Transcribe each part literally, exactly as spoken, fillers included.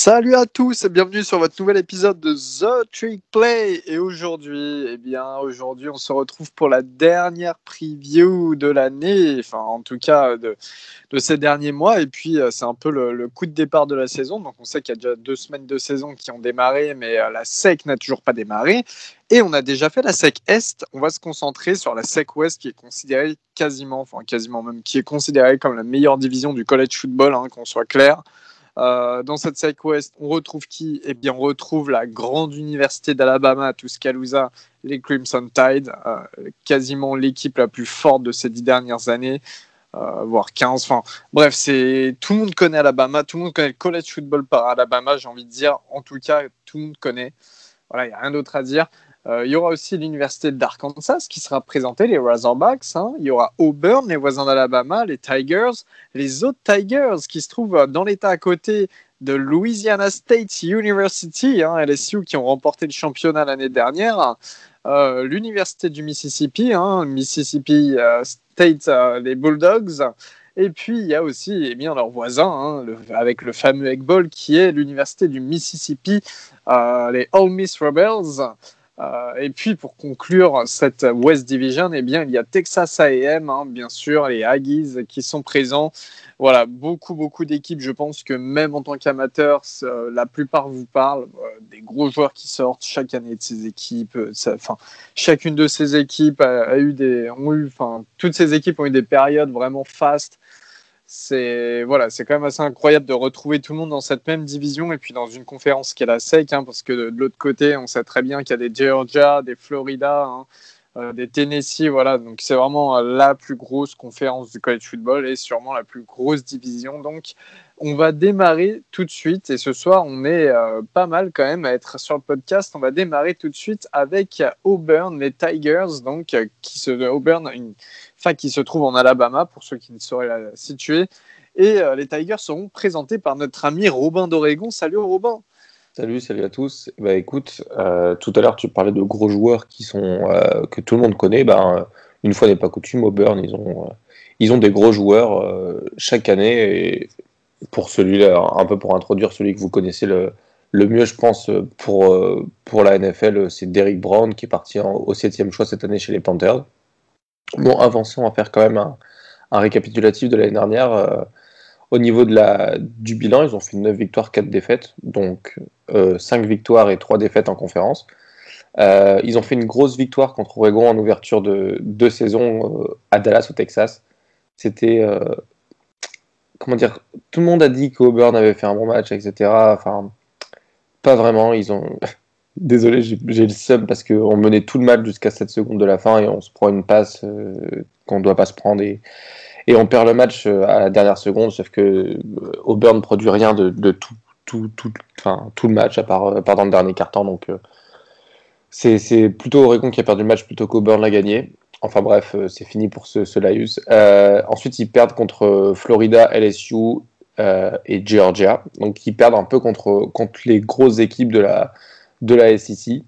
Salut à tous et bienvenue sur votre nouvel épisode de The Trick Play. Et aujourd'hui, eh bien, aujourd'hui, on se retrouve pour la dernière preview de l'année, enfin, en tout cas, de, de ces derniers mois. Et puis, euh, c'est un peu le, le coup de départ de la saison. Donc, on sait qu'il y a déjà deux semaines de saison qui ont démarré, mais euh, la S E C n'a toujours pas démarré. Et on a déjà fait la S E C Est. On va se concentrer sur la S E C Ouest, qui est considérée quasiment, enfin, quasiment même, qui est considérée comme la meilleure division du college football, hein, qu'on soit clair. Euh, dans cette S E C Ouest, on retrouve qui? Eh bien, on retrouve la grande université d'Alabama à Tuscaloosa, les Crimson Tide, euh, quasiment l'équipe la plus forte de ces dix dernières années, euh, voire quinze. Enfin, bref, c'est tout le monde connaît Alabama, tout le monde connaît le college football par Alabama, j'ai envie de dire. En tout cas, tout le monde connaît. Voilà, il n'y a rien d'autre à dire. Euh, il y aura aussi l'université d'Arkansas qui sera présentée, les Razorbacks. Hein. Il y aura Auburn, les voisins d'Alabama, les Tigers, les autres Tigers qui se trouvent dans l'état à côté de Louisiana State University, hein, L S U, qui ont remporté le championnat l'année dernière. Euh, l'université du Mississippi, hein, Mississippi euh, State, euh, les Bulldogs. Et puis, il y a aussi eh bien, leurs voisins, hein, le, avec le fameux Egg Bowl, qui est l'université du Mississippi, euh, les Ole Miss Rebels. Euh, et puis, pour conclure cette West Division, eh bien, il y a Texas A et M, hein, bien sûr, les Aggies qui sont présents. Voilà, beaucoup, beaucoup d'équipes. Je pense que même en tant qu'amateur, euh, la plupart vous parlent euh, des gros joueurs qui sortent chaque année de ces équipes. Enfin, chacune de ces équipes a, a eu des, ont eu, enfin, toutes ces équipes ont eu des périodes vraiment fastes. C'est voilà, c'est quand même assez incroyable de retrouver tout le monde dans cette même division et puis dans une conférence qui est la S E C, hein, parce que de, de l'autre côté, on sait très bien qu'il y a des Georgia, des Florida, hein, euh, des Tennessee, voilà. Donc c'est vraiment euh, la plus grosse conférence du college football et sûrement la plus grosse division. Donc on va démarrer tout de suite et ce soir, on est euh, pas mal quand même à être sur le podcast. On va démarrer tout de suite avec Auburn, les Tigers, donc euh, qui se Auburn une fac qui se trouve en Alabama, pour ceux qui ne sauraient la situer. Et euh, les Tigers seront présentés par notre ami Robin d'Oregon. Salut Robin. Salut, salut à tous. Bah écoute, euh, tout à l'heure tu parlais de gros joueurs qui sont euh, que tout le monde connaît. Bah, une fois n'est pas coutume, Auburn, ils ont euh, ils ont des gros joueurs euh, chaque année. Et pour celui-là, un peu pour introduire celui que vous connaissez le le mieux, je pense, pour euh, pour la N F L, c'est Derrick Brown qui est parti en, au septième choix cette année chez les Panthers. Bon, avançons à faire quand même un, un récapitulatif de l'année dernière. Euh, au niveau de la, du bilan, ils ont fait neuf victoires, quatre défaites, donc euh, cinq victoires et trois défaites en conférence. Euh, ils ont fait une grosse victoire contre Oregon en ouverture de deux saisons euh, à Dallas, au Texas. C'était, euh, comment dire, tout le monde a dit qu'Auburn avait fait un bon match, et cetera. Enfin, pas vraiment, ils ont... Désolé, j'ai, j'ai le seum parce qu'on menait tout le match jusqu'à sept secondes de la fin et on se prend une passe euh, qu'on ne doit pas se prendre et, et on perd le match euh, à la dernière seconde, sauf que euh, Auburn ne produit rien de, de tout, tout, tout, enfin, tout le match à part, à part dans le dernier quart-temps. Donc euh, c'est, c'est plutôt Oregon qui a perdu le match plutôt qu'Auburn l'a gagné. Enfin bref, euh, c'est fini pour ce, ce laïus. Euh, ensuite, ils perdent contre Florida, L S U euh, et Georgia. Donc ils perdent un peu contre, contre les grosses équipes de la de la S E C,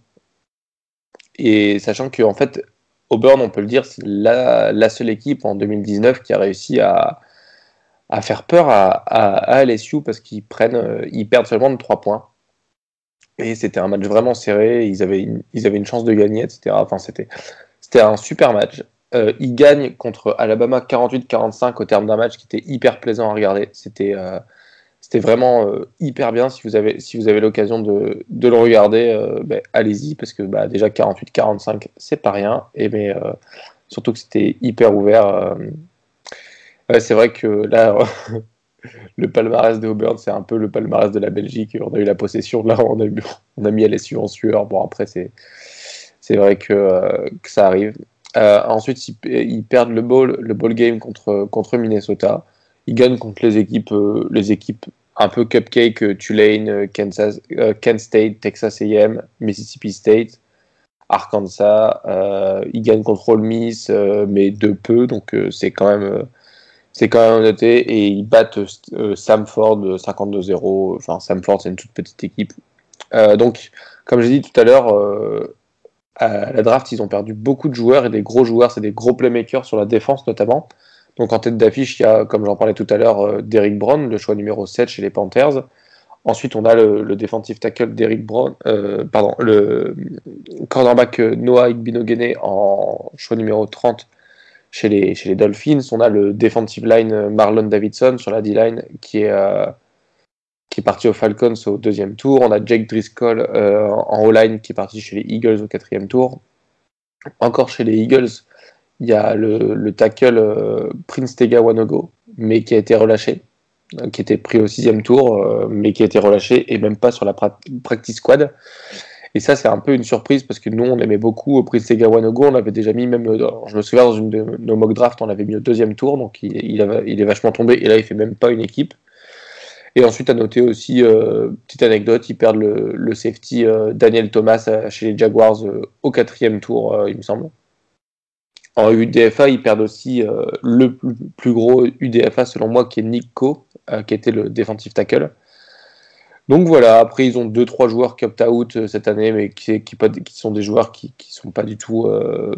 et sachant que en fait Auburn, on peut le dire, c'est la, la seule équipe en deux mille dix-neuf qui a réussi à, à faire peur à, à, à L S U parce qu'ils prennent, ils perdent seulement de trois points et c'était un match vraiment serré, ils avaient une, ils avaient une chance de gagner, et cetera. Enfin, c'était, c'était un super match. Euh, ils gagnent contre Alabama quarante-huit quarante-cinq au terme d'un match qui était hyper plaisant à regarder. C'était euh, C'était vraiment euh, hyper bien. Si vous avez, si vous avez l'occasion de, de le regarder, euh, bah, allez-y, parce que bah, déjà quarante-huit quarante-cinq, c'est pas rien. Et mais, euh, surtout que c'était hyper ouvert. Euh... Ouais, c'est vrai que là, le palmarès de Auburn, c'est un peu le palmarès de la Belgique. On a eu la possession, là, on a, eu, on a mis L S U en sueur. Bon, après, c'est, c'est vrai que, euh, que ça arrive. Euh, ensuite, ils, ils perdent le ball, le ball game contre, contre Minnesota. Ils gagnent contre les équipes, euh, les équipes un peu cupcake, euh, Tulane, euh, Kansas, euh, Kent State, Texas A et M, Mississippi State, Arkansas. Euh, ils gagnent contre Ole Miss, euh, mais de peu, donc euh, c'est quand même, euh, c'est quand même noté. Et ils battent euh, Samford cinquante-deux zéro. Enfin, Samford, c'est une toute petite équipe. Euh, donc, comme j'ai dit tout à l'heure, euh, à la draft, ils ont perdu beaucoup de joueurs et des gros joueurs, c'est des gros playmakers sur la défense notamment. Donc en tête d'affiche, il y a, comme j'en parlais tout à l'heure, euh, Derrick Brown, le choix numéro sept chez les Panthers. Ensuite, on a le, le defensive tackle d'Eric Brown, euh, pardon, le cornerback Noah Igbinoghene en choix numéro trente chez les, chez les Dolphins. On a le defensive line Marlon Davidson sur la D-line qui est, euh, qui est parti aux Falcons au deuxième tour. On a Jake Driscoll euh, en O-line qui est parti chez les Eagles au quatrième tour. Encore chez les Eagles, il y a le, le tackle euh, Prince Tega Wanogo, mais qui a été relâché, euh, qui était pris au sixième tour, euh, mais qui a été relâché et même pas sur la pra- practice squad. Et ça, c'est un peu une surprise parce que nous, on aimait beaucoup Prince Tega Wanogo. On l'avait déjà mis, même, dans, je me souviens, dans une de nos mock drafts, on l'avait mis au deuxième tour, donc il, il, avait, il est vachement tombé. Et là, il fait même pas une équipe. Et ensuite, à noter aussi, euh, petite anecdote, ils perdent le, le safety euh, Daniel Thomas euh, chez les Jaguars euh, au quatrième tour, euh, il me semble. En U D F A, ils perdent aussi euh, le plus, plus gros U D F A, selon moi, qui est Nick Coe, euh, qui était le defensive tackle. Donc voilà, après ils ont deux trois joueurs qui opt-out euh, cette année, mais qui, qui, pas, qui sont des joueurs qui qui sont pas du tout, euh,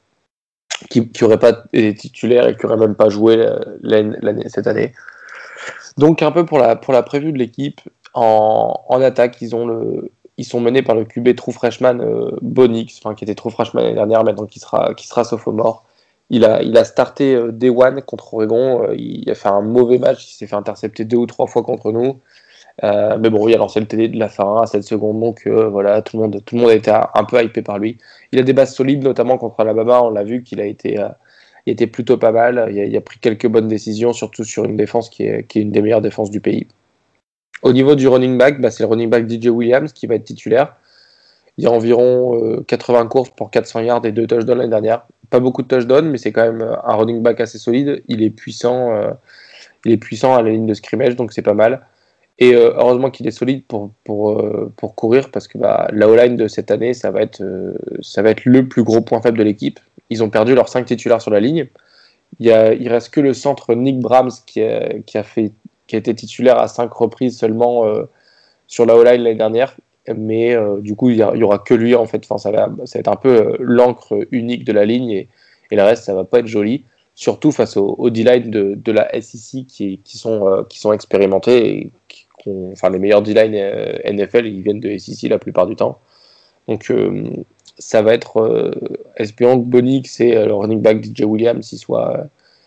qui qui auraient pas été titulaires et qui auraient même pas joué euh, l'année, l'année, cette année. Donc un peu pour la pour la prévue de l'équipe en, en attaque, ils ont le ils sont menés par le Q B true freshman euh, Bonix, enfin qui était true freshman l'année dernière, maintenant qui sera qui sera sophomore. Il a il a starté euh, Day One contre Oregon, euh, il a fait un mauvais match, il s'est fait intercepter deux ou trois fois contre nous. Euh, mais bon, il a lancé le T D de la fin à sept secondes, donc euh, voilà, tout le monde, tout le monde a été un peu hypé par lui. Il a des bases solides, notamment contre Alabama, on l'a vu qu'il a été, euh, il était plutôt pas mal. Il a, il a pris quelques bonnes décisions, surtout sur une défense qui est, qui est une des meilleures défenses du pays. Au niveau du running back, bah, c'est le running back D J Williams qui va être titulaire. Il y a environ euh, quatre-vingts courses pour quatre cents yards et deux touchdowns l'année dernière. Pas beaucoup de touchdowns, mais c'est quand même un running back assez solide. Il est puissant, euh, il est puissant à la ligne de scrimmage, donc c'est pas mal. Et euh, heureusement qu'il est solide pour, pour, euh, pour courir, parce que bah, la O-line de cette année, ça va, être, euh, ça va être le plus gros point faible de l'équipe. Ils ont perdu leurs cinq titulaires sur la ligne. Il, y a, il reste que le centre Nick Brahms qui a, qui a, fait, qui a été titulaire à cinq reprises seulement euh, sur la O-line l'année dernière. Mais euh, du coup, il n'y aura que lui, en fait. Enfin, ça, va, ça va être un peu euh, l'encre unique de la ligne, et, et le reste, ça va pas être joli. Surtout face aux au D-line de, de la S E C qui, qui, sont, euh, qui sont expérimentés et qui, enfin les meilleurs D-line euh, N F L, ils viennent de S E C la plupart du temps. Donc euh, ça va être euh, espérons que Bonix et euh, le running back D J Williams ils soient euh,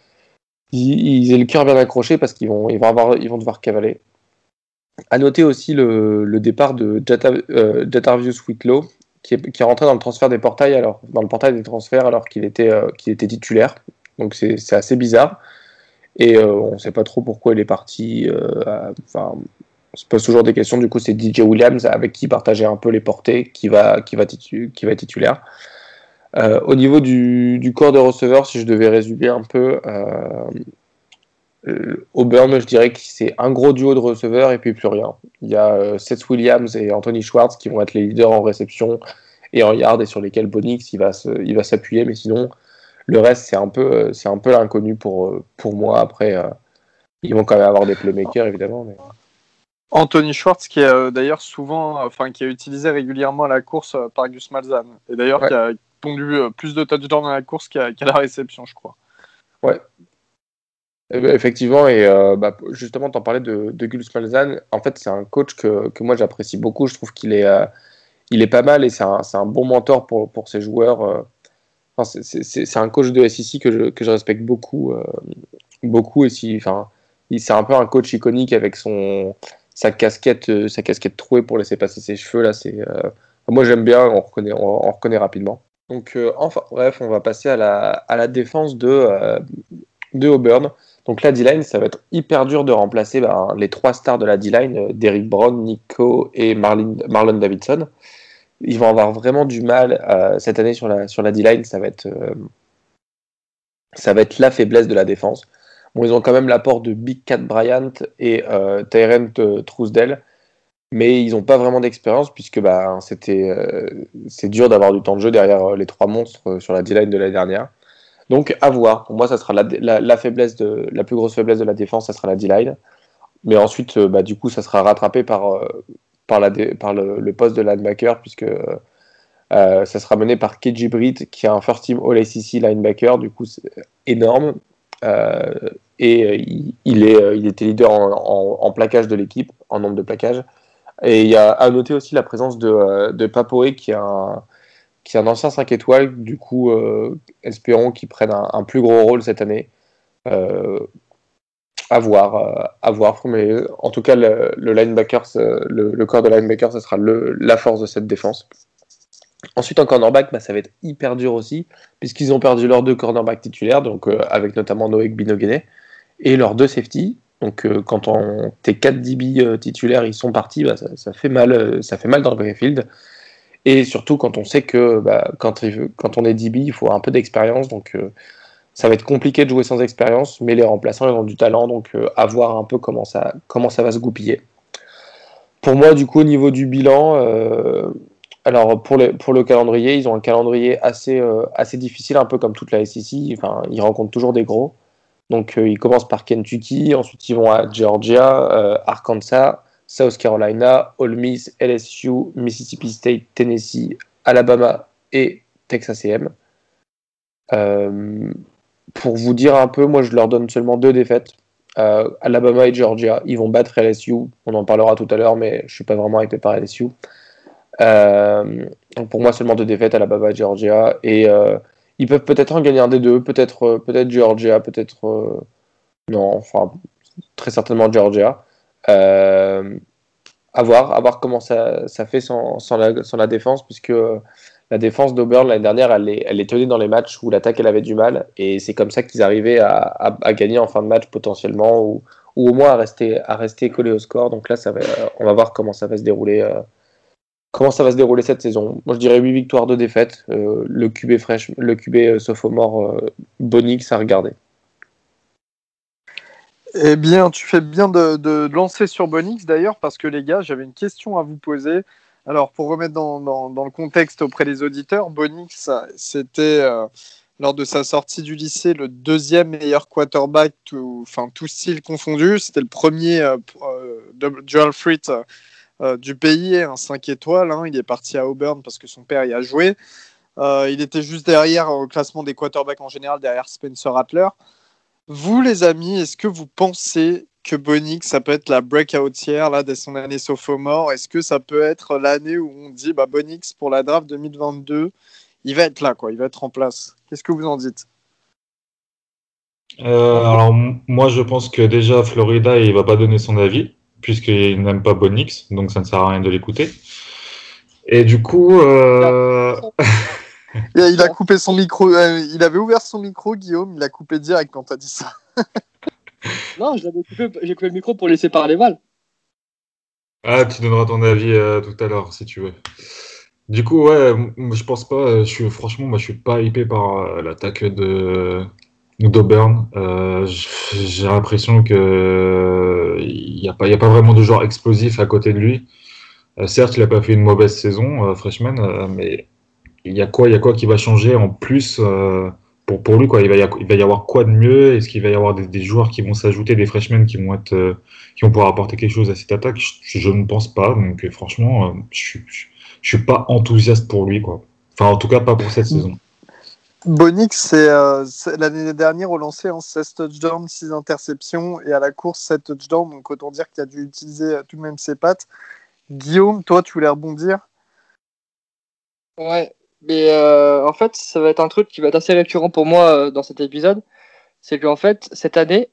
ils, ils aient le cœur bien accroché, parce qu'ils vont ils vont avoir ils vont devoir cavaler. À noter aussi le, le départ de Jata, euh, Jatavius Whitlow qui est, qui est rentré dans le transfert des portails alors dans le portail des transferts alors qu'il était euh, qu'il était titulaire. Donc c'est, c'est assez bizarre. Et euh, on ne sait pas trop pourquoi il est parti. Euh, à, enfin, on se pose toujours des questions. Du coup, c'est D J Williams avec qui partager un peu les portées qui va, qui va, titu- qui va être titulaire. Euh, au niveau du, du corps de receveurs, si je devais résumer un peu, euh, euh, Auburn, je dirais que c'est un gros duo de receveurs et puis plus rien. Il y a euh, Seth Williams et Anthony Schwartz qui vont être les leaders en réception et en yard, et sur lesquels Bonix il va, se, il va s'appuyer, mais sinon le reste c'est un peu, c'est un peu l'inconnu pour, pour moi. Après, euh, ils vont quand même avoir des playmakers évidemment. Mais... Anthony Schwartz qui est euh, d'ailleurs souvent, enfin qui est utilisé régulièrement à la course euh, par Gus Malzahn, et d'ailleurs ouais. qui a pondu euh, plus de touchdowns à la course qu'à, qu'à la réception, je crois. Ouais. Et ben, effectivement, et euh, bah, justement, t'en parlais de, de Gus Malzahn. En fait, c'est un coach que, que moi j'apprécie beaucoup. Je trouve qu'il est, euh, il est pas mal, et c'est un, c'est un bon mentor pour, pour ses joueurs. Euh. Enfin, c'est, c'est, c'est un coach de S E C que je, que je respecte beaucoup, euh, beaucoup. Et si, enfin, il, c'est un peu un coach iconique avec son sa casquette, euh, sa casquette trouée pour laisser passer ses cheveux là. C'est, euh, moi j'aime bien, on reconnaît, on, on reconnaît rapidement. Donc, euh, enfin, bref, on va passer à la, à la défense de, euh, de Auburn. Donc la D-line, ça va être hyper dur de remplacer bah, les trois stars de la D-line, euh, Derrick Brown, Nico et Marlon, Marlon Davidson. Ils vont avoir vraiment du mal euh, cette année sur la, sur la D-line. Ça va être, euh, ça va être la faiblesse de la défense. Bon, ils ont quand même l'apport de Big Cat Bryant et euh, Tyrant euh, Trousdale, mais ils n'ont pas vraiment d'expérience, puisque bah, c'était, euh, c'est dur d'avoir du temps de jeu derrière euh, les trois monstres euh, sur la D-line de l'année dernière. Donc à voir. Pour moi, ça sera la, la, la faiblesse de la plus grosse faiblesse de la défense, ça sera la D-line. Mais ensuite, euh, bah, du coup, ça sera rattrapé par euh, par, la, par le, le poste de linebacker, puisque euh, ça sera mené par Keji Britt, qui est un first team All A C C linebacker. Du coup, c'est énorme. Euh, et euh, il, il, est, euh, il était leader en, en, en plaquage de l'équipe, en nombre de plaquages. Et il y a à noter aussi la présence de, euh, de Papoe, qui est un, qui est un ancien cinq étoiles. Du coup, euh, espérons qu'il prenne un, un plus gros rôle cette année. Euh, à voir, euh, à voir. Mais en tout cas, le, le linebacker, le, le corps de linebacker, ce sera le, la force de cette défense. Ensuite, en cornerback, bah, ça va être hyper dur aussi, puisqu'ils ont perdu leurs deux cornerbacks titulaires, donc euh, avec notamment Noé Gbinogene, et leurs deux safety. Donc, euh, quand on, tes quatre D B euh, titulaires ils sont partis, bah, ça, ça fait mal, euh, ça fait mal dans le backfield. Et surtout quand on sait que bah, quand, quand on est D B, il faut un peu d'expérience, donc euh, ça va être compliqué de jouer sans expérience, mais les remplaçants ils ont du talent, donc euh, à voir un peu comment ça, comment ça va se goupiller. Pour moi, du coup, au niveau du bilan, euh, alors pour, les, pour le calendrier, ils ont un calendrier assez, euh, assez difficile, un peu comme toute la S E C. Enfin, ils rencontrent toujours des gros. Donc, euh, ils commencent par Kentucky, ensuite ils vont à Georgia, euh, Arkansas, South Carolina, Ole Miss, L S U, Mississippi State, Tennessee, Alabama et Texas A and M. Euh, pour vous dire un peu, moi je leur donne seulement deux défaites. Euh, Alabama et Georgia, ils vont battre L S U. On en parlera tout à l'heure, mais je ne suis pas vraiment hypé par L S U. Euh, donc pour moi, seulement deux défaites, Alabama et Georgia. Et euh, ils peuvent peut-être en gagner un des deux, peut-être, euh, peut-être Georgia, peut-être. Euh, non, enfin, très certainement Georgia. Euh, à voir, à voir comment ça, ça fait sans, sans, la, sans la défense, puisque euh, la défense d'Auburn l'année dernière, elle les, elle les tenait dans les matchs où l'attaque elle avait du mal, et c'est comme ça qu'ils arrivaient à, à, à gagner en fin de match potentiellement, ou, ou au moins à rester, à rester collés au score. Donc là, ça va, on va voir comment ça va se dérouler. Euh, comment ça va se dérouler cette saison. Moi, je dirais huit victoires, deux défaites. Euh, le Q B fraîche, le Q B euh, sophomore euh, Bonix à regarder. Eh bien, tu fais bien de, de lancer sur Bonix d'ailleurs, parce que les gars, j'avais une question à vous poser. Alors, pour remettre dans, dans, dans le contexte auprès des auditeurs, Bonix, c'était, euh, lors de sa sortie du lycée, le deuxième meilleur quarterback, tout, enfin, tout style confondu. C'était le premier euh, euh, dual threat euh, du pays, un cinq étoiles. Hein. Il est parti à Auburn parce que son père y a joué. Euh, il était juste derrière au classement des quarterbacks en général, derrière Spencer Rattler. Vous, les amis, est-ce que vous pensez que Bonix, ça peut être la breakout year là, dès son année sophomore? Est-ce que ça peut être l'année où on dit bah, Bonix, pour la draft deux mille vingt-deux, il va être là, quoi, il va être en place? Qu'est-ce que vous en dites? euh, Alors, m- moi, je pense que déjà, Florida, il va pas donner son avis, puisqu'il n'aime pas Bonix, donc ça ne sert à rien de l'écouter. Et du coup, euh... Et il a coupé son micro. Euh, il avait ouvert son micro, Guillaume. Il a coupé direct quand t'as dit ça. Non, je l'avais coupé, j'ai coupé le micro pour laisser parler Val. ah, tu donneras ton avis euh, tout à l'heure, si tu veux. Du coup, ouais, m- je pense pas. Je suis, franchement, moi, je suis pas hypé par euh, l'attaque de d'Auburn. Euh, j- j'ai l'impression que il y a pas, il y a pas vraiment de joueur explosif à côté de lui. Euh, certes, il a pas fait une mauvaise saison euh, freshman, euh, mais il y a quoi, il y a quoi qui va changer en plus euh, pour pour lui quoi. Il va y avoir, il va y avoir quoi de mieux? Est-ce qu'il va y avoir des, des joueurs qui vont s'ajouter, des freshmen qui vont être euh, qui vont pouvoir apporter quelque chose à cette attaque? Je, je ne pense pas. Donc euh, franchement, euh, je suis je, je suis pas enthousiaste pour lui quoi. Enfin, en tout cas, pas pour cette saison. Bonix, c'est, euh, c'est l'année dernière au lancer en seize touchdowns, six interceptions et à la course sept touchdowns. Donc autant dire qu'il a dû utiliser euh, tout de même ses pattes. Guillaume, toi, tu voulais rebondir? Ouais, mais euh, en fait, ça va être un truc qui va être assez récurrent pour moi euh, dans cet épisode. C'est qu'en fait, cette année.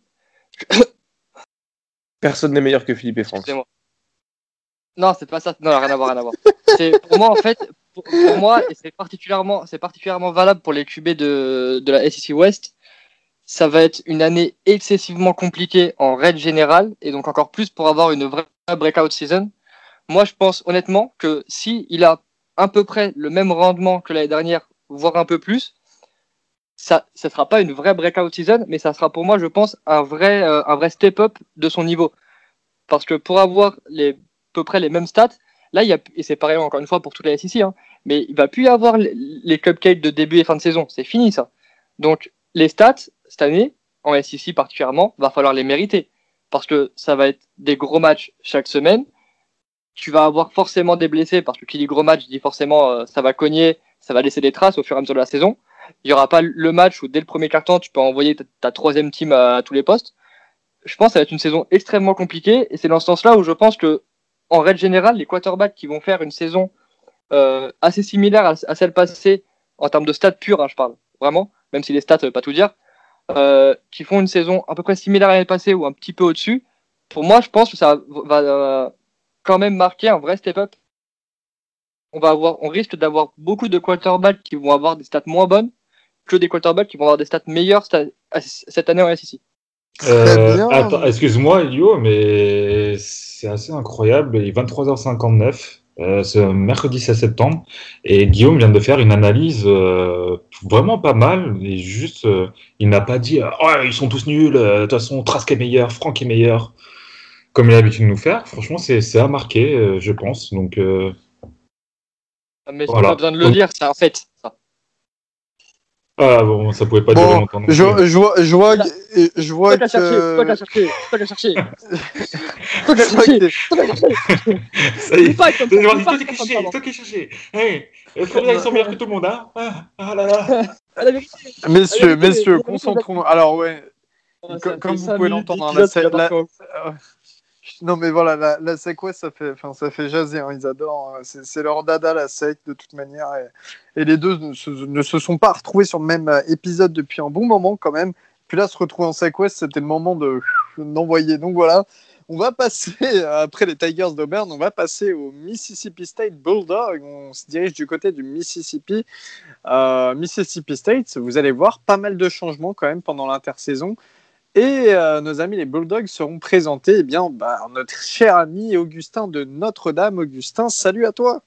Personne n'est meilleur que Philippe et Franck. Excusez-moi. Non, c'est pas ça. Non, rien à voir, rien à voir. C'est, pour moi, en fait, pour, pour moi, et c'est particulièrement, c'est particulièrement valable pour les Q B de, de la S E C West, ça va être une année excessivement compliquée en règle générale, et donc encore plus pour avoir une vraie breakout season. Moi, je pense honnêtement que si il a à peu près le même rendement que l'année dernière, voire un peu plus, ça ne sera pas une vraie breakout season, mais ça sera pour moi, je pense, un vrai, euh, un vrai step-up de son niveau. Parce que pour avoir les, à peu près les mêmes stats, là, il y a, et c'est pareil encore une fois pour toute la S E C, hein, mais il ne va plus y avoir les, les cupcakes de début et fin de saison. C'est fini, ça. Donc, les stats, cette année, en S E C particulièrement, va falloir les mériter. Parce que ça va être des gros matchs chaque semaine. Tu vas avoir forcément des blessés, parce que qui dit gros match dit forcément euh, ça va cogner, ça va laisser des traces au fur et à mesure de la saison. il y aura pas le match où dès le premier quart-temps, tu peux envoyer ta, ta troisième team à, à tous les postes. Je pense que ça va être une saison extrêmement compliquée et c'est dans ce sens-là où je pense que, en règle générale, les quarterbacks qui vont faire une saison euh, assez similaire à, à celle passée en termes de stats purs, hein, je parle vraiment, même si les stats ne veulent pas tout dire, euh, qui font une saison à peu près similaire à l'année passée ou un petit peu au-dessus. Pour moi, je pense que ça va euh, quand même marquer un vrai step-up. On va avoir, on risque d'avoir beaucoup de quarterbacks qui vont avoir des stats moins bonnes que des quarterbacks qui vont avoir des stats meilleures cette année en S E C. Euh, attends, excuse-moi, Elio, mais c'est assez incroyable. Il est vingt-trois heures cinquante-neuf, euh, c'est mercredi seize septembre, et Guillaume vient de faire une analyse euh, vraiment pas mal. Et juste, euh, il n'a pas dit oh, ils sont tous nuls, de toute façon, Trask est meilleur, Franck est meilleur, comme il a l'habitude de nous faire. Franchement, c'est, c'est à marquer, euh, je pense. Donc, euh, mais voilà. Pas besoin de le dire, c'est un fait, ça. Ah bon, ça pouvait pas bon, durer longtemps. Je, je vois, je vois, je vois que. Faut la chercher, faut la chercher, faut la chercher. Faut la chercher. Ça y est, toi qui cherches, toi qui cherches. Hey, Florida, ils sont meilleurs que tout le monde, hein. Ah là là. Messieurs, messieurs, concentrons-nous. Alors ouais, comme vous pouvez l'entendre, la. Non mais voilà, la, la S E C West, ça fait, enfin, ça fait jaser, hein, ils adorent, c'est, c'est leur dada la S E C de toute manière, et, et les deux ne se, ne se sont pas retrouvés sur le même épisode depuis un bon moment quand même, puis là se retrouver en S E C West, c'était le moment de d'envoyer, donc voilà, on va passer, après les Tigers d'Auburn, on va passer au Mississippi State Bulldogs, on se dirige du côté du Mississippi, euh, Mississippi State, vous allez voir pas mal de changements quand même pendant l'intersaison. Et euh, nos amis les Bulldogs seront présentés, eh bien, bah, notre cher ami Augustin de Notre-Dame. Augustin, salut à toi.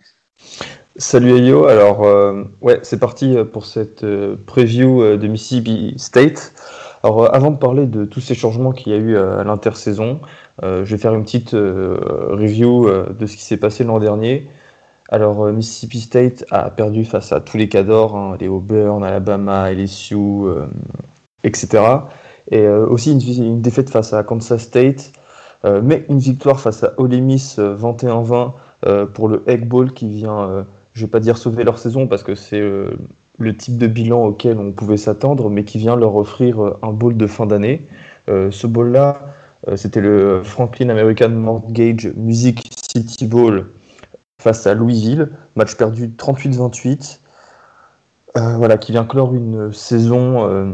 Salut Ayo, alors euh, ouais, c'est parti pour cette euh, preview euh, de Mississippi State. Alors euh, avant de parler de tous ces changements qu'il y a eu euh, à l'intersaison, euh, je vais faire une petite euh, review euh, de ce qui s'est passé l'an dernier. Alors euh, Mississippi State a perdu face à tous les cadors, hein, les Auburn, Alabama, L S U, euh, et cetera. Et euh, aussi une, une défaite face à Kansas State, euh, mais une victoire face à Ole Miss euh, vingt et un vingt euh, pour le Egg Bowl qui vient, euh, je ne vais pas dire sauver leur saison parce que c'est euh, le type de bilan auquel on pouvait s'attendre, mais qui vient leur offrir euh, un bowl de fin d'année. Euh, ce bowl-là, euh, c'était le Franklin American Mortgage Music City Bowl face à Louisville, match perdu trente-huit vingt-huit, euh, voilà, qui vient clore une saison... Euh,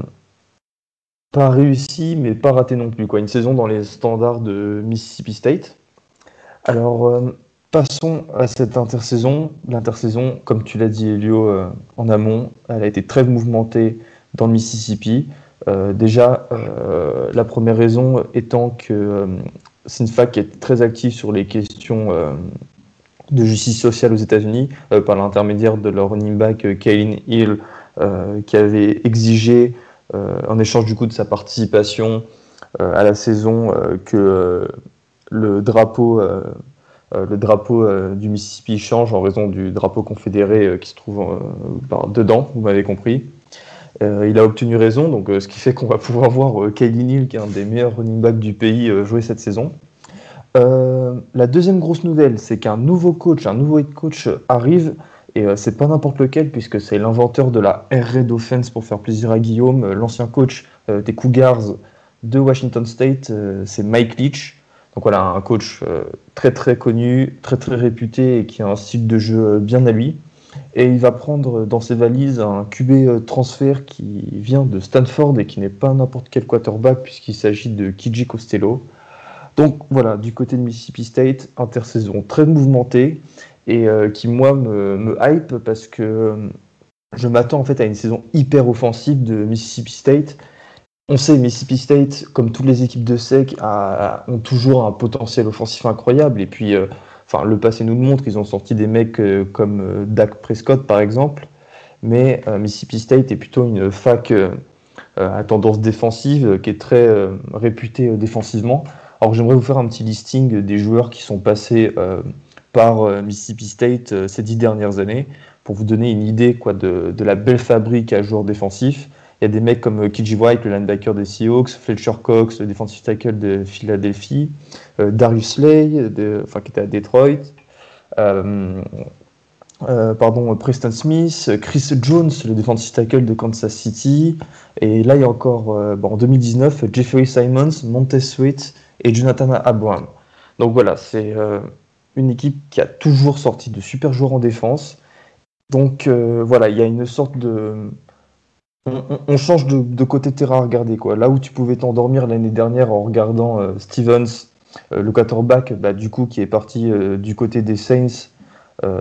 pas réussi, mais pas raté non plus, quoi. Une saison dans les standards de Mississippi State. Alors, euh, passons à cette intersaison. L'intersaison, comme tu l'as dit, Elio, euh, en amont, elle a été très mouvementée dans le Mississippi. Euh, déjà, euh, la première raison étant que euh, c'est une fac qui est très active sur les questions euh, de justice sociale aux États-Unis, euh, par l'intermédiaire de leur running back euh, Kaylin Hill, euh, qui avait exigé Euh, en échange du coup de sa participation euh, à la saison euh, que euh, le drapeau, euh, euh, le drapeau euh, du Mississippi change en raison du drapeau confédéré euh, qui se trouve euh, ben, dedans, vous m'avez compris. Euh, il a obtenu raison, donc euh, ce qui fait qu'on va pouvoir voir euh, Kaylin Hill, qui est un des meilleurs running backs du pays, euh, jouer cette saison. Euh, la deuxième grosse nouvelle, c'est qu'un nouveau coach, un nouveau head coach arrive. Et euh, c'est pas n'importe lequel, puisque c'est l'inventeur de la Air Raid Offense, pour faire plaisir à Guillaume, euh, l'ancien coach euh, des Cougars de Washington State, euh, c'est Mike Leach. Donc voilà, un coach euh, très très connu, très très réputé et qui a un style de jeu euh, bien à lui. Et il va prendre dans ses valises un Q B euh, transfert qui vient de Stanford et qui n'est pas n'importe quel quarterback, puisqu'il s'agit de K J Costello. Donc voilà, du côté de Mississippi State, intersaison très mouvementée. Et euh, qui, moi, me, me hype parce que euh, je m'attends en fait à une saison hyper offensive de Mississippi State. On sait, Mississippi State, comme toutes les équipes de S E C, a, ont toujours un potentiel offensif incroyable. Et puis, euh, enfin, le passé nous le montre, ils ont sorti des mecs euh, comme euh, Dak Prescott, par exemple. Mais euh, Mississippi State est plutôt une fac euh, à tendance défensive, euh, qui est très euh, réputée euh, défensivement. Alors, j'aimerais vous faire un petit listing des joueurs qui sont passés... Euh, par euh, Mississippi State euh, ces dix dernières années, pour vous donner une idée quoi, de, de la belle fabrique à joueurs défensifs. Il y a des mecs comme euh, K J White, le linebacker des Seahawks, Fletcher Cox, le defensive tackle de Philadelphie, euh, Darius Slay, de, enfin, qui était à Detroit, euh, euh, pardon, Preston Smith, Chris Jones, le defensive tackle de Kansas City. Et là, il y a encore, euh, bon, en deux mille dix-neuf, Jeffrey Simons, Montez Sweat et Jonathan Abraham. Donc voilà, c'est euh, une équipe qui a toujours sorti de super joueurs en défense. Donc euh, voilà, il y a une sorte de... On, on- on change de, de côté terrain à regarder, quoi. Là où tu pouvais t'endormir l'année dernière en regardant euh, Stevens, euh, le quarterback, bah, du coup, qui est parti euh, du côté des Saints euh,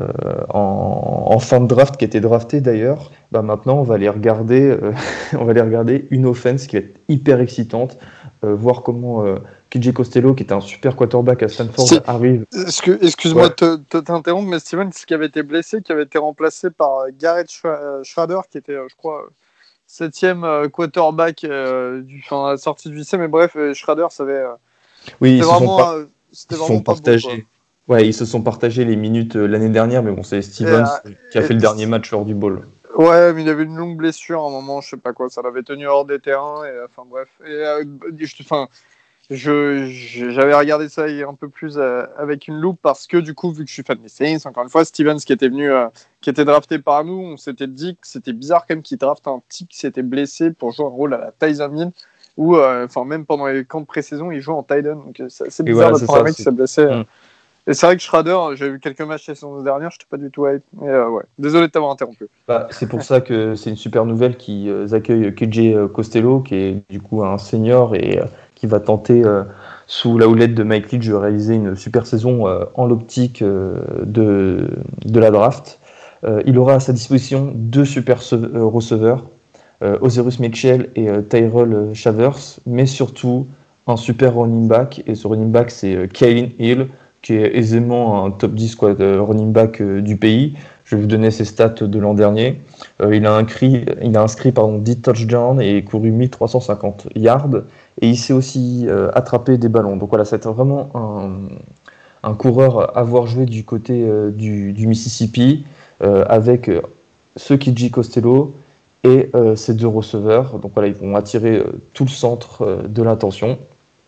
en, en fin de draft, qui était drafté d'ailleurs, bah, maintenant on va aller regarder, euh, on va aller regarder une offense qui va être hyper excitante, euh, voir comment euh, K J Costello, qui était un super quarterback à Stanford, C'est- arrive. Est-ce que- Excuse-moi Ouais. de te- de t'interrompre, mais Steven, ce qui avait été blessé, qui avait été remplacé par euh, Garrett Schra- euh, Schrader, qui était, euh, je crois, euh, septième euh, quarterback euh, du, enfin, à la sortie du lycée, mais bref, euh, Schrader, ça avait, euh, Oui, c'était ils se sont, vraiment, par- euh, ils c'était se sont vraiment pas beau, quoi. partagés. Ouais, ils se sont partagés les minutes euh, l'année dernière, mais bon, c'est Et, Stevens euh, qui a et- fait le dernier match lors du bowl. ouais, mais il avait une longue blessure à un moment, je sais pas quoi, ça l'avait tenu hors des terrains, et euh, enfin bref. Et, euh, je, enfin, je, je- j'avais regardé ça un peu plus euh, avec une loupe parce que du coup, vu que je suis fan des Saints, encore une fois, Stevens qui était venu, euh, qui était drafté par nous, on s'était dit que c'était bizarre quand même qu'il drafte un type qui s'était blessé pour jouer un rôle à la Tyson Hill, ou euh, enfin même pendant les camps de pré-saison, il joue en tight end, donc euh, c'est assez Et bizarre voilà, de c'est prendre un ça. mec qui c'est- s'est blessé. euh. Mm. Et c'est vrai que Schrader, j'ai vu quelques matchs la saison dernière, j'étais pas du tout hype, mais euh, ouais, désolé de t'avoir interrompu. Bah, c'est pour ça que c'est une super nouvelle qu'ils euh, accueillent K J Costello, qui est du coup un senior et euh, qui va tenter, euh, sous la houlette de Mike Leach, de réaliser une super saison euh, en l'optique euh, de, de la draft. Euh, il aura à sa disposition deux super se- euh, receveurs, euh, Osiris Mitchell et euh, Tyrell Shavers, mais surtout un super running back. Et ce running back, c'est euh, Kylin Hill, qui est aisément un top dix quoi, de running back euh, du pays. Je vais vous donner ses stats de l'an dernier. Euh, il a inscrit, il a inscrit pardon, dix touchdowns et couru mille trois cent cinquante yards. Et il sait aussi euh, attraper des ballons. Donc voilà, c'est vraiment un, un coureur à avoir joué du côté euh, du, du Mississippi euh, avec euh, ce K J Costello et euh, ces deux receveurs. Donc voilà, ils vont attirer euh, tout le centre euh, de l'attention.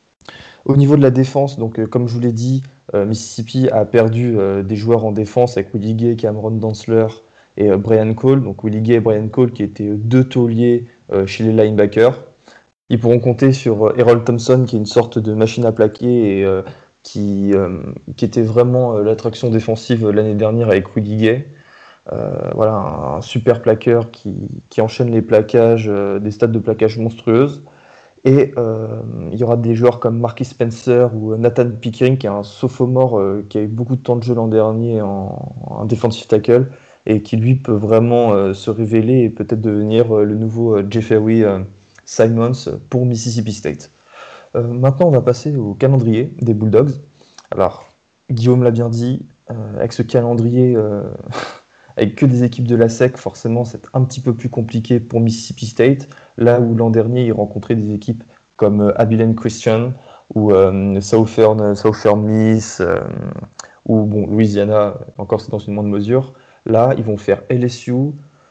Au niveau de la défense, donc euh, comme je vous l'ai dit, euh, Mississippi a perdu euh, des joueurs en défense avec Willie Gay, Cameron Dantzler et euh, Brian Cole. Donc Willie Gay et Brian Cole qui étaient deux tauliers euh, chez les linebackers. Ils pourront compter sur euh, Errol Thompson qui est une sorte de machine à plaquer et euh, qui, euh, qui était vraiment euh, l'attraction défensive euh, l'année dernière avec Willie Gay. Euh, voilà, un, un super plaqueur qui, qui enchaîne les plaquages, euh, des stats de plaquage monstrueuses. Et euh, il y aura des joueurs comme Marquis Spencer ou Nathan Pickering, qui est un sophomore euh, qui a eu beaucoup de temps de jeu l'an dernier en, en defensive tackle et qui lui peut vraiment euh, se révéler et peut-être devenir euh, le nouveau euh, Jeffrey euh, Simons pour Mississippi State. Euh, maintenant, on va passer au calendrier des Bulldogs. Alors, Guillaume l'a bien dit, euh, avec ce calendrier euh, avec que des équipes de la S E C, forcément, c'est un petit peu plus compliqué pour Mississippi State, là où l'an dernier, ils rencontraient des équipes comme euh, Abilene Christian ou euh, Southern, Southern Miss euh, ou bon, Louisiana, encore c'est dans une moindre mesure. Là, ils vont faire L S U,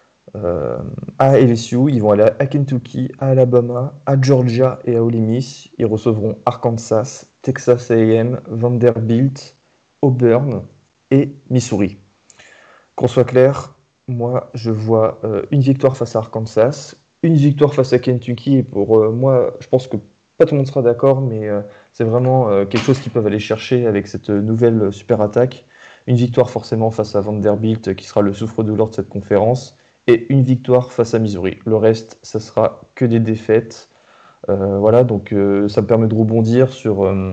euh, à L S U, ils vont aller à Kentucky, à Alabama, à Georgia et à Ole Miss. Ils recevront Arkansas, Texas A and M, Vanderbilt, Auburn et Missouri. Qu'on soit clair, moi je vois euh, une victoire face à Arkansas, une victoire face à Kentucky, et pour euh, moi, je pense que pas tout le monde sera d'accord, mais euh, c'est vraiment euh, quelque chose qu'ils peuvent aller chercher avec cette nouvelle super attaque. Une victoire forcément face à Vanderbilt, qui sera le souffre-douleur de cette conférence, et une victoire face à Missouri. Le reste, ça sera que des défaites. Euh, voilà, donc euh, ça me permet de rebondir sur, euh,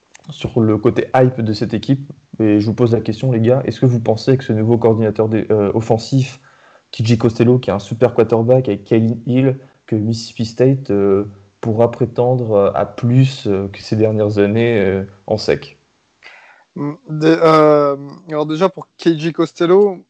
sur le côté hype de cette équipe. Et je vous pose la question, les gars, est-ce que vous pensez que ce nouveau coordinateur des, euh, offensif, K J Costello, qui est un super quarterback avec Kylin Hill, que Mississippi State euh, pourra prétendre à plus euh, que ces dernières années euh, en sec? De- euh, alors déjà pour K J Costello,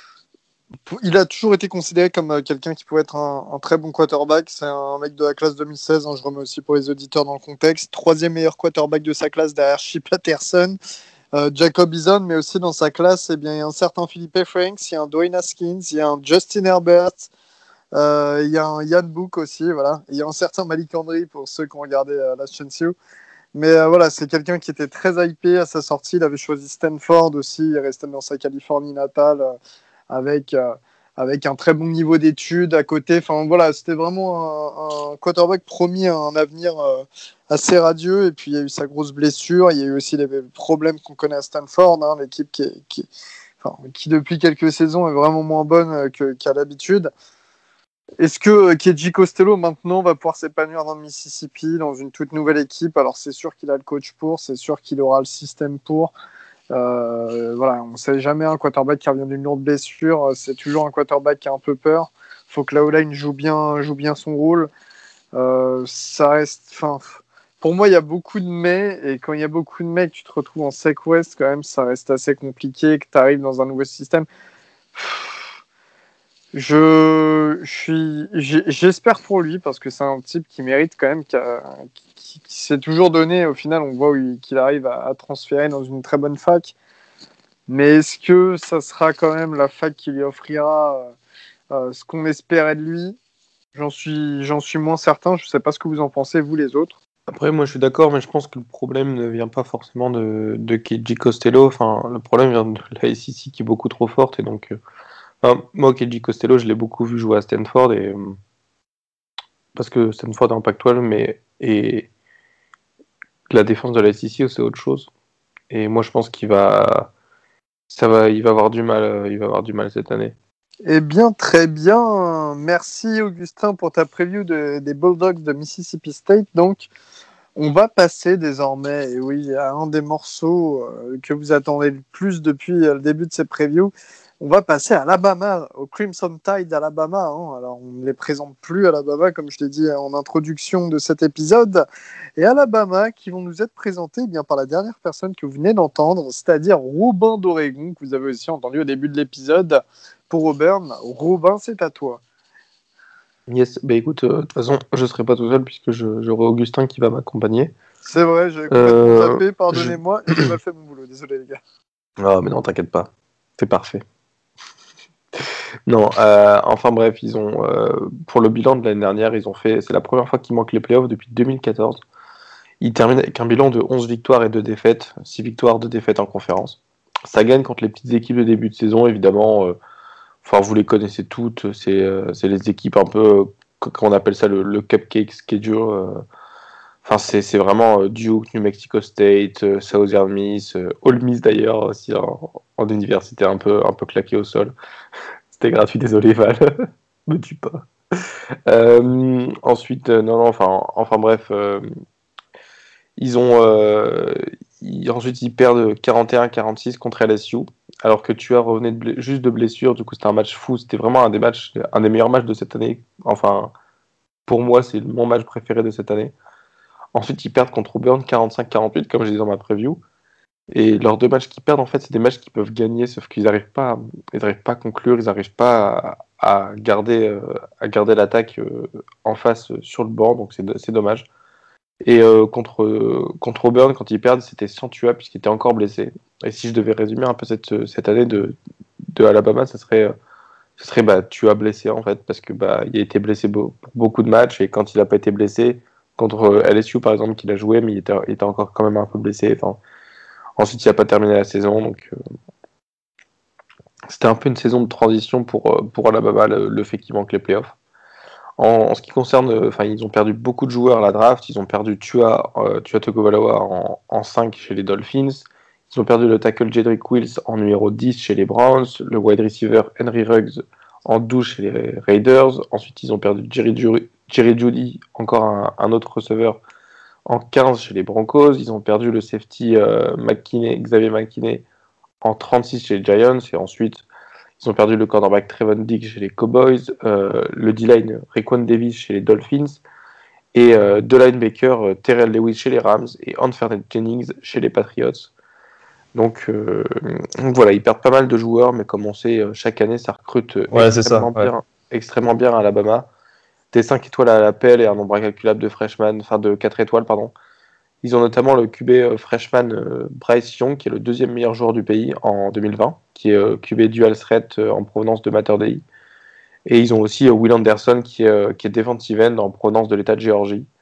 il a toujours été considéré comme euh, quelqu'un qui pouvait être un, un très bon quarterback. C'est un mec de la classe deux mille seize, hein, je remets aussi pour les auditeurs dans le contexte. Troisième meilleur quarterback de sa classe derrière Chip Patterson, euh, Jacob Eason, mais aussi dans sa classe, eh bien, il y a un certain Philippe Franks, il y a un Dwayne Haskins, il y a un Justin Herbert, euh, il y a un Ian Book aussi, voilà. Et il y a un certain Malik Henry pour ceux qui ont regardé euh, Last Chance U. Mais euh, voilà, c'est quelqu'un qui était très hypé à sa sortie. Il avait choisi Stanford aussi. Il est resté dans sa Californie natale euh, avec, euh, avec un très bon niveau d'études à côté. Enfin voilà, c'était vraiment un, un quarterback promis à un avenir euh, assez radieux. Et puis il y a eu sa grosse blessure. Il y a eu aussi les problèmes qu'on connaît à Stanford, hein, l'équipe qui, est, qui, enfin, qui depuis quelques saisons est vraiment moins bonne que, qu'à l'habitude. Est-ce que Keji Costello maintenant va pouvoir s'épanouir dans le Mississippi, dans une toute nouvelle équipe? Alors c'est sûr qu'il a le coach pour, c'est sûr qu'il aura le système pour. Euh, voilà, on ne sait jamais, un quarterback qui revient d'une lourde blessure, c'est toujours un quarterback qui a un peu peur. Il faut que la O-line joue bien, joue bien son rôle. Euh, ça reste, enfin, pour moi il y a beaucoup de mais, et quand il y a beaucoup de mais, que tu te retrouves en S E C West quand même, ça reste assez compliqué, que tu arrives dans un nouveau système. Je, je suis, j'espère pour lui parce que c'est un type qui mérite quand même, qui, a, qui, qui s'est toujours donné. Au final, on voit où il, qu'il arrive à, à transférer dans une très bonne fac. Mais est-ce que ça sera quand même la fac qui lui offrira euh, euh, ce qu'on espérait de lui? J'en suis, j'en suis moins certain. Je ne sais pas ce que vous en pensez, vous les autres. Après, moi je suis d'accord, mais je pense que le problème ne vient pas forcément de, de Keji Costello. Enfin, le problème vient de la S E C qui est beaucoup trop forte et donc. Euh... Enfin, moi, Keji Costello, je l'ai beaucoup vu jouer à Stanford et parce que Stanford est en Pac douze, mais et la défense de la S E C, c'est autre chose. Et moi, je pense qu'il va, ça va, il va avoir du mal, il va avoir du mal cette année. Eh bien, très bien. Merci Augustin pour ta preview de, des Bulldogs de Mississippi State. Donc, on va passer désormais, et oui, à un des morceaux euh, que vous attendez le plus depuis euh, le début de ces previews. On va passer à Alabama, au Crimson Tide d'Alabama. Hein. Alors, on ne les présente plus, Alabama, comme je l'ai dit en introduction de cet épisode. Et Alabama, qui vont nous être présentés eh bien, par la dernière personne que vous venez d'entendre, c'est-à-dire Robin d'Oregon, que vous avez aussi entendu au début de l'épisode pour Auburn. Robin, c'est à toi. Yes, bah écoute, euh, de toute façon, je ne serai pas tout seul puisque je, j'aurai Augustin qui va m'accompagner. C'est vrai, j'ai complètement euh, zappé, pardonnez-moi, je... et j'ai mal fait mon boulot, désolé les gars. Ah, mais non, t'inquiète pas, c'est parfait. Non, euh, enfin bref, ils ont euh, pour le bilan de l'année dernière, ils ont fait, c'est la première fois qu'ils manquent les playoffs depuis deux mille quatorze. Ils terminent avec un bilan de onze victoires et deux défaites, six victoires, deux défaites en conférence. Ça gagne contre les petites équipes de début de saison, évidemment. Euh, enfin, vous les connaissez toutes, c'est, euh, c'est les équipes un peu, euh, qu'on appelle ça le, le cupcake schedule. Euh, Enfin, c'est, c'est vraiment euh, Duke, New Mexico State, euh, Southern Miss, euh, Ole Miss d'ailleurs aussi en, en université un peu, un peu claqué au sol. C'était gratuit, désolé Val, me tue pas. Euh, ensuite, euh, non, non, enfin, enfin bref, euh, ils ont, euh, ils, ensuite ils perdent quarante et un à quarante-six contre L S U, alors que Tua revenait de ble- juste de blessure. Du coup, c'était un match fou. C'était vraiment un des matchs, un des meilleurs matchs de cette année. Enfin, pour moi, c'est mon match préféré de cette année. Ensuite, ils perdent contre Auburn quarante-cinq à quarante-huit, comme je disais dans ma preview. Et leurs deux matchs qu'ils perdent, en fait, c'est des matchs qu'ils peuvent gagner, sauf qu'ils n'arrivent pas, ils n'arrivent pas à conclure, ils n'arrivent pas à, à garder, euh, à garder l'attaque euh, en face euh, sur le banc, donc c'est, c'est dommage. Et euh, contre, euh, contre Auburn, quand ils perdent, c'était sans Tua puisqu'il était encore blessé. Et si je devais résumer un peu cette, cette année de, de Alabama, ça serait, ce serait bah, Tua blessé en fait, parce que bah, il a été blessé beau, pour beaucoup de matchs, et quand il n'a pas été blessé, contre L S U par exemple, qu'il a joué, mais il était, il était encore quand même un peu blessé. Enfin, ensuite, il n'a pas terminé la saison, donc euh, c'était un peu une saison de transition pour, pour Alabama, le, le fait qu'il manque les playoffs. En, en ce qui concerne, enfin, ils ont perdu beaucoup de joueurs à la draft. Ils ont perdu Tua, euh, Tua Tagovailoa en, en cinq chez les Dolphins. Ils ont perdu le tackle Jedrick Wills en numéro dix chez les Browns, le wide receiver Henry Ruggs en douze chez les Raiders. Ensuite, ils ont perdu Jerry, Ju- Jerry Jeudy, encore un, un autre receveur, en quinze chez les Broncos. Ils ont perdu le safety euh, McKinney, Xavier McKinney en trente-six chez les Giants. Et ensuite, ils ont perdu le cornerback Trevon Diggs chez les Cowboys, euh, le D-line Raekwon Davis chez les Dolphins, et euh, deux linebackers euh, Terrell Lewis chez les Rams et Anfernee Jennings chez les Patriots. Donc, euh, donc voilà, ils perdent pas mal de joueurs, mais comme on sait, euh, chaque année, ça recrute euh, Ouais, c'est extrêmement, ça, ouais. bien, extrêmement bien à Alabama. Des cinq étoiles à l'appel et un nombre incalculable de freshmen, enfin de quatre étoiles, pardon. Ils ont notamment le Q B euh, freshman euh, Bryce Young, qui est le deuxième meilleur joueur du pays en deux mille vingt, qui est euh, Q B dual threat euh, en provenance de Mater Dei. Et ils ont aussi euh, Will Anderson, qui est, euh, qui est defensive end en provenance de l'État de Géorgie.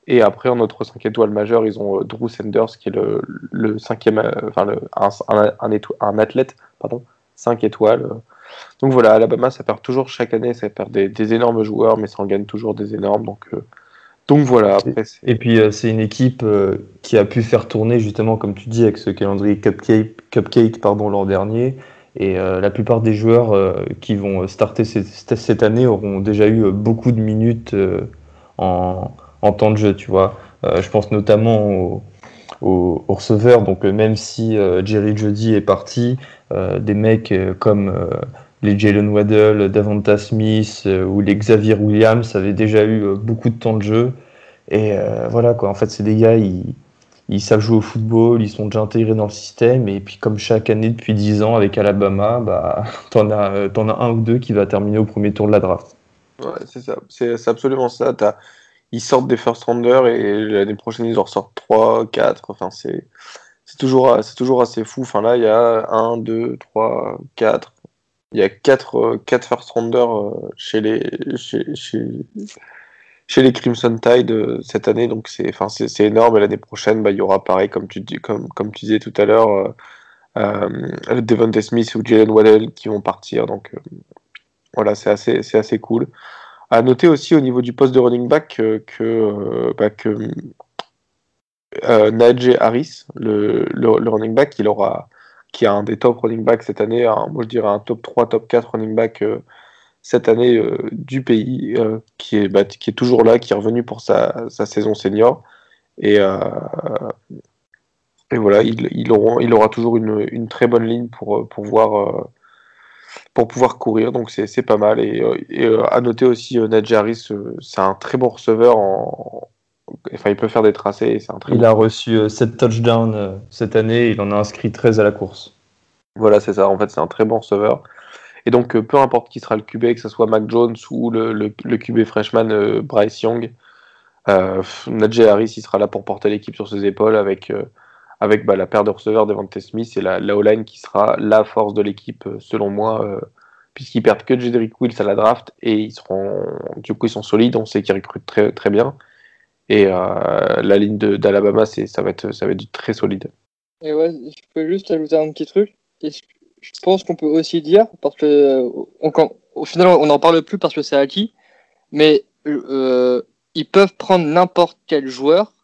Et après, en autre cinq étoiles majeures, ils ont euh, Drew Sanders, qui est le, le cinquième, euh, enfin le, un, un, un, éto- un athlète, pardon, cinq étoiles. Donc voilà, Alabama, ça perd toujours chaque année, ça perd des, des énormes joueurs, mais ça en gagne toujours des énormes. Donc, euh, donc voilà. Après, c'est... Et puis euh, c'est une équipe euh, qui a pu faire tourner justement, comme tu dis, avec ce calendrier cupcake, cupcake pardon, l'an dernier. Et euh, la plupart des joueurs euh, qui vont starter cette, cette année auront déjà eu euh, beaucoup de minutes euh, en, en temps de jeu, tu vois. Euh, je pense notamment aux, aux, aux receveurs. Donc euh, même si euh, Jerry Jeudy est parti, euh, des mecs euh, comme euh, les Jalen Waddle, Davonta Smith euh, ou les Xavier Williams avaient déjà eu euh, beaucoup de temps de jeu. Et euh, voilà quoi. En fait, c'est des gars, ils, ils savent jouer au football, ils sont déjà intégrés dans le système. Et puis comme chaque année depuis dix ans avec Alabama, bah t'en as, t'en as un ou deux qui va terminer au premier tour de la draft. Ouais, c'est ça. C'est, c'est absolument ça. T'as... Ils sortent des first rounders et l'année prochaine, ils en ressortent trois, quatre. Enfin, c'est, c'est, toujours, c'est toujours assez fou. Enfin, là, il y a un, deux, trois, quatre. Il y a quatre, quatre first rounders chez les, chez, chez, chez les Crimson Tide euh, cette année. Donc, c'est, enfin, c'est, c'est énorme. Et l'année prochaine, bah, il y aura pareil, comme tu, dis, comme, comme tu disais tout à l'heure, euh, euh, Devonta Smith ou Jalen Waddell qui vont partir. Donc, euh, voilà, c'est assez, c'est assez cool. À noter aussi au niveau du poste de running back euh, que, euh, bah, que euh, Najee Harris, le, le, le running back, il aura, qui est un des top running backs cette année, un, moi je dirais un top trois, top quatre running back euh, cette année euh, du pays, euh, qui, est, bah, qui est toujours là, qui est revenu pour sa, sa saison senior. Et, euh, et voilà, il, il, aura, il aura toujours une, une très bonne ligne pour, pour voir. Euh, pour pouvoir courir, donc c'est, c'est pas mal. Et, et euh, à noter aussi, euh, Najee Harris, euh, c'est un très bon receveur. En... Enfin, il peut faire des tracés. Et c'est un très il bon... a reçu euh, sept touchdowns euh, cette année, il en a inscrit treize à la course. Voilà, c'est ça. En fait, c'est un très bon receveur. Et donc, euh, peu importe qui sera le Q B, que ce soit Mac Jones ou le, le, le Q B freshman euh, Bryce Young, euh, Najee Harris, il sera là pour porter l'équipe sur ses épaules avec, euh, avec bah, la paire de receveurs Devonta Smith et la, la O-line qui sera la force de l'équipe, euh, selon moi. Euh, puisqu'ils perdent que Jedrick Wills à la draft et ils seront, du coup ils sont solides, on sait qu'ils recrutent très, très bien et euh, la ligne de, d'Alabama c'est, ça, va être, ça va être très solide. Et ouais, je peux juste ajouter un petit truc. Et je pense qu'on peut aussi dire, parce que on, au final on n'en parle plus parce que c'est acquis, mais euh, ils peuvent prendre n'importe quel joueur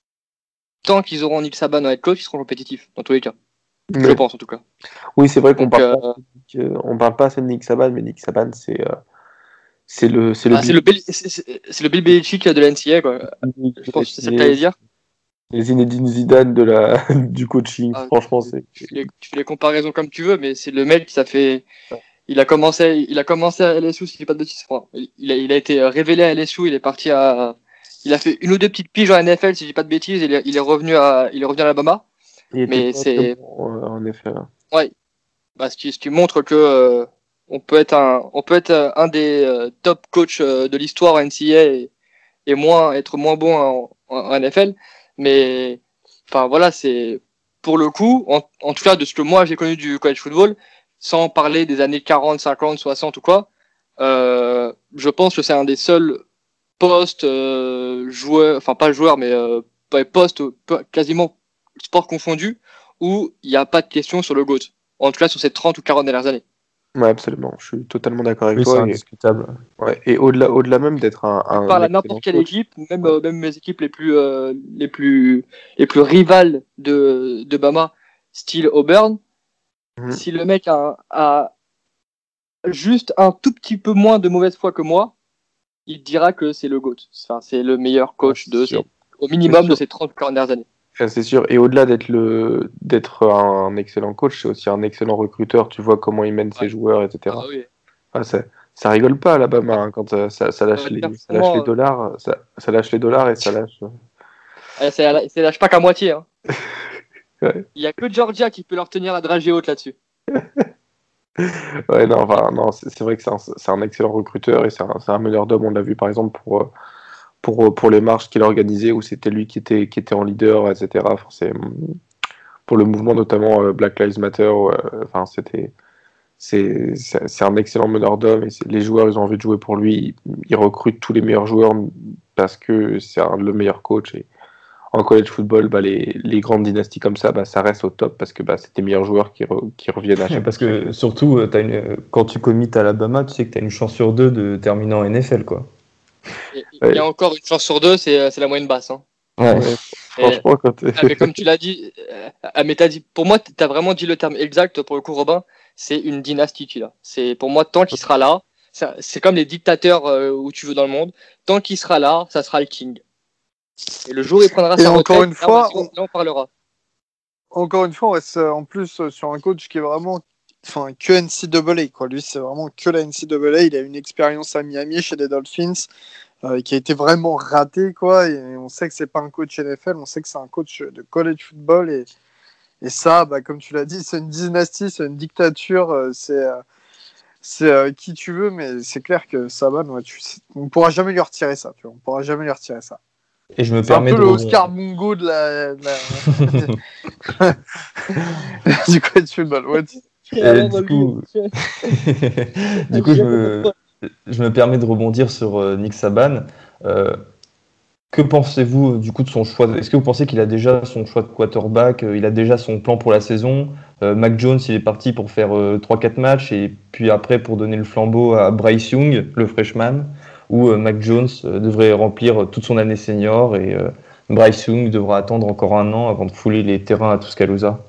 tant qu'ils auront Nick Saban en head coach, ils seront compétitifs dans tous les cas. Mais... je pense en tout cas. Oui, c'est vrai qu'on Donc, parle, euh... pas, on parle pas assez de Nick Saban, mais Nick Saban, c'est, euh, c'est le, c'est le, ah, c'est le Bill, c'est, c'est, c'est le Bill Belichick de l'N C A A, quoi. Je pense que c'est ça que tu allais dire. Les Zinedine Zidane de la, du coaching, ah, franchement, c'est. Tu fais, les, tu fais les comparaisons comme tu veux, mais c'est le mec, ça fait. Il a commencé, il a commencé à L S U, si je dis pas de bêtises. Enfin, il, a, il a été révélé à L S U, il est parti à. Il a fait une ou deux petites piges en N F L, si je dis pas de bêtises, il est, il est revenu à, il est revenu à Alabama. Il mais c'est. Bon, euh, en effet. Là. Ouais. Bah, ce qui, ce qui montre que euh, on peut être un, on peut être un des euh, top coachs euh, de l'histoire en N C A A et, et moins être moins bon en, en, en N F L. Mais, enfin voilà, c'est pour le coup, en, en tout cas de ce que moi j'ai connu du college football, sans parler des années quarante, cinquante, soixante ou quoi, euh, je pense que c'est un des seuls postes euh, joueurs, enfin pas joueurs, mais euh, postes quasiment sport confondu où il n'y a pas de question sur le GOAT. En tout cas sur ces trente ou quarante dernières années. Ouais, absolument. Je suis totalement d'accord avec oui, toi. C'est et... indiscutable. Ouais. Et au-delà, au-delà même d'être un. Je un parle à n'importe quelle coach. équipe, même ouais. euh, même mes équipes les plus euh, les plus les plus rivales de de Bama, style Auburn. Mmh. Si le mec a, a juste un tout petit peu moins de mauvaise foi que moi, il dira que c'est le GOAT. Enfin, c'est le meilleur coach de ces, au minimum de ces trente quarante dernières années. C'est sûr. Et au-delà d'être le d'être un excellent coach, c'est aussi un excellent recruteur. Tu vois comment il mène ouais. ses joueurs, et cetera. Ah, oui. ah, ça, ça rigole pas à Alabama hein, quand ça, ça, ça lâche les ça lâche les dollars, ça, ça lâche les dollars et ça lâche. Ah, ça, ça lâche pas qu'à moitié. Hein. ouais. Il y a que Georgia qui peut leur tenir la dragée haute là-dessus. ouais, non, enfin, non, c'est, c'est vrai que c'est un, c'est un excellent recruteur et c'est un, c'est un meilleur d'homme. On l'a vu par exemple pour. Pour, pour les marches qu'il a organisées où c'était lui qui était, qui était en leader, et cetera. Enfin, c'est, pour le mouvement notamment euh, Black Lives Matter, euh, enfin, c'était, c'est, c'est, c'est un excellent meneur d'hommes et c'est, les joueurs ils ont envie de jouer pour lui. Ils, ils recrutent tous les meilleurs joueurs parce que c'est un, le meilleur coach. Et en college football, bah, les, les grandes dynasties comme ça, bah, ça reste au top parce que bah, c'est tes meilleurs joueurs qui, re, qui reviennent à chaque Parce que surtout, t'as une, quand tu commites à Alabama, tu sais que tu as une chance sur deux de terminer en N F L, quoi. Il ouais. y a encore une chance sur deux, c'est, c'est la moyenne basse. Hein. Ouais. Ouais. Franchement, et, quand t'es... ah, mais comme tu l'as dit, euh, mais t'as dit, pour moi, tu as vraiment dit le terme exact pour le coup, Robin. C'est une dynastie, là. C'est pour moi, tant qu'il sera là, ça, c'est comme les dictateurs euh, où tu veux dans le monde. Tant qu'il sera là, ça sera le king. Et le jour où il prendra et sa encore retraite, une fois, on, on parlera. Encore une fois, on reste en plus sur un coach qui est vraiment, enfin, que N C double A, quoi. Lui, c'est vraiment que la N C double A. Il a une expérience à Miami chez les Dolphins euh, qui a été vraiment ratée, quoi. Et on sait que c'est pas un coach N F L, on sait que c'est un coach de college football. Et, et ça, bah, comme tu l'as dit, c'est une dynastie, c'est une dictature. Euh, c'est euh, c'est euh, qui tu veux, mais c'est clair que Saban, ouais, tu, on ne pourra jamais lui retirer ça. Tu vois, on pourra jamais lui retirer ça. Et je me c'est permets un peu de le rebondir. Oscar Mungo de la, de la... du college football. Ouais. Et du coup, du coup je, me... je me permets de rebondir sur euh, Nick Saban. Euh, que pensez-vous du coup de son choix? Est-ce que vous pensez qu'il a déjà son choix de quarterback? Il a déjà son plan pour la saison? euh, Mac Jones, il est parti pour faire euh, trois quatre matchs et puis après pour donner le flambeau à Bryce Young, le freshman, ou euh, Mac Jones euh, devrait remplir toute son année senior et euh, Bryce Young devra attendre encore un an avant de fouler les terrains à Tuscaloosa?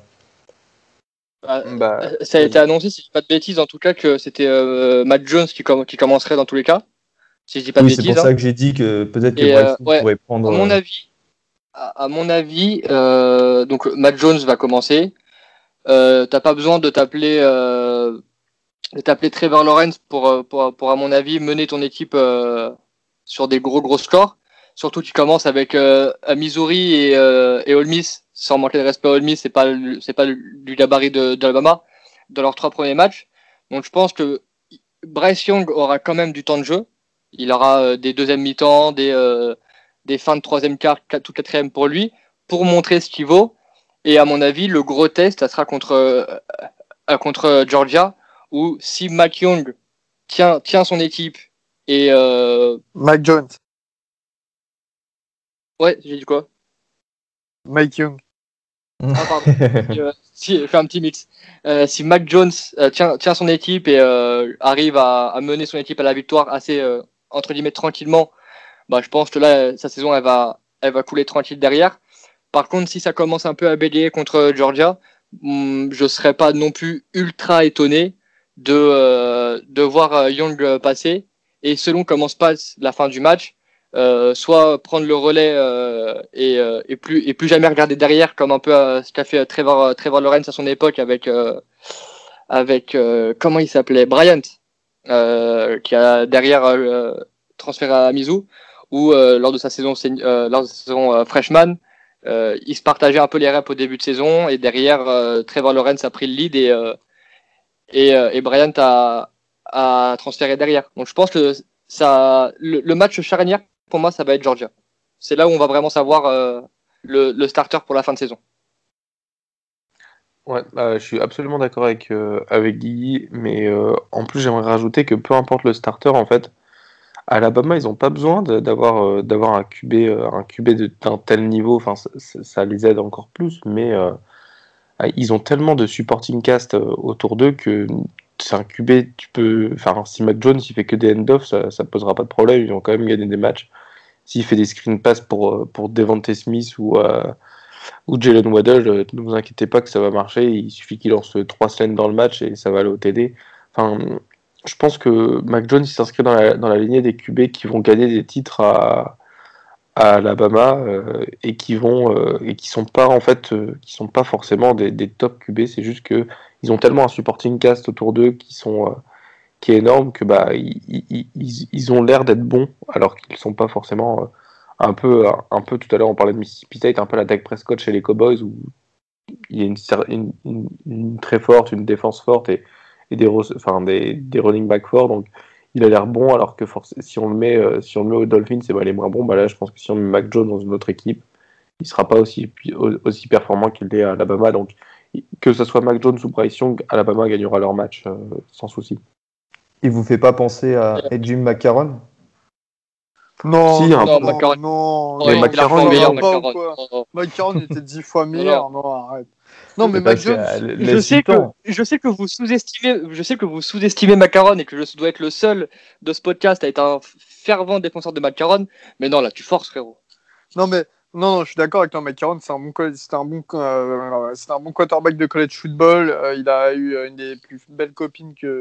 Bah, bah, ça a été annoncé, si je dis pas de bêtises, en tout cas, que c'était euh, Mac Jones qui, com- qui commencerait dans tous les cas. Si je dis pas oui, de bêtises. C'est pour hein. ça que j'ai dit que peut-être que Et, Bryce euh, ouais, pourrait prendre. À mon avis, à, à mon avis, euh, donc Mac Jones va commencer. Euh, t'as pas besoin de t'appeler, euh, de t'appeler Trevor Lawrence pour, pour, pour, à mon avis, mener ton équipe euh, sur des gros gros scores. Surtout, tu commences avec euh, Missouri et, euh, et Ole Miss. Sans manquer de respect à Ole Miss, c'est pas c'est pas du gabarit de, d'Alabama dans leurs trois premiers matchs. Donc, je pense que Bryce Young aura quand même du temps de jeu. Il aura euh, des deuxièmes mi-temps, des euh, des fins de troisième quart, tout quatrième pour lui, pour montrer ce qu'il vaut. Et à mon avis, le gros test, ça sera contre euh, contre Georgia, où si Mac Young tient tient son équipe et euh... Mac Jones. Ouais, j'ai dit quoi? Mike Young. Ah, pardon. euh, si, fait un petit mix. Euh, si Mac Jones euh, tient, tient son équipe et euh, arrive à, à mener son équipe à la victoire assez, euh, entre guillemets, tranquillement, bah, je pense que là, sa saison, elle va, elle va couler tranquille derrière. Par contre, si ça commence un peu à bélier contre Georgia, hum, je serais pas non plus ultra étonné de, euh, de voir Young passer. Et selon comment se passe la fin du match, Euh, soit prendre le relais euh, et, euh, et plus et plus jamais regarder derrière, comme un peu euh, ce qu'a fait Trevor Trevor Lawrence à son époque avec euh, avec euh, comment il s'appelait, Bryant, euh, qui a derrière euh, transféré à Mizzou, ou euh, lors de sa saison euh, lors de sa saison euh, freshman, euh, il se partageait un peu les reps au début de saison et derrière euh, Trevor Lawrence a pris le lead et euh, et, euh, et Bryant a a transféré derrière. Donc je pense que ça le, le match charnière pour moi, ça va être Georgia. C'est là où on va vraiment savoir euh, le, le starter pour la fin de saison. Ouais, euh, je suis absolument d'accord avec, euh, avec Guigui, mais euh, en plus, j'aimerais rajouter que peu importe le starter, en fait, à Alabama, ils n'ont pas besoin de, d'avoir, euh, d'avoir un Q B, euh, un Q B de, d'un tel niveau, enfin, ça, ça les aide encore plus, mais euh, ils ont tellement de supporting cast euh, autour d'eux que c'est un Q B, tu peux. Enfin, si Mac Jones il fait que des end-off, ça, ça posera pas de problème, ils vont quand même gagner des matchs. S'il fait des screen pass pour, pour Devontae Smith ou, euh, ou Jalen Waddle, ne vous inquiétez pas que ça va marcher. Il suffit qu'il lance trois slants dans le match et ça va aller au T D. Enfin, je pense que Mac Jones il s'inscrit dans la, dans la lignée des Q B qui vont gagner des titres à, à Alabama euh, et qui vont euh, et qui sont pas en fait euh, qui sont pas forcément des, des top Q B. C'est juste que ils ont tellement un supporting cast autour d'eux qui sont euh, qui est énorme que bah ils, ils, ils, ils ont l'air d'être bons alors qu'ils sont pas forcément euh, un peu un peu tout à l'heure on parlait de Mississippi State, un peu la Dak Prescott chez les Cowboys où il y a une, une, une, une très forte, une défense forte et, et des, enfin, des, des running back forts, donc il a l'air bon alors que forc- si on le met euh, si on le met aux Dolphins c'est bah, il est moins bon. Bah là je pense que si on met Mac Jones dans une autre équipe il sera pas aussi aussi performant qu'il l'est à Alabama, donc que ce soit Mac Jones ou Bryce Young, Alabama gagnera leur match euh, sans souci. Il vous fait pas penser à Jim McCarron? Non, Si, non, un non, peu. Macaron. non, Mais non, Macaron, non, il est meilleur, non, pas ou Macaron. quoi. Non, non. Macaron était dix fois meilleur, non, arrête. Non, mais C'est Mac parce que, Jones, euh, Je laisse sais du que temps. je sais que vous sous-estimez je sais que vous sous-estimez Macaron et que je dois être le seul de ce podcast à être un fervent défenseur de Macaron, mais non là tu forces frérot. non, mais non, non, je suis d'accord avec toi, Macaron, c'est un bon, co- c'est un bon, euh, c'est un bon quarterback de college football. Euh, il a eu euh, une des plus belles copines que,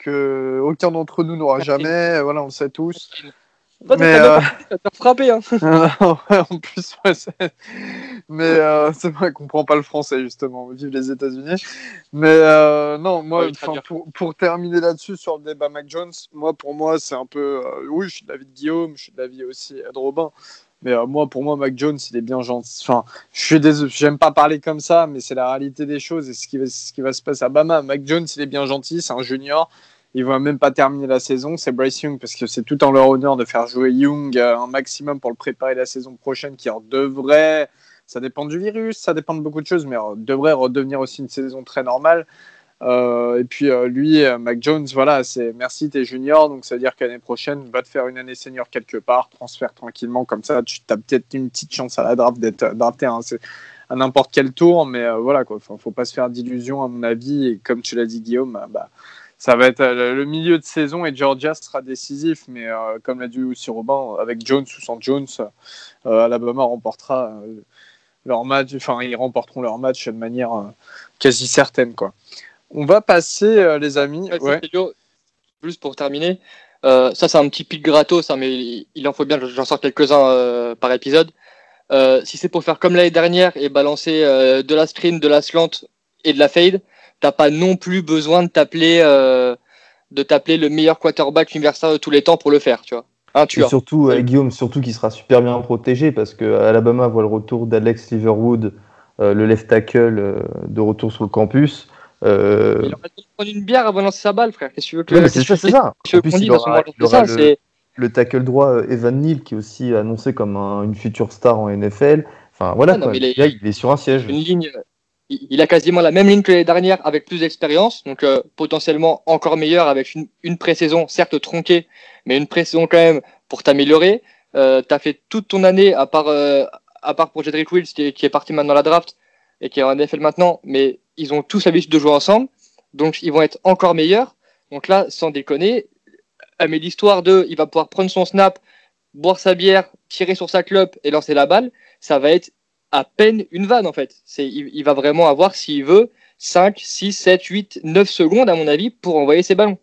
que aucun d'entre nous n'aura Catherine. jamais. Voilà, on le sait tous. Toi Mais, t'as euh, même pas te faire frapper hein. ouais, en plus, ouais, c'est... mais euh, c'est vrai qu'on comprend pas le français justement. Vive les États-Unis. Mais euh, non, moi, Ouais, très enfin, dur. pour, pour terminer là-dessus sur le débat Mac Jones, moi, pour moi, c'est un peu, euh, oui, je suis de l'avis de Guillaume, je suis de l'avis aussi de Robin. Mais euh, moi, pour moi, Mac Jones, il est bien gentil. Enfin, je suis désolé, j'aime pas parler comme ça, mais c'est la réalité des choses et ce qui va, ce qui va se passer à Bama. Mac Jones, il est bien gentil, c'est un junior. Il va même pas terminer la saison. C'est Bryce Young parce que c'est tout en leur honneur de faire jouer Young euh, un maximum pour le préparer la saison prochaine, qui en devrait. Ça dépend du virus, ça dépend de beaucoup de choses, mais euh, devrait redevenir aussi une saison très normale. Euh, et puis euh, lui, euh, Mac Jones, voilà, c'est merci, t'es junior, donc ça veut dire qu'année prochaine, va te faire une année senior quelque part, transfère tranquillement, comme ça, tu as peut-être une petite chance à la draft d'être drafté hein, c'est à n'importe quel tour, mais euh, voilà quoi, enfin, faut pas se faire d'illusions à mon avis, et comme tu l'as dit Guillaume, bah, ça va être euh, le milieu de saison et Georgia sera décisif, mais euh, comme l'a dit aussi Robin, avec Jones ou sans Jones, euh, Alabama remportera euh, leur match, enfin ils remporteront leur match de manière euh, quasi certaine quoi. On va passer, euh, les amis. Ouais, Ouais. Sergio, juste pour terminer, euh, ça c'est un petit pic gratos, hein, mais il, il en faut bien, j'en sors quelques-uns euh, par épisode. Euh, si c'est pour faire comme l'année dernière et balancer euh, de la screen, de la slant et de la fade, t'as pas non plus besoin de t'appeler euh, de t'appeler le meilleur quarterback universitaire de tous les temps pour le faire, tu vois. Un Et tueur. surtout, euh, Guillaume, surtout qu'il sera super bien protégé parce que Alabama voit le retour d'Alex Leatherwood, euh, le left tackle, euh, de retour sur le campus. Euh... Il aurait dû prendre une bière avant de lancer sa balle, frère. Qu'est-ce que tu veux que Ouais, mais c'est ça, c'est ça. qu'est-ce En qu'on plus, dit il dans ce aura, moment il de aura ça, le, c'est le tackle droit euh, Evan Neal qui est aussi annoncé comme un- une future star en N F L. Enfin voilà, Ah, non, quoi. mais les- Là, il est sur un siège. une ligne. Il il a quasiment la même ligne que l'année dernière avec plus d'expérience, donc euh, potentiellement encore meilleur avec une, une pré-saison, certes tronquée, mais une pré-saison quand même pour t'améliorer. Euh, t'as fait toute ton année, à part, euh, à part pour Jedrick Wills qui est, qui est parti maintenant à la draft et qui est en N F L maintenant, mais ils ont tous l'habitude de jouer ensemble, donc ils vont être encore meilleurs. Donc là, sans déconner, euh, mais l'histoire de, il va pouvoir prendre son snap, boire sa bière, tirer sur sa clope et lancer la balle, ça va être à peine une vanne en fait. C'est, il, il va vraiment avoir, s'il veut, cinq, six, sept, huit, neuf secondes à mon avis pour envoyer ses ballons.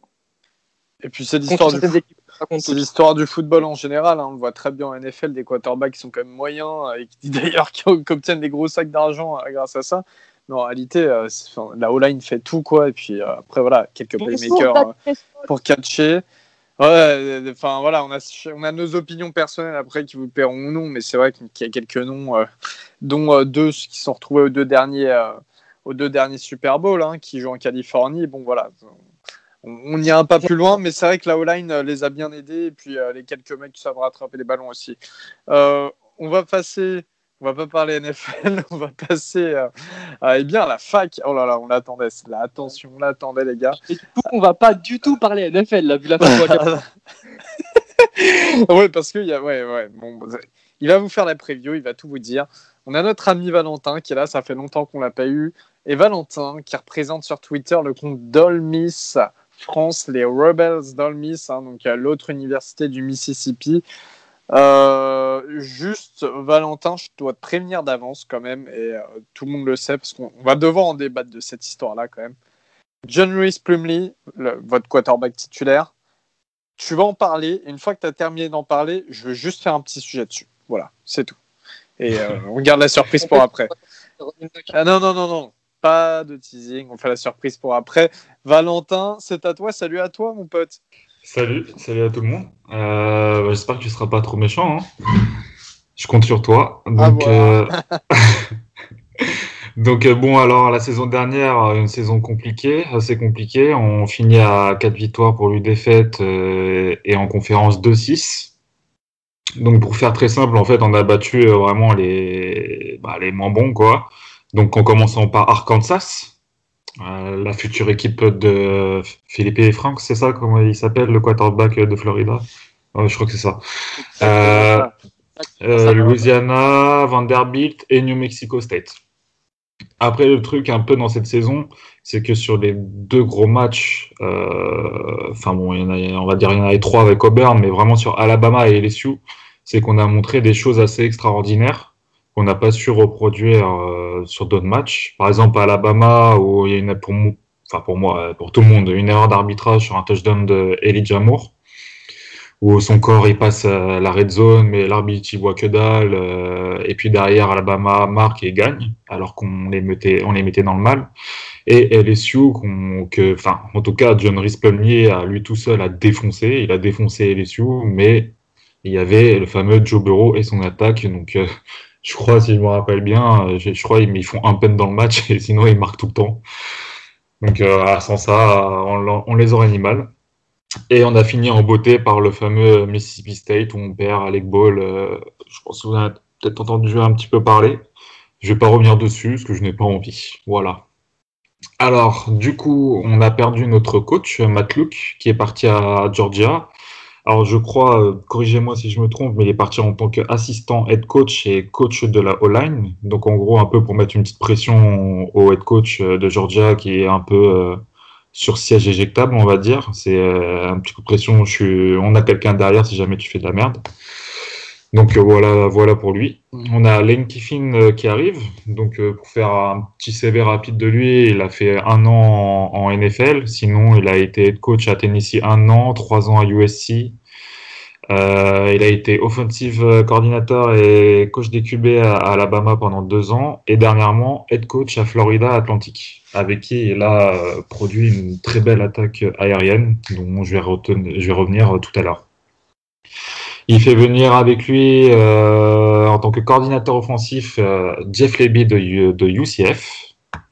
Et puis c'est Contre l'histoire du, certaines foot- équipes, pas contre c'est toutes. l'histoire du football en général. Hein. On le voit très bien en N F L, des quarterbacks qui sont quand même moyens et qui d'ailleurs qui obtiennent des gros sacs d'argent euh, grâce à ça. Mais en réalité, euh, c'est- enfin, la O-line fait tout quoi. Et puis euh, après voilà, quelques playmakers euh, pour catcher. Ouais, enfin voilà, on a, on a nos opinions personnelles après qui vous paieront ou non, mais c'est vrai qu'il y a quelques noms, euh, dont euh, deux qui sont retrouvés aux deux derniers, euh, aux deux derniers Super Bowl, hein, qui jouent en Californie. Bon voilà, on, on y a un pas plus loin, mais c'est vrai que la O-line euh, les a bien aidés et puis euh, les quelques mecs qui savent rattraper les ballons aussi. Euh, on va passer. On va pas parler N F L, on va passer euh, à, eh bien, à la fac. Oh là là, on l'attendait, là, attention, on l'attendait les gars. Et du coup, on va pas du tout parler N F L, là, vu la façon. Ouais, parce que il y a, ouais, ouais, bon, il va vous faire la preview, il va tout vous dire. On a notre ami Valentin qui est là, ça fait longtemps qu'on l'a pas eu. Et Valentin qui représente sur Twitter le compte d'Ole-Miss France, les Rebels d'Ole-Miss, hein, donc à l'autre université du Mississippi. Euh, juste, Valentin, je dois te prévenir d'avance quand même, et euh, tout le monde le sait, parce qu'on on va devoir en débattre de cette histoire-là quand même. John Reese Plumlee, le, votre quarterback titulaire, tu vas en parler, et une fois que tu as terminé d'en parler, je veux juste faire un petit sujet dessus. Voilà, c'est tout. Et euh, on garde la surprise pour après. Ah non, non, non, non, pas de teasing, on fait la surprise pour après. Valentin, c'est à toi, salut à toi mon pote. Salut, salut à tout le monde. Euh, bah, j'espère que tu seras pas trop méchant. Hein. Je compte sur toi. Donc, euh... Donc euh, bon, alors la saison dernière, une saison compliquée, assez compliquée. On finit à quatre victoires pour huit défaites euh, et en conférence deux six. Donc pour faire très simple, en fait, on a battu euh, vraiment les, bah, les moins bons, quoi. Donc en commençant par Arkansas, euh, la future équipe de Philippe et Frank, c'est ça, comment il s'appelle, le quarterback de Florida? Ouais, je crois que c'est ça. Euh, euh, Louisiana, Vanderbilt et New Mexico State. Après, le truc un peu dans cette saison, c'est que sur les deux gros matchs, euh, enfin bon, il y en a, on va dire il y en avait trois avec Auburn, mais vraiment sur Alabama et L S U, c'est qu'on a montré des choses assez extraordinaires qu'on n'a pas su reproduire euh, sur d'autres matchs. Par exemple, à Alabama, où il y a une, pour, mo- enfin pour moi, pour tout le monde, une erreur d'arbitrage sur un touchdown de Elijah Moore, où son corps il passe à la red zone, mais l'arbitre il voit que dalle, euh, et puis derrière Alabama marque et gagne, alors qu'on les mettait, on les mettait dans le mal. Et L S U, qu'on, que, enfin, en tout cas, John Rhys Plumlee, à lui tout seul, a défoncé, il a défoncé L S U, mais il y avait le fameux Joe Burrow et son attaque, donc euh, je crois, si je me rappelle bien, je, je crois qu'ils font un pen dans le match, et sinon ils marquent tout le temps. Donc euh, sans ça, on, on les aurait mis mal. Et on a fini en beauté par le fameux Mississippi State où on perd Alec Ball. Euh, je pense que vous avez peut-être entendu un petit peu parler. Je vais pas revenir dessus parce que je n'ai pas envie. Voilà. Alors, du coup, on a perdu notre coach, Matt Luke, qui est parti à Georgia. Alors, je crois, euh, corrigez-moi si je me trompe, mais il est parti en tant qu'assistant head coach et coach de la O-line. Donc, en gros, un peu pour mettre une petite pression au head coach de Georgia qui est un peu... Euh, sur siège éjectable, on va dire. C'est euh, un petit coup de pression. Je suis... On a quelqu'un derrière si jamais tu fais de la merde. Donc euh, voilà, voilà pour lui. On a Lane Kiffin euh, qui arrive. Donc euh, pour faire un petit C V rapide de lui, il a fait un an en, en N F L. Sinon, il a été head coach à Tennessee un an, trois ans à U S C. Euh, il a été offensive coordinator et coach des Q B à, à Alabama pendant deux ans et dernièrement head coach à Florida Atlantic, avec qui il a euh, produit une très belle attaque aérienne dont je vais, retenir, je vais revenir tout à l'heure. Il fait venir avec lui euh, en tant que coordinateur offensif euh, Jeff Lebby de, de U C F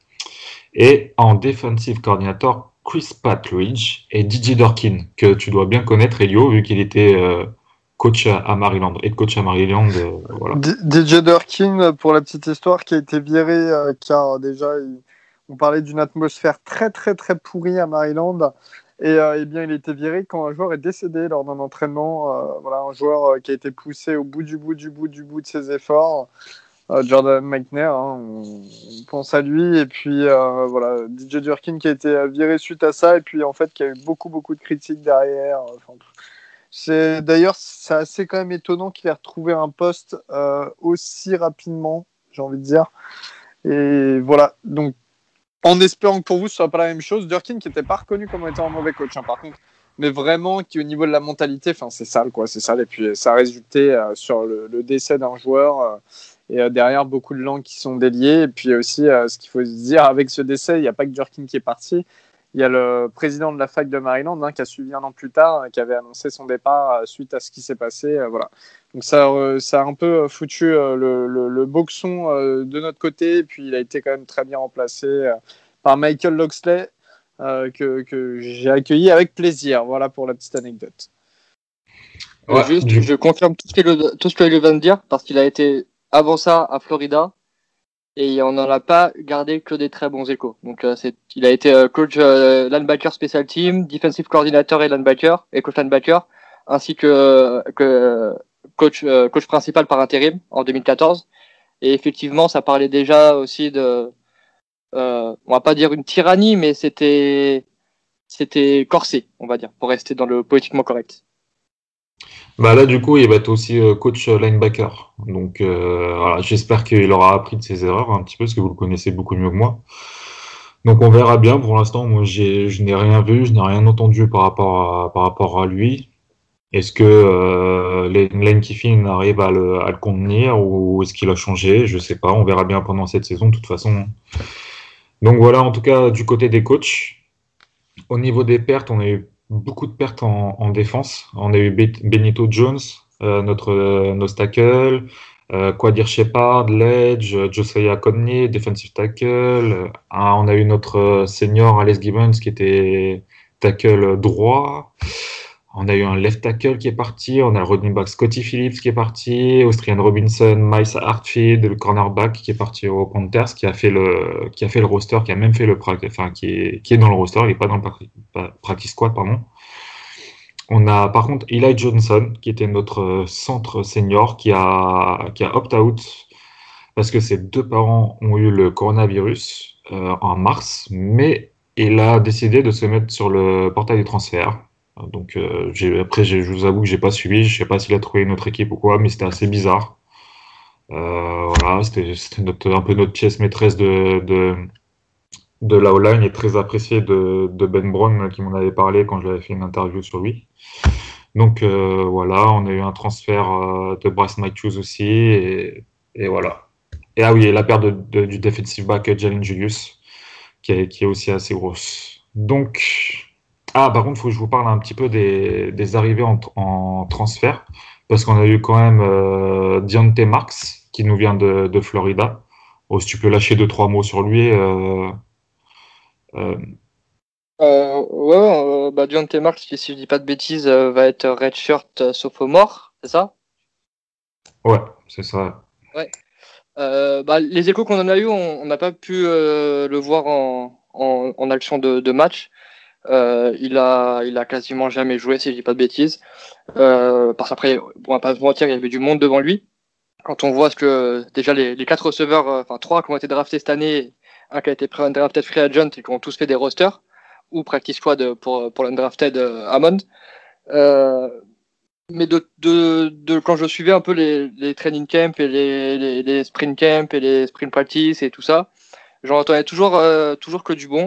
et en defensive coordinator Chris Patridge et D J Durkin, que tu dois bien connaître, Elio, vu qu'il était euh, coach à, à Maryland, head coach à Maryland. Euh, voilà. D J Durkin, pour la petite histoire, qui a été viré euh, car déjà, il, on parlait d'une atmosphère très très très pourrie à Maryland. Et euh, eh bien, il a été viré quand un joueur est décédé lors d'un entraînement. Euh, voilà, un joueur euh, qui a été poussé au bout du bout du bout du bout de ses efforts. Euh, Jordan McNair, hein, on, on pense à lui. Et puis euh, voilà, D J Durkin qui a été viré suite à ça. Et puis en fait, qui a eu beaucoup beaucoup de critiques derrière. Enfin, c'est d'ailleurs c'est assez quand même étonnant qu'il ait retrouvé un poste euh, aussi rapidement, j'ai envie de dire. Et voilà, donc en espérant que pour vous ce soit pas la même chose. Durkin qui n'était pas reconnu comme étant un mauvais coach, hein, par contre, mais vraiment qui au niveau de la mentalité, enfin c'est sale quoi, c'est sale. Et puis ça a résulté euh, sur le, le décès d'un joueur euh, et euh, derrière beaucoup de langues qui sont déliées. Et puis aussi euh, ce qu'il faut se dire avec ce décès, il n'y a pas que Durkin qui est parti. Il y a le président de la fac de Maryland hein, qui a suivi un an plus tard, euh, qui avait annoncé son départ euh, suite à ce qui s'est passé. Euh, voilà. Donc ça, euh, ça a un peu foutu euh, le, le, le boxon euh, de notre côté. Et puis il a été quand même très bien remplacé euh, par Michael Locksley, euh, que, que j'ai accueilli avec plaisir. Voilà pour la petite anecdote. Ouais, juste, du... je confirme tout ce que tout ce que vient de dire, parce qu'il a été avant ça à Florida. Et on n'en a pas gardé que des très bons échos. Donc, euh, c'est, il a été euh, coach euh, linebacker special team, defensive coordinator et linebacker, et coach linebacker, ainsi que, que coach, euh, coach principal par intérim en deux mille quatorze. Et effectivement, ça parlait déjà aussi de, euh, on va pas dire une tyrannie, mais c'était, c'était corsé, on va dire, pour rester dans le politiquement correct. Bah là, du coup, il va être aussi euh, coach linebacker. Donc, euh, voilà, j'espère qu'il aura appris de ses erreurs un petit peu, parce que vous le connaissez beaucoup mieux que moi. Donc, on verra bien. Pour l'instant, moi, j'ai, je n'ai rien vu, je n'ai rien entendu par rapport à, par rapport à lui. Est-ce que euh, Lane Kiffin arrive à le, à le contenir ou est-ce qu'il a changé? Je sais pas. On verra bien pendant cette saison, de toute façon. Donc, voilà, en tout cas, du côté des coachs. Au niveau des pertes, on a eu beaucoup de pertes en, en défense. On a eu Benito Jones, euh, notre euh, nose tackle, euh, Quadir Shepard, Ledge, Josiah Conley, defensive tackle. Euh, on a eu notre senior Alex Gibbons qui était tackle droit. On a eu un left tackle qui est parti, on a le running back Scotty Phillips qui est parti, Austrian Robinson, Miles Hartfield, le cornerback qui est parti aux Panthers, qui a fait le, qui a fait le roster, qui a même fait le practice, enfin, qui est, qui est dans le roster, il n'est pas dans le practice squad, pardon. On a, par contre, Eli Johnson, qui était notre centre senior, qui a, qui a opt-out parce que ses deux parents ont eu le coronavirus, euh, en mars, mais il a décidé de se mettre sur le portail des transferts. Donc euh, j'ai, après, j'ai, je vous avoue que j'ai pas suivi, je sais pas s'il a trouvé une autre équipe ou quoi, mais c'était assez bizarre. Euh, voilà, c'était, c'était notre, un peu notre pièce maîtresse de, de, de la O-line et très apprécié de, de Ben Brown qui m'en avait parlé quand je lui avais fait une interview sur lui. Donc euh, voilà, on a eu un transfert euh, de Bryce Matthews aussi, et, et voilà. Et ah oui, et la perte de, de, du defensive back Jalen Julius, qui est, qui est aussi assez grosse. Donc, ah, par contre, il faut que je vous parle un petit peu des, des arrivées en, en transfert, parce qu'on a eu quand même euh, Deontay Marks, qui nous vient de, de Florida. Oh, si tu peux lâcher deux, trois mots sur lui. Euh, euh... Euh, ouais, euh, bah, Deontay Marks, qui, si je dis pas de bêtises, euh, va être redshirt euh, sophomore, c'est ça? Ouais, c'est ça. Ouais. Euh, bah, les échos qu'on en a eu, on n'a pas pu euh, le voir en, en, en action de, de match. Euh, il a, il a quasiment jamais joué, si je dis pas de bêtises. Euh, parce qu'après, on va pas se mentir, il y avait du monde devant lui. Quand on voit ce que déjà les, les quatre receveurs, euh, enfin trois qui ont été draftés cette année, un qui a été pris undrafted free agent et qui ont tous fait des rosters ou practice squad pour pour l'undrafted euh, Hammond. Euh, mais de, de, de quand je suivais un peu les, les training camps et les, les, les sprint camps et les sprint practice et tout ça, j'en entendais toujours euh, toujours que du bon.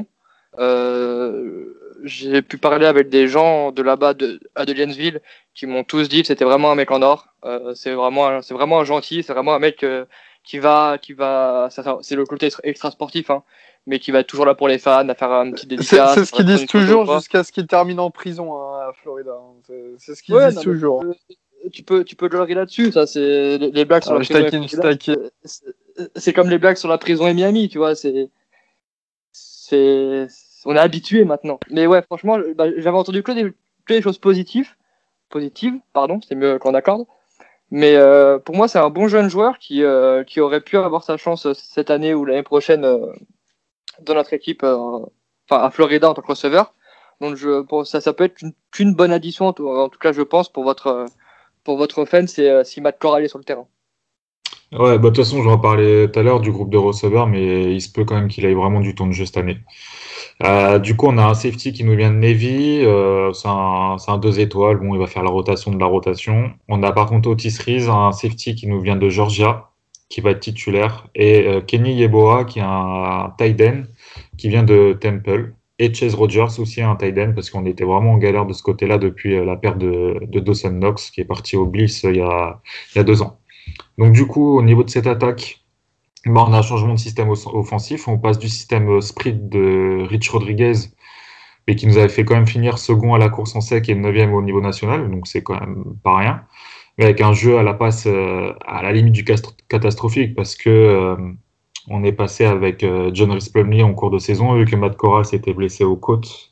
Euh, j'ai pu parler avec des gens de là-bas de Adeliansville qui m'ont tous dit que c'était vraiment un mec en or. Euh, c'est vraiment un, c'est vraiment un gentil, c'est vraiment un mec euh, qui va qui va ça, ça, c'est le côté extra sportif hein, mais qui va être toujours là pour les fans, à faire un petit dédicace. C'est, c'est ce qu'ils disent toujours jusqu'à ce qu'il termine en prison hein, à Florida. C'est, c'est ce qu'ils ouais, disent non, toujours. Tu peux tu peux glorer là-dessus, ça c'est les, les blagues sur ah, la je prison. Taquine, je taquine. C'est, c'est comme les blagues sur la prison et Miami, tu vois, c'est c'est on est habitué maintenant. Mais ouais, franchement, bah, j'avais entendu que des, que des choses positives, positives, pardon, c'est mieux qu'on accorde. Mais euh, pour moi, c'est un bon jeune joueur qui euh, qui aurait pu avoir sa chance cette année ou l'année prochaine euh, dans notre équipe, euh, enfin à Florida en tant que receveur. Donc je, pour, ça, ça peut être une, qu'une bonne addition, en tout, en tout cas, je pense pour votre pour votre offense, c'est euh, si Matt Corral est sur le terrain. Ouais, bah de toute façon, j'en parlais tout à l'heure du groupe de receveurs, mais il se peut quand même qu'il ait vraiment du temps de jeu cette année. Euh, du coup, on a un safety qui nous vient de Navy, euh, c'est un, c'est un deux étoiles, bon, il va faire la rotation de la rotation. On a par contre Otis Reese, un safety qui nous vient de Georgia, qui va être titulaire, et euh, Kenny Yeboah, qui est un tight end, qui vient de Temple, et Chase Rogers aussi un tight end, parce qu'on était vraiment en galère de ce côté-là depuis la perte de, de Dawson Knox, qui est parti au Bills il y a, il y a deux ans. Donc du coup, au niveau de cette attaque, bah, on a un changement de système offensif. On passe du système sprint de Rich Rodriguez, mais qui nous avait fait quand même finir second à la course en sec et neuvième au niveau national, donc c'est quand même pas rien. Mais avec un jeu à la passe euh, à la limite du catastrophique, parce que euh, on est passé avec euh, John Rhys Plumlee en cours de saison, vu que Matt Corral s'était blessé aux côtes.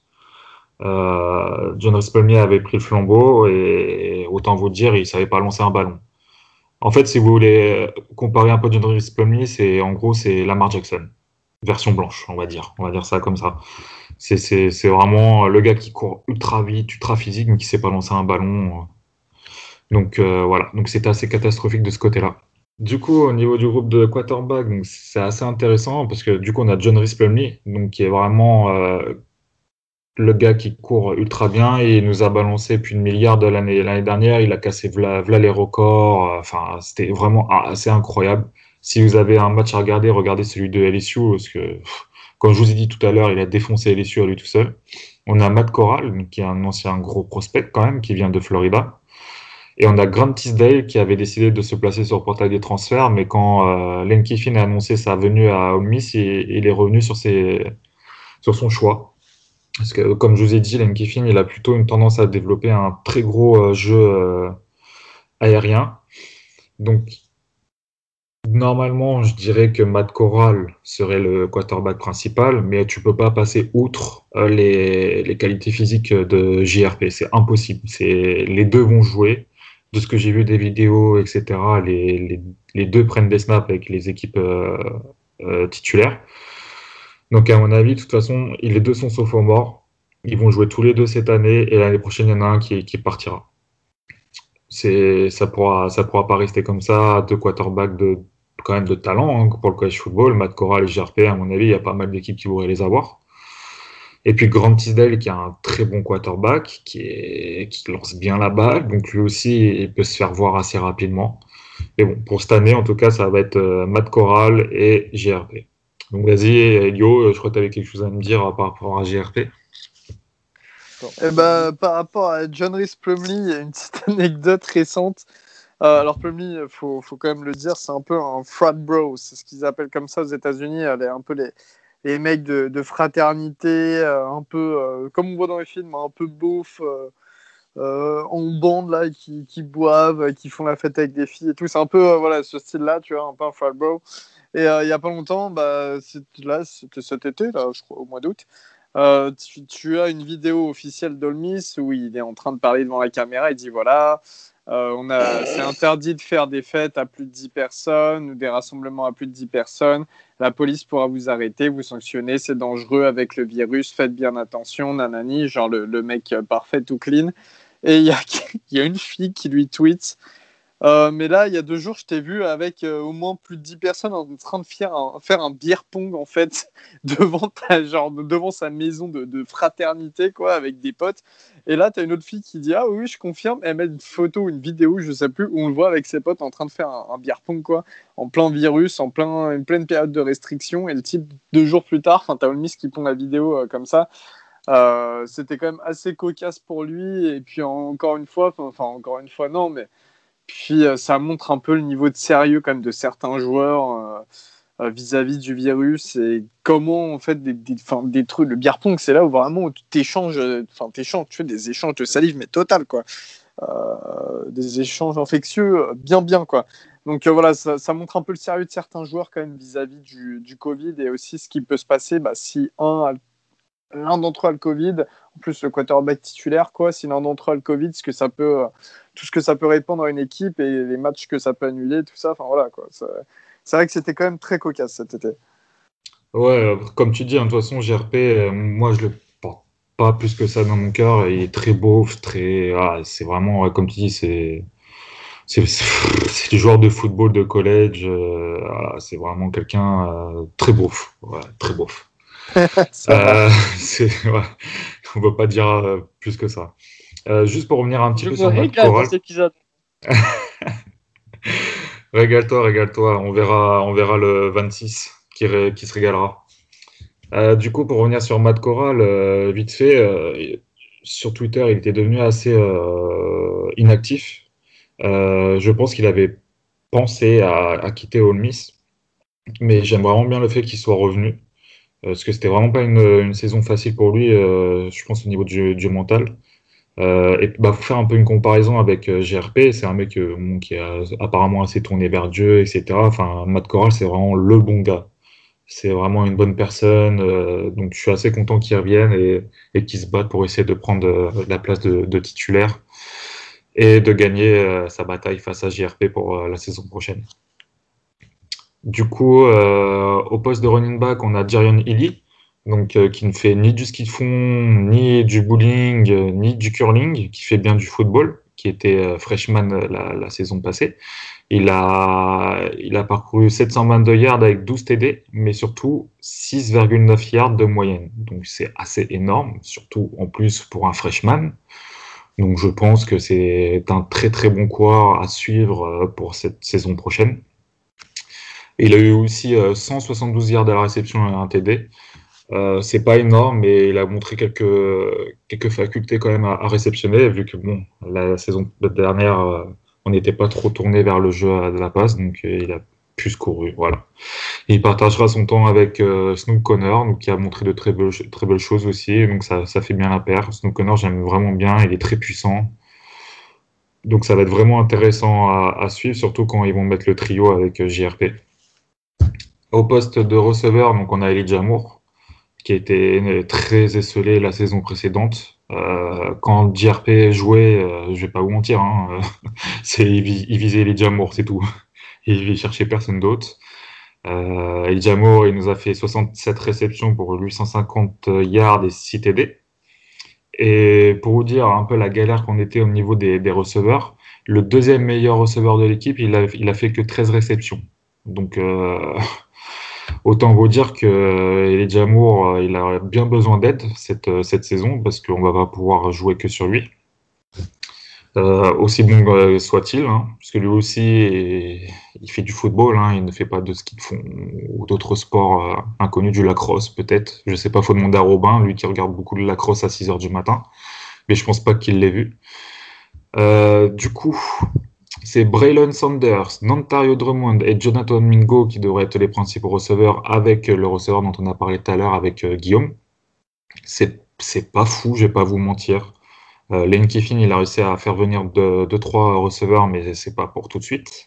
Euh, John Rhys Plumlee avait pris le flambeau et autant vous dire, il savait pas lancer un ballon. En fait, si vous voulez comparer un peu John Rhys Plumlee, c'est en gros c'est Lamar Jackson, version blanche, on va dire, on va dire ça comme ça. C'est c'est c'est vraiment le gars qui court ultra vite, ultra physique, mais qui sait pas lancer un ballon. Donc euh, voilà, donc c'était assez catastrophique de ce côté-là. Du coup, au niveau du groupe de quarterback, donc c'est assez intéressant parce que du coup on a John Rhys Plumlee, donc qui est vraiment euh, le gars qui court ultra bien et il nous a balancé plus de milliards de l'année l'année dernière. Il a cassé v'là, v'là les records. Enfin, c'était vraiment assez incroyable. Si vous avez un match à regarder, regardez celui de L S U parce que, comme je vous ai dit tout à l'heure, il a défoncé L S U à lui tout seul. On a Matt Corral, qui est un ancien gros prospect quand même, qui vient de Florida. Et on a Grant Tisdale qui avait décidé de se placer sur le portail des transferts, mais quand euh, Lane Kiffin a annoncé sa venue à Ole Miss, il, il est revenu sur ses, sur son choix. Parce que, comme je vous ai dit, Lane Kiffin, il a plutôt une tendance à développer un très gros euh, jeu euh, aérien. Donc, normalement, je dirais que Matt Corral serait le quarterback principal, mais tu peux pas passer outre euh, les, les qualités physiques de J R P. C'est impossible. C'est, les deux vont jouer. De ce que j'ai vu des vidéos, et cetera, les, les, les deux prennent des snaps avec les équipes euh, euh, titulaires. Donc, à mon avis, de toute façon, les deux sont sauf au mort. Ils vont jouer tous les deux cette année, et l'année prochaine, il y en a un qui, qui partira. C'est, ça pourra, ça pourra pas rester comme ça. Deux quarterbacks de, quand même de talent hein, pour le college football. Matt Corral et J R P, à mon avis, il y a pas mal d'équipes qui voudraient les avoir. Et puis Grant Tisdale, qui a un très bon quarterback, qui, est, qui lance bien la balle. Donc lui aussi, il peut se faire voir assez rapidement. Et bon, pour cette année, en tout cas, ça va être euh, Matt Corral et J R P. Donc vas-y, Elio, je crois que tu avais quelque chose à me dire par rapport à J R P. Eh ben, par rapport à John Rhys Plumlee, il y a une petite anecdote récente. Euh, alors Plumlee, il faut, faut quand même le dire, c'est un peu un frat bro. C'est ce qu'ils appellent comme ça aux États-Unis. Elle est un peu les... les mecs de, de fraternité, euh, un peu, euh, comme on voit dans les films, un peu beauf, euh, euh, en bande, là, qui, qui boivent, qui font la fête avec des filles et tout. C'est un peu, euh, voilà, ce style-là, tu vois, un peu un frat bro. Et euh, il y a pas longtemps, bah, c'était, là, c'était cet été, là, je crois, au mois d'août, euh, tu, tu as une vidéo officielle d'Ole Miss où il est en train de parler devant la caméra, il dit, voilà... Euh, on a, c'est interdit de faire des fêtes à plus de dix personnes ou des rassemblements à plus de dix personnes. La police pourra vous arrêter, vous sanctionner, c'est dangereux avec le virus, faites bien attention, nanani, genre le, le mec parfait, tout clean. Et il y a, y a une fille qui lui tweet euh, mais là, il y a deux jours, je t'ai vu avec euh, au moins plus de dix personnes en train de faire un, faire un beer pong, en fait, devant, ta, genre, devant sa maison de, de fraternité, quoi, avec des potes. Et là, tu as une autre fille qui dit « Ah oui, je confirme ». Elle met une photo, une vidéo, je sais plus, où on le voit avec ses potes en train de faire un, un beer pong, quoi, en plein virus, en plein, une pleine période de restriction. Et le type, deux jours plus tard, tu as Ole Miss qui pond la vidéo euh, comme ça. Euh, c'était quand même assez cocasse pour lui. Et puis, encore une fois, enfin, encore une fois, non, mais... Puis euh, ça montre un peu le niveau de sérieux quand même de certains joueurs euh, euh, vis-à-vis du virus et comment en fait des, des, des trucs. Le beer pong, c'est là où vraiment tu t'échanges, enfin t'échanges, tu fais des échanges de salive mais total quoi, euh, des échanges infectieux bien bien quoi. Donc euh, voilà, ça, ça montre un peu le sérieux de certains joueurs quand même vis-à-vis du, du Covid et aussi ce qui peut se passer bah, si un a le l'un d'entre eux a le Covid, en plus le quarterback titulaire, quoi, si l'un d'entre eux a le Covid, ce que ça peut, tout ce que ça peut répandre à une équipe et les matchs que ça peut annuler, tout ça, enfin voilà, quoi. C'est, c'est vrai que c'était quand même très cocasse cet été. Ouais, comme tu dis, hein, de toute façon, G R P, euh, moi je le porte pas plus que ça dans mon cœur. Il est très beau, très, ah, c'est vraiment, ouais, comme tu dis, c'est, c'est, c'est, c'est le joueur de football de college. Euh, ah, c'est vraiment quelqu'un euh, très beau, ouais, très beau. euh, c'est, ouais, on peut pas dire euh, plus que ça. Euh, juste pour revenir un petit Je peu me sur Matt régale dans Corral. cet épisode. Régale-toi, régale-toi. On verra, on verra le vingt-six qui, ré, qui se régalera. Euh, du coup, pour revenir sur Matt Corral, euh, vite fait, euh, sur Twitter, il était devenu assez euh, inactif. Euh, je pense qu'il avait pensé à, à quitter Ole Miss, mais j'aime vraiment bien le fait qu'il soit revenu. Parce que c'était vraiment pas une, une saison facile pour lui, euh, je pense au niveau du, du mental. Euh, et bah, pour faire un peu une comparaison avec euh, G R P, c'est un mec euh, bon, qui a apparemment assez tourné vers Dieu, et cetera. Enfin, Matt Corral, c'est vraiment le bon gars. C'est vraiment une bonne personne. Euh, donc, je suis assez content qu'il revienne et, et qu'il se batte pour essayer de prendre euh, la place de, de titulaire et de gagner euh, sa bataille face à J R P pour euh, la saison prochaine. Du coup, euh, au poste de running back, on a Jerion Ely, donc euh, qui ne fait ni du ski de fond, ni du bowling, euh, ni du curling, qui fait bien du football, qui était euh, freshman euh, la, la saison passée. Il a, il a parcouru sept cent vingt-deux yards avec douze T D, mais surtout six virgule neuf yards de moyenne. Donc c'est assez énorme, surtout en plus pour un freshman. Donc je pense que c'est un très très bon coureur à suivre euh, pour cette saison prochaine. Il a eu aussi euh, cent soixante-douze yards à la réception et un T D. Euh, c'est pas énorme, mais il a montré quelques, quelques facultés quand même à, à réceptionner, vu que bon, la saison dernière, euh, on n'était pas trop tourné vers le jeu à la passe, donc euh, il a plus couru. Voilà. Et il partagera son temps avec euh, Snoop Connor, donc, qui a montré de très belles, très belles choses aussi, donc ça, ça fait bien la paire. Snoop Connor, j'aime vraiment bien, il est très puissant. Donc ça va être vraiment intéressant à, à suivre, surtout quand ils vont mettre le trio avec euh, J R P. Au poste de receveur, donc on a Elijah Moore, qui a été très esselé la saison précédente. Euh, quand J R P jouait, euh, je vais pas vous mentir, hein, euh, c'est, il, vis- il visait Elijah Moore, c'est tout. Il cherchait personne d'autre. Euh, Elijah Moore, il nous a fait soixante-sept réceptions pour huit cent cinquante yards et six T D. Et pour vous dire un peu la galère qu'on était au niveau des, des receveurs, le deuxième meilleur receveur de l'équipe, il a, il a fait que treize réceptions. Donc, euh, autant vous dire que euh, Elijah Moore, euh, il a bien besoin d'aide cette, euh, cette saison parce qu'on va pas pouvoir jouer que sur lui. Euh, aussi bon euh, soit-il, hein, puisque lui aussi, est- il fait du football, hein, il ne fait pas de ski de fond ou d'autres sports euh, inconnus, du lacrosse peut-être. Je sais pas, faut demander à Robin, lui qui regarde beaucoup le lacrosse à six heures du matin, mais je pense pas qu'il l'ait vu. Euh, du coup, c'est Braylon Sanders, Nantario Drummond et Jonathan Mingo qui devraient être les principaux receveurs avec le receveur dont on a parlé tout à l'heure avec euh, Guillaume. C'est, c'est pas fou, je vais pas vous mentir. Euh, Lane Kiffin, il a réussi à faire venir deux, deux, trois receveurs, mais c'est pas pour tout de suite.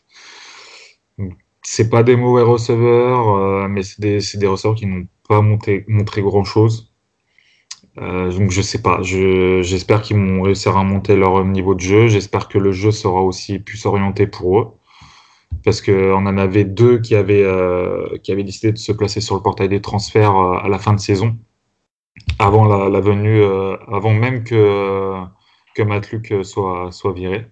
C'est pas des mauvais receveurs, euh, mais c'est des, c'est des receveurs qui n'ont pas monté, montré grand chose. Euh, donc je sais pas. Je, j'espère qu'ils vont réussir à monter leur niveau de jeu. J'espère que le jeu sera aussi plus orienté pour eux. Parce qu'on en avait deux qui avaient, euh, qui avaient décidé de se placer sur le portail des transferts euh, à la fin de saison, avant la, la venue, euh, avant même que, que Matt Luke soit, soit viré.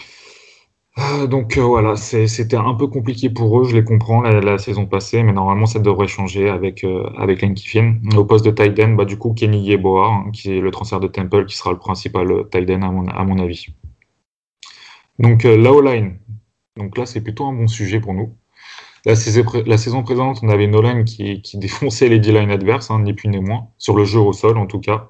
Euh, donc euh, voilà, c'est- c'était un peu compliqué pour eux, je les comprends la, la saison passée, mais normalement ça devrait changer avec, euh, avec Lane Kiffin. Au poste de tight end, bah, du coup Kenny Yeboah, hein, qui est le transfert de Temple, qui sera le principal euh, tight end à mon, à mon avis. Donc euh, la O-line, donc là c'est plutôt un bon sujet pour nous. La saison, pré- la saison précédente, on avait une O-line qui, qui défonçait les D-line adverses, hein, ni plus ni moins, sur le jeu au sol en tout cas.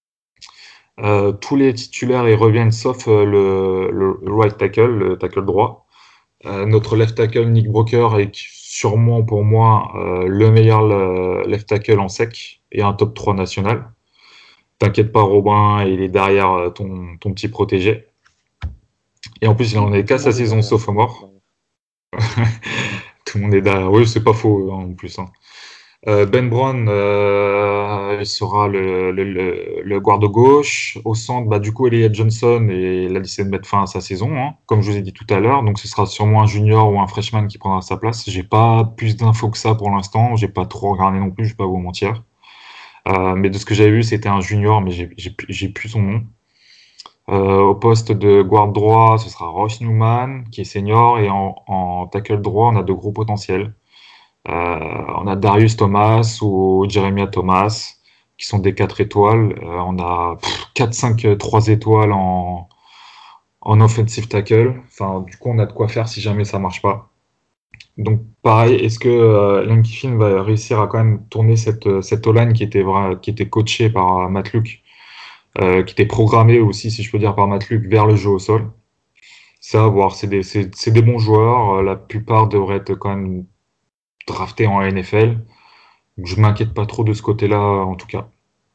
Euh, tous les titulaires ils reviennent sauf euh, le, le right tackle, le tackle droit. Euh, notre left tackle Nick Broker est sûrement pour moi euh, le meilleur le- left tackle en sec et un top trois national. T'inquiète pas Robin, il est derrière euh, ton, ton petit protégé. Et en plus il en est qu'à sa saison sophomore. Tout le monde est derrière. Oui, c'est pas faux hein, en plus. Hein. Euh, Ben Brown, euh, il sera le, le, le, le guard gauche. Au centre, bah, du coup, Elliott Johnson, et il a décidé de mettre fin à sa saison, hein, comme je vous ai dit tout à l'heure. Donc, ce sera sûrement un junior ou un freshman qui prendra sa place. J'ai pas plus d'infos que ça pour l'instant. J'ai pas trop regardé non plus, je vais pas vous mentir. Euh, mais de ce que j'avais vu, c'était un junior, mais j'ai, j'ai, j'ai plus son nom. Euh, au poste de guard droit, ce sera Royce Newman, qui est senior, et en, en tackle droit, on a de gros potentiels. Euh, on a Darius Thomas ou Jeremiah Thomas qui sont des quatre étoiles. Euh, on a quatre, cinq, trois étoiles en, en offensive tackle. Enfin, du coup, on a de quoi faire si jamais ça marche pas. Donc, pareil, est-ce que euh, Lane Kiffin va réussir à quand même tourner cette, cette O-line qui était, vra- qui était coachée par euh, Matt Luke, euh, qui était programmée aussi, si je peux dire, par Matt Luke vers le jeu au sol? Ça, à voir. C'est des, c'est, c'est des bons joueurs. Euh, La plupart devraient être quand même draftés en N F L. Donc, je m'inquiète pas trop de ce côté-là, en tout cas.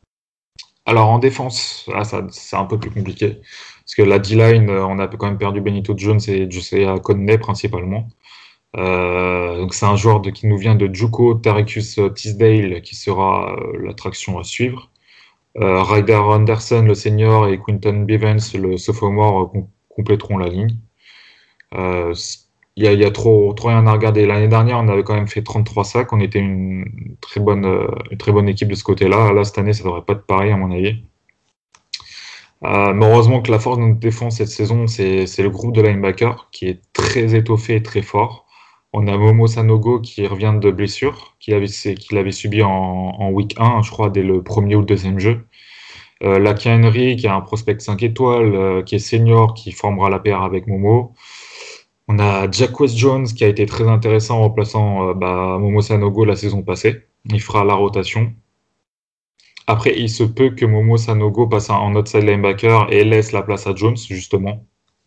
Alors, en défense, ah, ça, c'est un peu plus compliqué. Parce que la D-line, euh, on a quand même perdu Benito Jones et Josiah Conley principalement. Euh, donc, c'est un joueur de, qui nous vient de Juco Tarekus Tisdale qui sera euh, l'attraction à suivre. Euh, Ryder Anderson, le senior, et Quinton Bevans, le sophomore, euh, com- compléteront la ligne. Euh, Il y a, il y a trop, trop rien à regarder. L'année dernière, on avait quand même fait trente-trois sacs. On était une très bonne, euh, une très bonne équipe de ce côté-là. Là, cette année, ça devrait pas être pareil, à mon avis. Euh, mais heureusement que la force de notre défense cette saison, c'est, c'est le groupe de linebackers qui est très étoffé et très fort. On a Momo Sanogo qui revient de blessure, qu'il avait, qu'il avait subi en, en week un, je crois, dès le premier ou le deuxième jeu. Euh, Laki Henry, qui a un prospect cinq étoiles, euh, qui est senior, qui formera la paire avec Momo. On a Jack West Jones qui a été très intéressant en remplaçant euh, bah, Momo Sanogo la saison passée. Il fera la rotation. Après, il se peut que Momo Sanogo passe en outside linebacker et laisse la place à Jones, justement.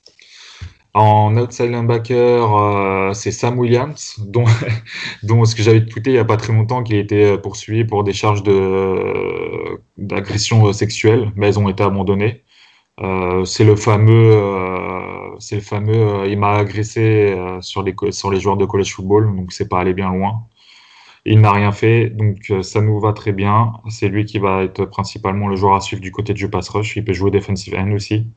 En outside linebacker, euh, c'est Sam Williams, dont, dont ce que j'avais tweeté il n'y a pas très longtemps, qu'il était poursuivi pour des charges de, d'agression sexuelle, mais elles ont été abandonnées. Euh, c'est le fameux, euh, c'est le fameux, euh, il m'a agressé euh, sur les sur les joueurs de college football, donc c'est pas allé bien loin. Il n'a rien fait, donc euh, ça nous va très bien. C'est lui qui va être principalement le joueur à suivre du côté du pass rush. Il peut jouer defensive end aussi.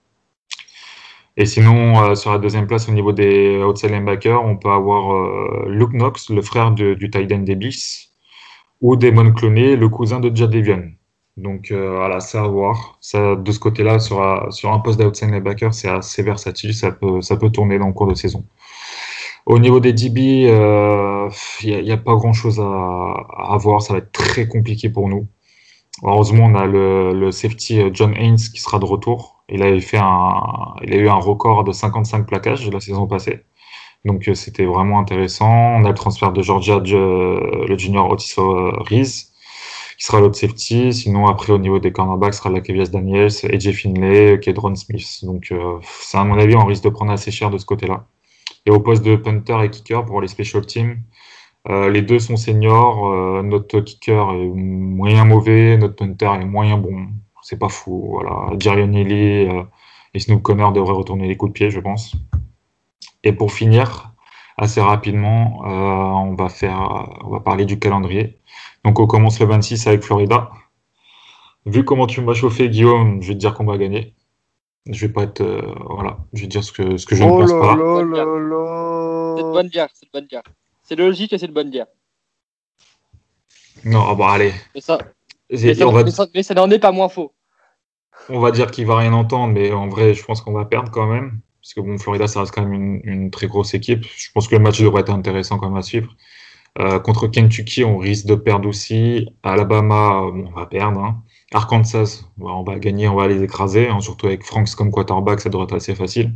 Et sinon, euh, sur la deuxième place, au niveau des outside linebackers, on peut avoir euh, Luke Knox, le frère de, du tight end des Bills, ou Damon Clowney, le cousin de Jadavion. Donc euh, voilà, c'est à voir. Ça, de ce côté-là, sur, un- sur un poste d'outside linebacker, c'est assez versatile, ça peut, ça peut tourner dans le cours de saison. Au niveau des D B, il euh, n'y a, y a pas grand-chose à, à voir, ça va être très compliqué pour nous. Heureusement, on a le, le safety euh, John Haynes qui sera de retour. Il avait fait un, il a eu un record de cinquante-cinq plaquages la saison passée. Donc euh, c'était vraiment intéressant. On a le transfert de Georgia, euh, le junior Otis euh, Reese, qui sera l'autre safety. Sinon, après, au niveau des cornerbacks, sera Lakevious Daniels, A J Finlay, Kedron Smith. Donc euh, c'est à mon avis, on risque de prendre assez cher de ce côté-là. Et au poste de punter et kicker pour les special teams, euh, les deux sont seniors. Euh, notre kicker est moyen mauvais, notre punter est moyen bon. C'est pas fou. Voilà. Jarion Neely euh, et Snoop Connor devraient retourner les coups de pied, je pense. Et pour finir, assez rapidement, euh, on va faire, on va parler du calendrier. Donc on commence le vingt-six avec Florida. Vu comment tu m'as chauffé, Guillaume, je vais te dire qu'on va gagner. Je vais pas être, euh, voilà, je vais dire ce que ce que je ne Oh pense là pas. là Bonne là C'est de là. bonne guerre, c'est de bonne guerre. C'est logique et c'est de bonne guerre. Non, ah bah allez. Mais ça, mais J'ai- ça, On va, mais ça, mais ça n'en est pas moins faux. on va dire qu'il va rien entendre, mais en vrai, je pense qu'on va perdre quand même. Parce que bon, Florida, ça reste quand même une, une très grosse équipe. Je pense que le match devrait être intéressant quand même à suivre. Euh, contre Kentucky, on risque de perdre aussi. Alabama, bon, on va perdre. Hein. Arkansas, bon, on va gagner, on va les écraser. Hein, surtout avec Franks comme quarterback, ça devrait être assez facile.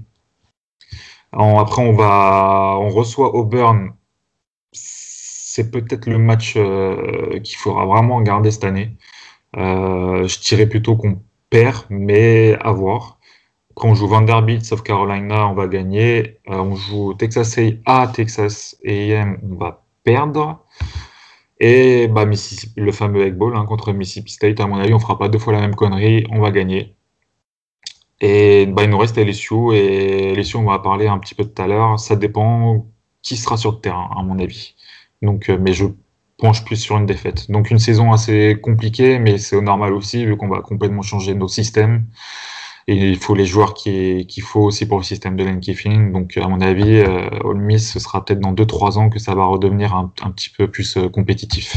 En- après, on va, on reçoit Auburn. C'est peut-être le match euh, qu'il faudra vraiment garder cette année. Euh, je dirais plutôt qu'on perd, mais à voir. Quand on joue Vanderbilt, South Carolina, on va gagner. Euh, on joue Texas A, Texas A and M, on va perdre. Et bah, Mississippi, le fameux Egg Bowl hein, contre Mississippi State, à mon avis, on fera pas deux fois la même connerie, on va gagner. Et bah, il nous reste L S U, et L S U, on va en parler un petit peu tout à l'heure. Ça dépend qui sera sur le terrain, à mon avis. Donc, euh, mais je penche plus sur une défaite. Donc une saison assez compliquée, mais c'est normal aussi, vu qu'on va complètement changer nos systèmes. Et il faut les joueurs qui- qu'il faut aussi pour le système de Lane Kiffin. Donc, à mon avis, euh, Ole Miss, ce sera peut-être dans deux trois ans que ça va redevenir un, un petit peu plus euh, compétitif.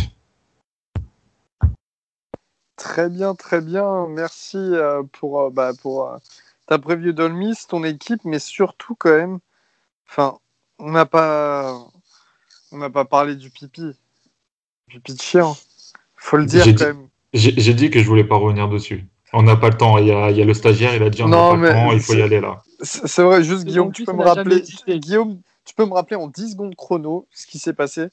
Très bien, très bien. Merci euh, pour, euh, bah, pour euh, ta preview d'Ole Miss, ton équipe, mais surtout quand même, enfin, on n'a pas, on n'a pas parlé du pipi, du pipi de chien. Faut le dire J'ai quand dit, même. j'ai, j'ai dit que je voulais pas revenir dessus. On n'a pas le temps. Il y a, il y a le stagiaire, il a dit on n'a Non, pas le mais temps, il faut y c'est aller là. c'est- c'est vrai. Juste Saison Guillaume, de tu plus, peux ça me n'a jamais rappeler, existé. Guillaume, tu peux me rappeler en dix secondes chrono ce qui s'est passé.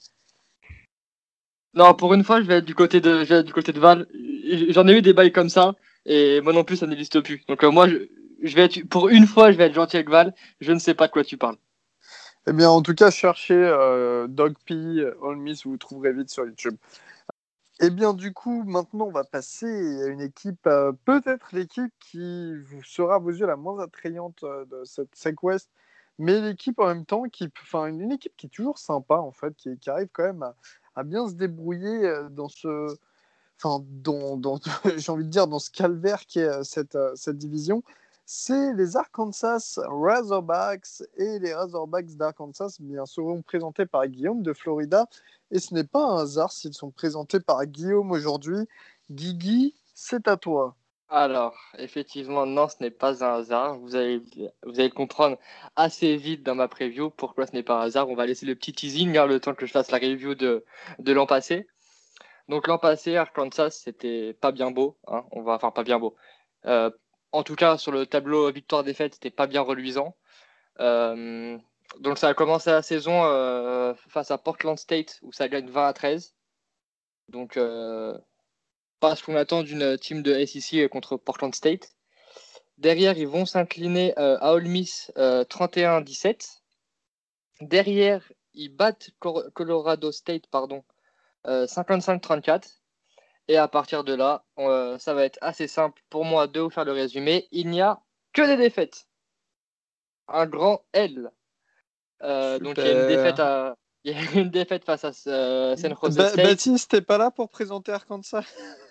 Non, pour une fois, je vais être du côté de, je vais être du côté de Val. J'en ai eu des bails comme ça, et moi non plus, ça n'existe plus. Donc euh, moi, je, je vais être, pour une fois, je vais être gentil avec Val. Je ne sais pas de quoi tu parles. Eh bien, en tout cas, cherchez euh, Dog P, Ole Miss, vous trouverez vite sur YouTube. Eh bien, du coup, maintenant, on va passer à une équipe, euh, peut-être l'équipe qui vous sera à vos yeux la moins attrayante euh, de cette S E C West, mais l'équipe en même temps, qui, enfin, une, une équipe qui est toujours sympa, en fait, qui, qui arrive quand même à, à bien se débrouiller euh, dans ce, enfin, dans, dans j'ai envie de dire, dans ce calvaire qui est euh, cette, euh, cette division. C'est les Arkansas Razorbacks, et les Razorbacks d'Arkansas bien seront présentés par Guillaume de Florida. Et ce n'est pas un hasard s'ils sont présentés par Guillaume aujourd'hui. Guigui, c'est à toi. Alors, effectivement, non, ce n'est pas un hasard. Vous allez, vous allez le comprendre assez vite dans ma preview. Pourquoi ce n'est pas un hasard? On va laisser le petit teasing, hein, le temps que je fasse la review de, de l'an passé. Donc l'an passé, Arkansas, c'était pas bien beau. Hein, on va, enfin, pas bien beau. Euh, en tout cas, sur le tableau victoire-défaite, c'était pas bien reluisant. Euh, donc ça a commencé la saison euh, face à Portland State, où ça gagne vingt à treize. Donc, euh, pas ce qu'on attend d'une team de S E C contre Portland State. Derrière, ils vont s'incliner euh, à Ole Miss euh, trente et un à dix-sept. Derrière, ils battent Cor- Colorado State pardon, euh, cinquante-cinq à trente-quatre. Et à partir de là, euh, ça va être assez simple pour moi de vous faire le résumé. Il n'y a que des défaites. Un grand L. Euh, donc il y a une défaite à, Il y a eu une défaite face à euh, San Jose Ba- State. Baptiste, t'es pas là pour présenter Arkansas?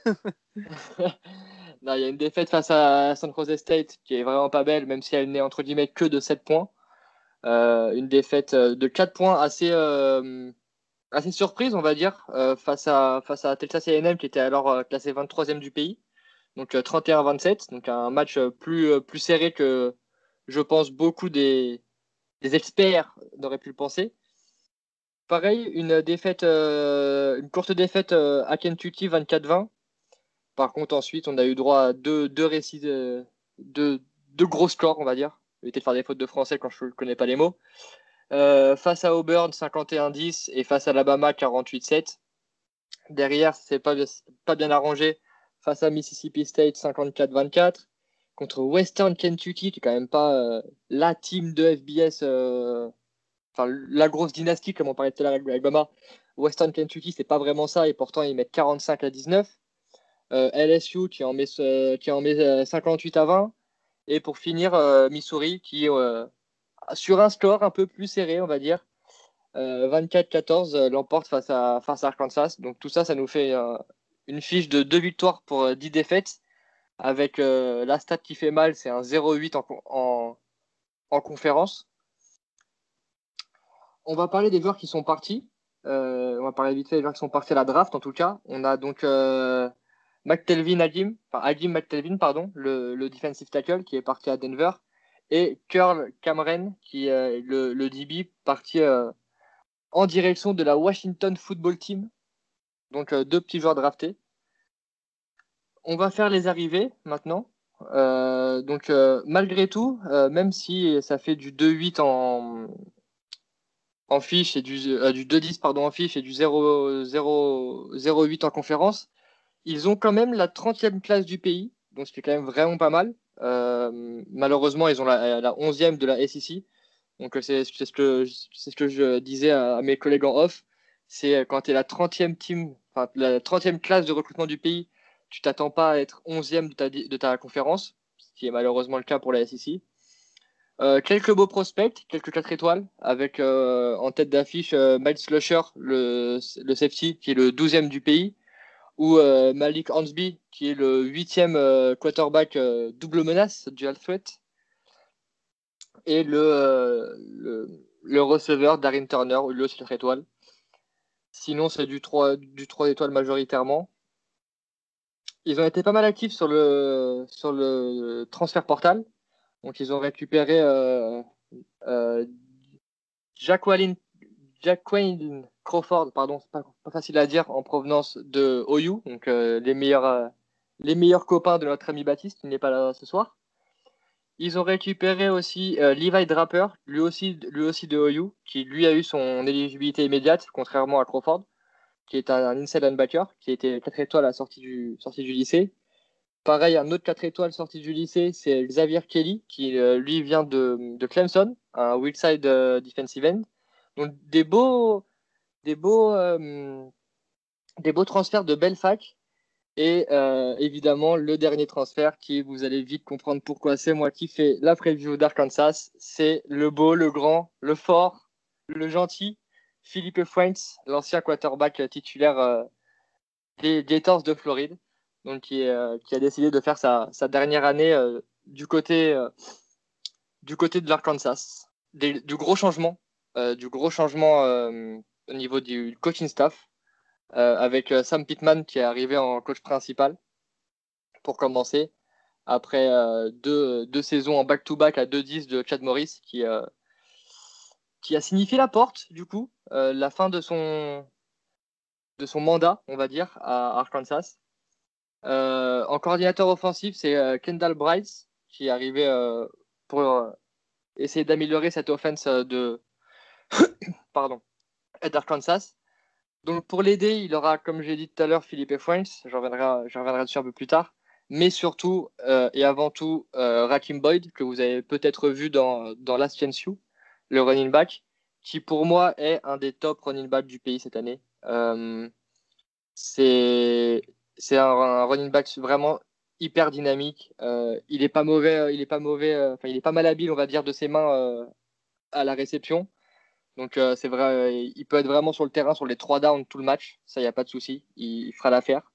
Non, il y a une défaite face à San Jose State qui est vraiment pas belle, même si elle n'est entre guillemets que de sept points. Euh, une défaite euh, de quatre points assez, euh, assez surprise, on va dire, euh, face à, face à Texas A and M qui était alors euh, classé vingt-troisième du pays. Donc euh, trente et un à vingt-sept. Donc un match euh, plus, euh, plus serré que je pense beaucoup des, des experts n'auraient pu le penser. Pareil, une défaite, euh, une courte défaite euh, à Kentucky vingt-quatre vingt. Par contre, ensuite, on a eu droit à deux, deux récits, de, deux, deux gros scores, on va dire. Éviter de faire des fautes de français quand je ne connais pas les mots. Euh, face à Auburn, cinquante et un dix et face à Alabama, quarante-huit sept. Derrière, c'est pas, pas bien arrangé. Face à Mississippi State, cinquante-quatre vingt-quatre. Contre Western Kentucky, qui est quand même pas euh, la team de F B S, euh, enfin la grosse dynastie, comme on parlait tout à l'heure avec Alabama. Western Kentucky, c'est pas vraiment ça, et pourtant ils mettent quarante-cinq à dix-neuf. Euh, L S U qui en met, euh, qui en met euh, cinquante-huit à vingt. Et pour finir, euh, Missouri qui, euh, sur un score un peu plus serré, on va dire, euh, vingt-quatre quatorze, euh, l'emporte face à, face à Arkansas. Donc tout ça, ça nous fait euh, une fiche de deux victoires pour euh, dix défaites. Avec euh, la stat qui fait mal, c'est un zéro huit en, en, en conférence. On va parler des joueurs qui sont partis. Euh, on va parler vite fait des joueurs qui sont partis à la draft, en tout cas. On a donc euh, McTelvin Hadim, enfin Hadim McTelvin, pardon, le, le defensive tackle qui est parti à Denver, et Curl Cameron, qui est euh, le, le D B, parti euh, en direction de la Washington Football Team. Donc euh, deux petits joueurs draftés. On va faire les arrivées maintenant. Euh, donc euh, malgré tout, euh, même si ça fait du deux huit en, en fiche et du, euh, du deux dix pardon, en fiche et du zéro zéro huit en conférence, ils ont quand même la trentième classe du pays, donc ce qui est quand même vraiment pas mal. Euh, malheureusement, ils ont la, la onzième de la S E C. Donc c'est c'est ce que c'est ce que je disais à, à mes collègues en off. C'est quand tu es la trentième team, enfin la trentième classe de recrutement du pays, tu t'attends pas à être onzième de ta, de ta conférence, ce qui est malheureusement le cas pour la S E C. Euh, quelques beaux prospects, quelques quatre étoiles, avec euh, en tête d'affiche euh, Miles Slusher, le, le safety, qui est le douzième du pays, ou euh, Malik Hansby, qui est le huitième euh, quarterback euh, double menace, dual threat, et le, euh, le, le receveur Darren Turner, lui aussi quatre étoiles. Sinon, c'est du trois, du trois étoiles majoritairement. Ils ont été pas mal actifs sur le, sur le transfert portal. Donc, ils ont récupéré euh, euh, Jacqueline, Jacqueline Crawford, pardon, c'est pas, pas facile à dire, en provenance de O U, donc euh, les, meilleurs, euh, les meilleurs copains de notre ami Baptiste, qui n'est pas là ce soir. Ils ont récupéré aussi euh, Levi Draper, lui aussi, lui aussi de O U, qui lui a eu son éligibilité immédiate, contrairement à Crawford, qui est un, un inside linebacker, qui était quatre étoiles à la sortie du, sortie du lycée. Pareil, un autre quatre étoiles sorti du lycée, c'est Xavier Kelly, qui euh, lui vient de, de Clemson, un weak side euh, defensive end. Donc des beaux, des beaux, euh, des beaux transferts de belles facs. Et euh, évidemment, le dernier transfert qui, vous allez vite comprendre pourquoi c'est moi qui fais la preview d'Arkansas, c'est le beau, le grand, le fort, le gentil, Philippe Fuentes, l'ancien quarterback titulaire euh, des Gators de Floride, donc qui, euh, qui a décidé de faire sa, sa dernière année euh, du côté euh, du côté de l'Arkansas. Des, du gros changement, euh, du gros changement euh, au niveau du coaching staff, euh, avec euh, Sam Pittman qui est arrivé en coach principal pour commencer, après euh, deux, deux saisons en back-to-back à deux dix de Chad Morris, qui, euh, qui a signifié la porte, du coup, euh, la fin de son, de son mandat, on va dire, à Arkansas. Euh, en coordinateur offensif, c'est euh, Kendall Bryce, qui est arrivé euh, pour euh, essayer d'améliorer cette offense euh, de pardon, d'Arkansas. Donc pour l'aider, il aura, comme j'ai dit tout à l'heure, Philippe Fuentes, je reviendrai, je reviendrai dessus un peu plus tard, mais surtout euh, et avant tout euh, Rakim Boyd, que vous avez peut-être vu dans, dans Last Chance U, le running back, qui pour moi est un des top running backs du pays cette année. Euh, c'est c'est un, un running back vraiment hyper dynamique. Euh, il est pas mauvais, il est pas mauvais, euh, enfin il est pas mal habile, on va dire, de ses mains euh, à la réception. Donc euh, c'est vrai, il peut être vraiment sur le terrain sur les trois downs tout le match, ça il y a pas de souci, il, il fera l'affaire.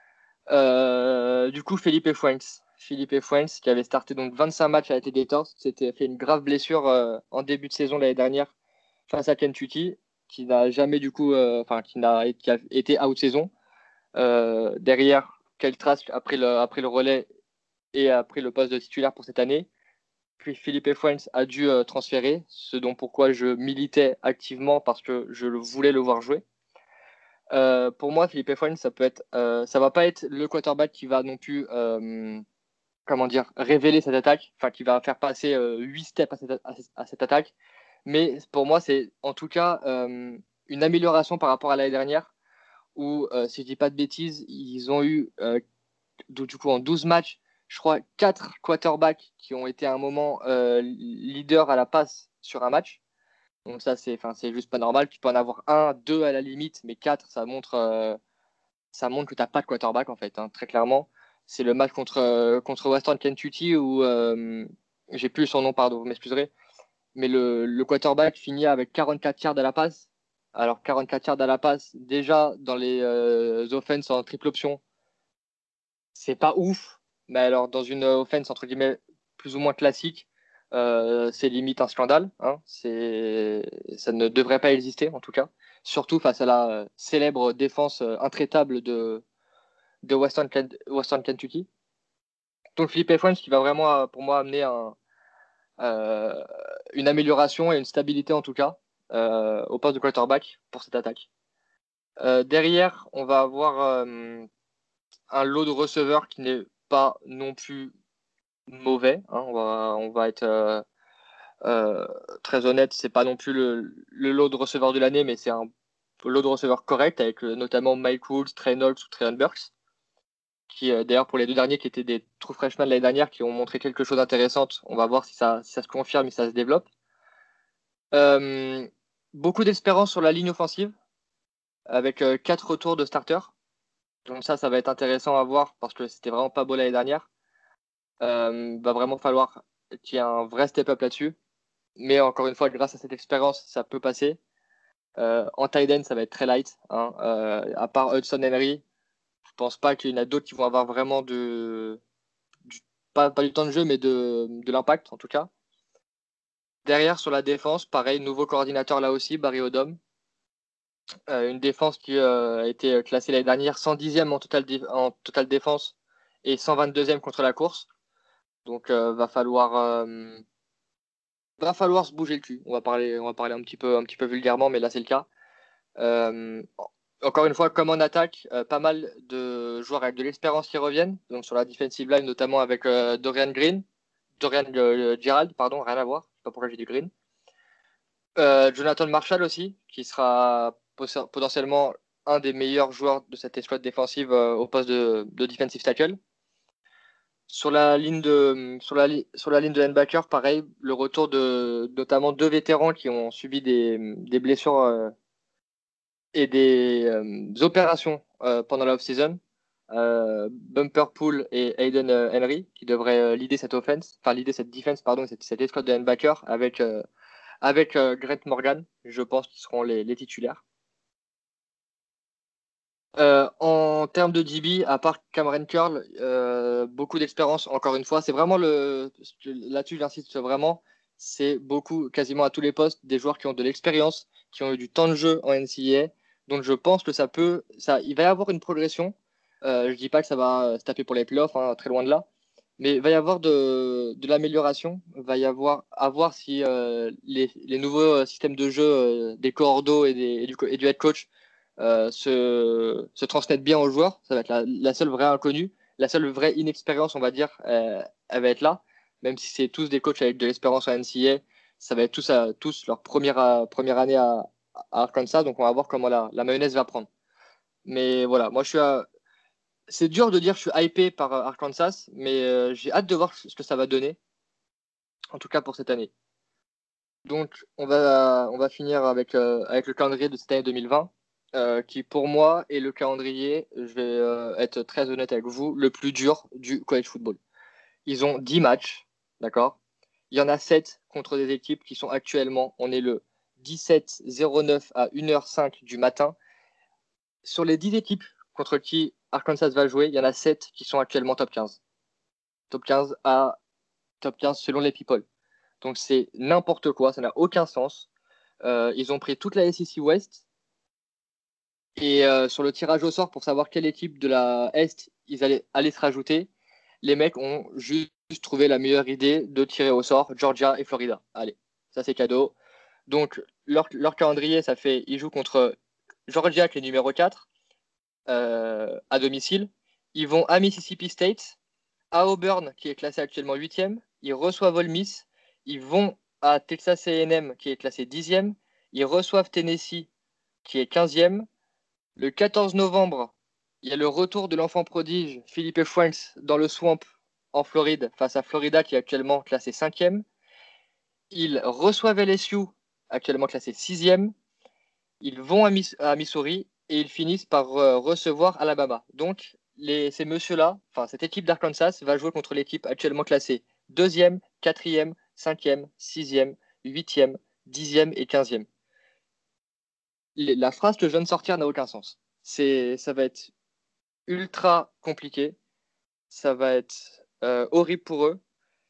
Euh, du coup Felipe Fuentes, Felipe Fuentes qui avait starté donc vingt-cinq matchs avec les Gators, s'était fait une grave blessure euh, en début de saison l'année dernière face à Kentucky, qui n'a jamais du coup, euh, enfin qui n'a qui a été out saison. Euh, derrière, Kyle Trask a pris le après le relais et a pris le poste de titulaire pour cette année. Puis Felipe Fuentes a dû euh, transférer, ce dont pourquoi je militais activement parce que je voulais le voir jouer. Euh, pour moi, Felipe Fuentes, ça peut être, euh, ça va pas être le quarterback qui va non plus, euh, comment dire, révéler cette attaque, enfin qui va faire passer euh, huit steps à cette, à, à cette attaque. Mais pour moi, c'est en tout cas euh, une amélioration par rapport à l'année dernière, où euh, si je dis pas de bêtises, ils ont eu euh, du coup en douze matchs, je crois quatre quarterbacks qui ont été à un moment euh, leader à la passe sur un match. Donc ça c'est, enfin c'est juste pas normal. Tu peux en avoir un, deux à la limite, mais quatre, ça montre, euh, ça montre que t'as pas de quarterback en fait, hein, très clairement. C'est le match contre euh, contre Western Kentucky où euh, j'ai plus son nom, pardon, vous m'excuserez, mais le, le quarterback finit avec quarante-quatre yards à la passe. Alors quarante-quatre yards à la passe, déjà dans les euh, offenses en triple option, c'est pas ouf, mais alors dans une offense entre guillemets plus ou moins classique, euh, c'est limite un scandale. Hein. C'est, ça ne devrait pas exister en tout cas, surtout face à la euh, célèbre défense euh, intraitable de de Western, Western Kentucky. Donc Philippe Fuentes qui va vraiment euh, pour moi amener un, euh, une amélioration et une stabilité en tout cas euh, au poste de quarterback pour cette attaque. Euh, derrière, on va avoir euh, un lot de receveurs qui n'est pas non plus mauvais. Hein, on va, on va être euh, euh, très honnête, c'est pas non plus le, le lot de receveurs de l'année, mais c'est un lot de receveurs correct avec euh, notamment Mike Woods, Trey Knox ou Treyon Burks, qui euh, d'ailleurs pour les deux derniers qui étaient des true freshmen l'année dernière, qui ont montré quelque chose d'intéressant. On va voir si ça, si ça se confirme et si ça se développe. Euh, beaucoup d'espérance sur la ligne offensive avec euh, quatre retours de starters. Donc ça, ça va être intéressant à voir parce que c'était vraiment pas beau l'année dernière. Euh, va vraiment falloir qu'il y ait un vrai step-up là-dessus. Mais encore une fois, grâce à cette expérience, ça peut passer. Euh, en tight end, ça va être très light. Hein. Euh, à part Hudson Henry, je pense pas qu'il y en a d'autres qui vont avoir vraiment de, du, pas, pas du temps de jeu, mais de, de l'impact en tout cas. Derrière, sur la défense, pareil, nouveau coordinateur là aussi, Barry Odom. Euh, une défense qui euh, a été classée l'année dernière cent dixième en total, en total défense et cent vingt-deuxième contre la course. Donc, euh, va falloir, euh, va falloir se bouger le cul. On va parler, on va parler un petit peu, un petit peu vulgairement, mais là c'est le cas. Euh, encore une fois, comme en attaque, euh, pas mal de joueurs avec de l'expérience qui reviennent. Donc sur la defensive line, notamment avec euh, Dorian Green, Dorian euh, Gerald, pardon, rien à voir. Je sais pas pourquoi j'ai dit Green. Euh, Jonathan Marshall aussi, qui sera potentiellement un des meilleurs joueurs de cette escouade défensive euh, au poste de, de defensive tackle. Sur la ligne de sur la, sur la ligne de linebacker, pareil, le retour de notamment deux vétérans qui ont subi des, des blessures euh, et des euh, opérations euh, pendant la off-season. Euh, Bumper Pool et Aiden euh, Henry qui devraient euh, leader cette offense, enfin leader cette defense, pardon, cette, cette escouade de linebacker avec euh, avec euh, Grant Morgan, je pense qu'ils seront les, les titulaires. Euh, en termes de D B, à part Cameron Curl, euh, beaucoup d'expérience, encore une fois. C'est vraiment le. Là-dessus, j'insiste vraiment. C'est beaucoup, quasiment à tous les postes, des joueurs qui ont de l'expérience, qui ont eu du temps de jeu en N C A A. Donc, je pense que ça peut. Ça, il va y avoir une progression. Euh, je dis pas que ça va se taper pour les playoffs, hein, très loin de là. Mais il va y avoir de, de l'amélioration. Il va y avoir à voir si euh, les, les nouveaux systèmes de jeu euh, des coordos et, des, et, du, et du head coach euh, se, se transmettre bien aux joueurs. Ça va être la, la seule vraie inconnue, la seule vraie inexpérience, on va dire, euh, elle va être là. Même si c'est tous des coachs avec de l'expérience en N C A A, ça va être tous, à, tous leur première, première année à, à Arkansas. Donc on va voir comment la, la mayonnaise va prendre. Mais voilà, moi je suis à... C'est dur de dire que je suis hypé par Arkansas, mais euh, j'ai hâte de voir ce que ça va donner, en tout cas pour cette année. Donc on va, on va finir avec, euh, avec le calendrier de cette année deux mille vingt. Euh, qui pour moi est le calendrier, je vais euh, être très honnête avec vous, le plus dur du college football. Ils ont dix matchs, d'accord? Il y en a sept contre des équipes qui sont actuellement, on est le dix-sept zéro neuf à une heure cinq du matin. Sur les dix équipes contre qui Arkansas va jouer, il y en a sept qui sont actuellement top quinze. Top quinze à top quinze selon les people. Donc c'est n'importe quoi, ça n'a aucun sens. Euh, ils ont pris toute la S E C West. Et euh, sur le tirage au sort pour savoir quelle équipe de la Est ils allaient, allaient se rajouter, les mecs ont juste trouvé la meilleure idée de tirer au sort Georgia et Florida. Allez, ça c'est cadeau. Donc leur, leur calendrier, ça fait, ils jouent contre Georgia qui est numéro quatre euh, à domicile. Ils vont à Mississippi State, à Auburn qui est classé actuellement huitième. Ils reçoivent Ole Miss. Ils vont à Texas A and M qui est classé dixième. Ils reçoivent Tennessee qui est quinzième. Le quatorze novembre, il y a le retour de l'enfant prodige Philippe Franks dans le Swamp en Floride face à Florida qui est actuellement classé cinquième. Ils reçoivent L S U actuellement classé sixième. Ils vont à, Miss- à Missouri et ils finissent par euh, recevoir Alabama. Donc les, ces messieurs-là, enfin cette équipe d'Arkansas va jouer contre l'équipe actuellement classée deuxième, quatrième, cinquième, sixième, huitième, dixième et quinzième. La phrase que je viens de sortir n'a aucun sens. C'est, ça va être ultra compliqué. Ça va être euh, horrible pour eux.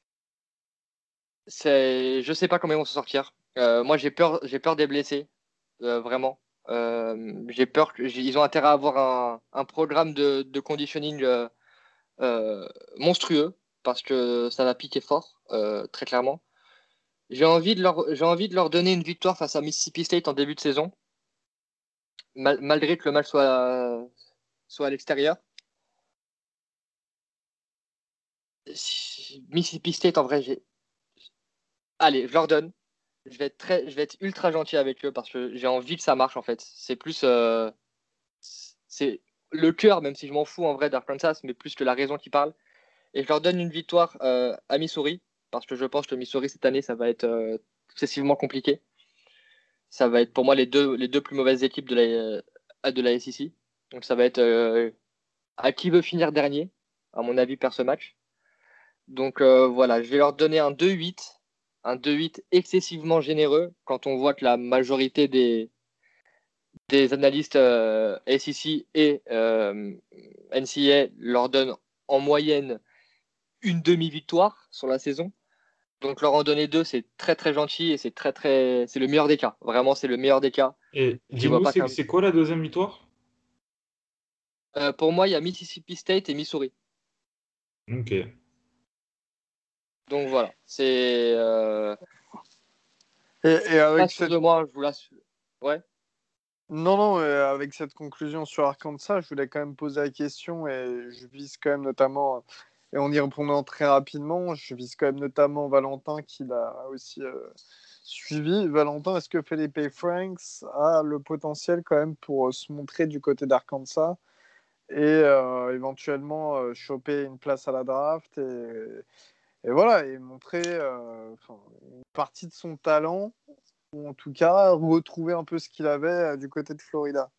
C'est, je sais pas comment ils vont s'en sortir. Euh, moi, j'ai peur, j'ai peur des blessés, euh, vraiment. Euh, j'ai peur qu'ils ont intérêt à avoir un, un programme de, de conditioning euh, euh, monstrueux parce que ça va piquer fort, euh, très clairement. J'ai envie de leur, j'ai envie de leur donner une victoire face à Mississippi State en début de saison, mal, malgré que le match soit, soit à l'extérieur. Mississippi State, en vrai, j'ai. Allez, je leur donne. Je vais être très, je vais être ultra gentil avec eux parce que j'ai envie que ça marche en fait. C'est plus, euh, c'est le cœur, même si je m'en fous en vrai d'Arkansas, mais plus que la raison qui parle. Et je leur donne une victoire euh, à Missouri parce que je pense que Missouri cette année, ça va être euh, excessivement compliqué. Ça va être pour moi les deux, les deux plus mauvaises équipes de la, euh, de la S E C. Donc ça va être euh, à qui veut finir dernier, à mon avis, perd ce match. Donc euh, voilà, je vais leur donner un deux huit. Un deux huit excessivement généreux quand on voit que la majorité des, des analystes euh, S E C et euh, N C A A leur donnent en moyenne une demi-victoire sur la saison. Donc leur en donner deux, c'est très très gentil et c'est très très, c'est le meilleur des cas. Vraiment, c'est le meilleur des cas. Et J'y vois dis-nous, pas c'est qu'un. c'est quoi la deuxième victoire? Euh, pour moi, il y a Mississippi State et Missouri. Ok. Donc voilà, c'est euh, Et, et pas avec sûr cette... de moi, je vous laisse. Ouais. Non, non, mais avec cette conclusion sur Arkansas, je voulais quand même poser la question et je vise quand même notamment, et en y répondant très rapidement, je vise quand même notamment Valentin qui l'a aussi euh, suivi. Valentin, est-ce que Felipe Franks a le potentiel quand même pour euh, se montrer du côté d'Arkansas et euh, éventuellement euh, choper une place à la draft et, et voilà, et montrer euh, enfin, une partie de son talent ou en tout cas retrouver un peu ce qu'il avait euh, du côté de Florida.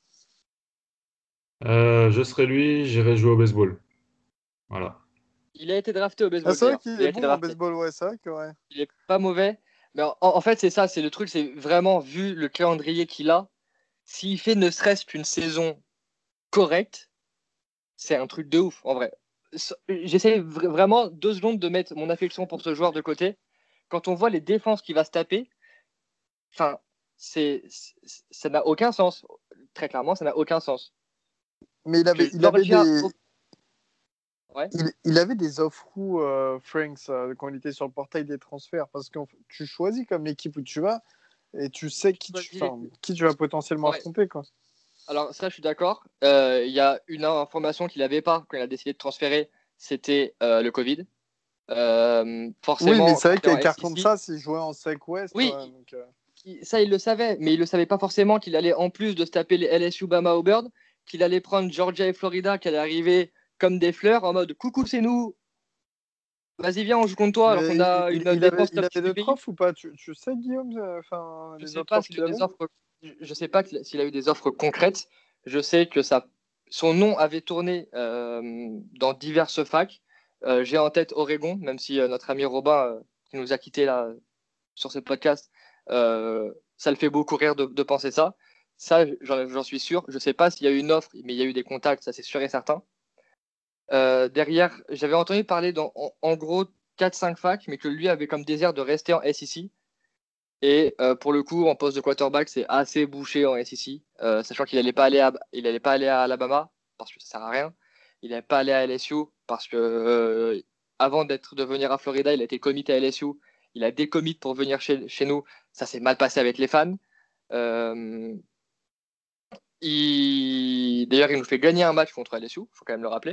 Euh, je serais lui, j'irais jouer au baseball. Voilà. Il a été drafté au Ah, baseball c'est vrai d'ailleurs. qu'il Il a est été bon en drafté. baseball, ouais, c'est vrai que ouais. Il est pas mauvais. Mais en, en fait, c'est ça, c'est le truc, c'est vraiment vu le calendrier qu'il a. S'il fait ne serait-ce qu'une saison correcte, c'est un truc de ouf, en vrai. J'essaie vra- vraiment deux secondes de mettre mon affection pour ce joueur de côté. Quand on voit les défenses qu'il va se taper, enfin, c'est, c'est- ça n'a aucun sens. Très clairement, ça n'a aucun sens. Mais il Que avait, il avait Georgia, des, ouais. il, il avait des offres où euh, Franks euh, quand il était sur le portail des transferts parce que tu choisis comme l'équipe où tu vas et tu sais qui tu, Choisis les- enfin, qui tu vas potentiellement Ouais. affronter quoi. Alors ça, je suis d'accord. Euh, Il y a une information qu'il n'avait pas quand il a décidé de transférer, c'était euh, le Covid. Euh, Oui, mais forcément, c'est quand vrai tu es en qu'avec S E C, Arkansas, il jouait en Sec West. oui, Ouais, donc, euh, il- ça il le savait, mais il le savait pas forcément qu'il allait, en plus de se taper les L S U, Bama, Auburn, qu'il allait prendre Georgia et Florida, qui allaient arriver comme des fleurs, en mode coucou, c'est nous, vas-y, viens, on joue contre toi, alors qu'on mais a il, une il avait, défense il top avait dix du d'autres pays. offres ou pas tu, tu sais, Guillaume, euh, enfin, Je les sais autres pas offres s'il qu'il a avait? des offres, je je sais pas qu'il- s'il a eu des offres concrètes. Je sais que ça, son nom avait tourné euh, dans diverses facs. Euh, j'ai en tête Oregon, même si euh, notre ami Robin, euh, qui nous a quittés là sur ce podcast, euh, ça le fait beaucoup rire de, de penser ça. Ça, j'en, j'en suis sûr. Je ne sais pas s'il y a eu une offre, mais il y a eu des contacts, ça c'est sûr et certain. Euh, derrière, j'avais entendu parler dans, en, en gros quatre cinq facs, mais que lui avait comme désir de rester en S E C. Et euh, pour le coup, en poste de quarterback, c'est assez bouché en S E C, euh, sachant qu'il n'allait pas aller à, il allait pas aller à Alabama parce que ça sert à rien. Il n'allait pas aller à L S U parce que euh, avant d'être de venir à Florida, il a été commit à L S U. Il a décommit pour venir chez, chez nous. Ça s'est mal passé avec les fans. Euh, il... D'ailleurs, il nous fait gagner un match contre L S U, il faut quand même le rappeler.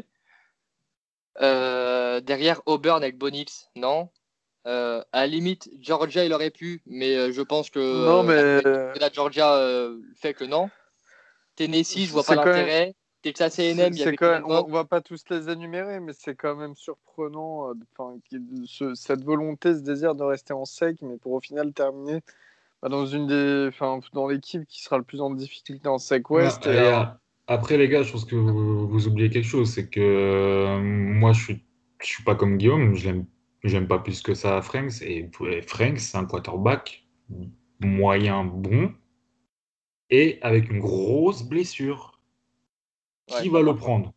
Euh, derrière, Auburn avec Bo Nix, non. Euh, à la limite, Georgia, il aurait pu, mais euh, je pense que Non, mais euh, la, la Georgia euh, fait que non. Tennessee, je vois pas c'est quand même, l'intérêt. Texas A and M, c'est il y c'est avait quand même- on, va, Villanova. on va pas tous les énumérer, mais c'est quand même surprenant, euh, enfin, qu'il- ce- cette volonté, ce désir de rester en sec, mais pour au final terminer bah, dans une des, enfin, dans l'équipe qui sera le plus en difficulté en sec Non, Ouest. Et, et, euh, euh, après, les gars, je pense que vous, vous oubliez quelque chose, c'est que euh, moi, je suis, je suis pas comme Guillaume, je l'aime, j'aime pas plus que ça Franks, et, et Franks, c'est un quarterback moyen bon, et avec une grosse blessure. Ouais, Qui à va le part, prendre?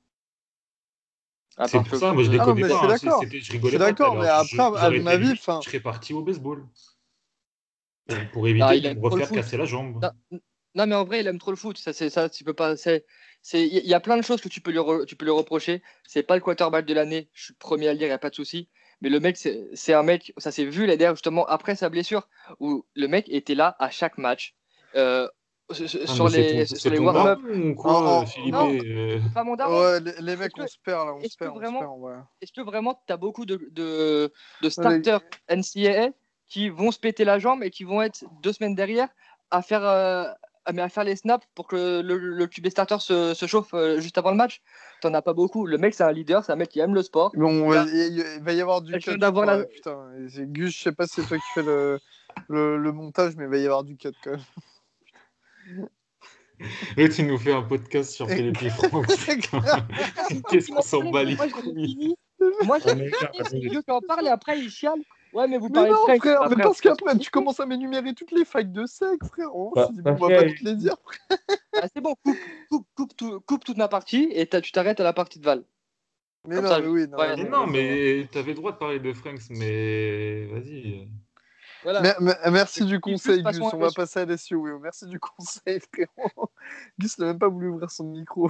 à C'est part pour que. ça, moi, je ah non, déconnais mais je pas, suis hein, c'est- d'accord, c'était, je je suis rigolais pas tout à d'accord, mais l'heure. Je- après, à j'aurais mon été avis, lui, enfin, je serais parti au baseball pour, pour Non, éviter il de me aime trop le refaire foot. casser la jambe. Non, non, mais en vrai, il aime trop le foot. Ça, c'est ça, tu peux pas. C'est, c'est, il y a plein de choses que tu peux lui, re- tu peux lui reprocher. C'est pas le quarterback de l'année. Je suis le premier à le dire, il y a pas de souci. Mais le mec, c'est, c'est un mec. Ça s'est vu l'année dernière justement après sa blessure, où le mec était là à chaque match. Euh, Ah, mais sur c'est ton, les, sur c'est les ton warm-up. daron ou en, quoi, en- Philippe? Non, non, euh, c'est pas mon daron. ouais, les, les Est-ce mecs, que, on se perd là, on est-ce se que perd, on se vraiment, perd, ouais. est-ce que vraiment, tu as beaucoup de, de, de Les- starters N C A A qui vont se péter la jambe et qui vont être deux semaines derrière à faire, euh, à, mais à faire les snaps pour que le, le Q B starter se, se chauffe euh, juste avant le match? T'en as pas beaucoup. Le mec, c'est un leader, c'est un mec qui aime le sport. Bon, Il, a, il, il va y avoir du il vient cut, je d'avoir crois. la. Ouais, putain, Et c'est- Gus, je sais pas si c'est toi qui fais le, le, le montage, mais il va y avoir du cut quand Et tu nous fais un podcast sur même. Philippe Franck. Mais frère, c'est toi Qu'est-ce qui qu'on m'en s'en parlais, bat mais les moi je l'avais couilles? fini. Moi je Non, mais l'avais les gars, fini, c'est attendez. Guillaume qui en parle et après il chiale. Ouais, mais vous Mais parlez de non, Frank. frère, mais Après, parce on se qu'après, tu fout. commences à m'énumérer toutes les failles de sec, frère. On Bah, s'est dit, bah, bon, on va pas frère, toutes les dire. Ah, c'est bon, coupe, coupe, coupe, tout- coupe toute ma partie et t'as- tu t'arrêtes à la partie de Val. Mais Comme non, ça, mais je- oui, non, ouais, mais Mais bon, non, vas-y, on va. mais t'avais le droit de parler de Franks, mais vas-y. voilà. Mais- mais- merci du Puis plus, conseil, passons Gus. à On va L S U. passer à L S U, oui. Merci du conseil, frérot. Gus n'a même pas voulu ouvrir son micro.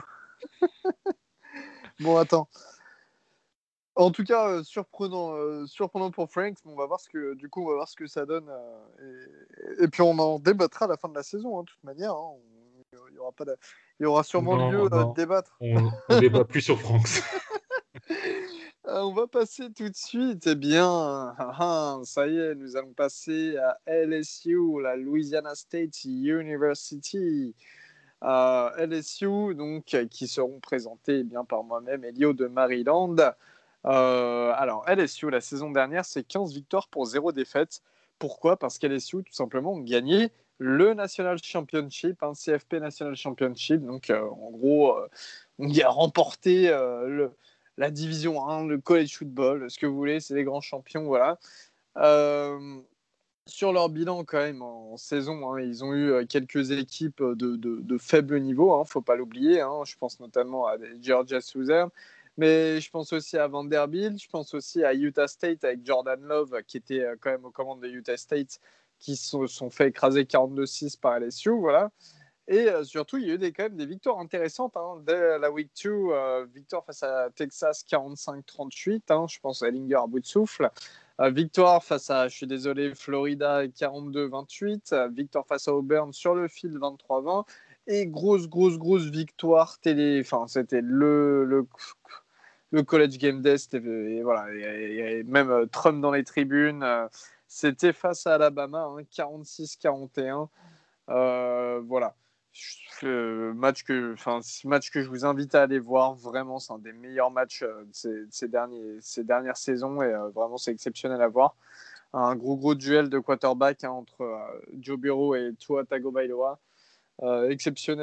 Bon, attends. En tout cas, euh, surprenant, euh, surprenant pour Franks. Mais on va voir ce que, du coup, on va voir ce que ça donne. euh, et, et puis, on en débattra à la fin de la saison, hein, de toute manière. hein. On- Il y aura pas de- il y aura sûrement lieu Non, euh, de non, débattre. on, on débat plus sur Franks. Euh, on va passer tout de suite. Eh bien, ah, ah, ça y est, nous allons passer à L S U, la Louisiana State University. Euh, L S U, donc, qui seront présentés eh bien, par moi-même, Elio de Maryland. Euh, alors, L S U, la saison dernière, c'est quinze victoires pour zéro défaite. Pourquoi? Parce qu'L S U, tout simplement, ont gagné le National Championship, un C F P National Championship. Donc, euh, en gros, euh, on a remporté euh, le, la Division un, le college football, ce que vous voulez, c'est les grands champions, voilà. Euh, sur leur bilan, quand même, en saison, hein, ils ont eu quelques équipes de, de, de faible niveau, il hein, ne faut pas l'oublier. Hein, je pense notamment à Georgia Southern, mais je pense aussi à Vanderbilt, je pense aussi à Utah State avec Jordan Love, qui était quand même aux commandes de Utah State, qui se sont, sont fait écraser quarante-deux six par L S U, voilà. Et euh, surtout, il y a eu des, quand même des victoires intéressantes. Hein. Dès la week deux, euh, victoire face à Texas quarante-cinq trente-huit. Hein, je pense à Ellinger à bout de souffle. Euh, victoire face à, je suis désolé, Florida quarante-deux vingt-huit. Euh, victoire face à Auburn sur le fil vingt-trois vingt. Et grosse, grosse, grosse victoire télé. Enfin, c'était le, le, le College Game Day. Et voilà, il y avait même euh, Trump dans les tribunes. Euh, c'était face à Alabama, hein, quarante-six quarante et un. Euh, voilà. Euh, match que, enfin, match que je vous invite à aller voir. Vraiment, c'est un des meilleurs matchs euh, de, ces, de ces, derniers, ces dernières saisons et euh, vraiment, c'est exceptionnel à voir. Un gros, gros duel de quarterback hein, entre euh, Joe Burrow et Tua Tagovailoa. Euh, exceptionnel.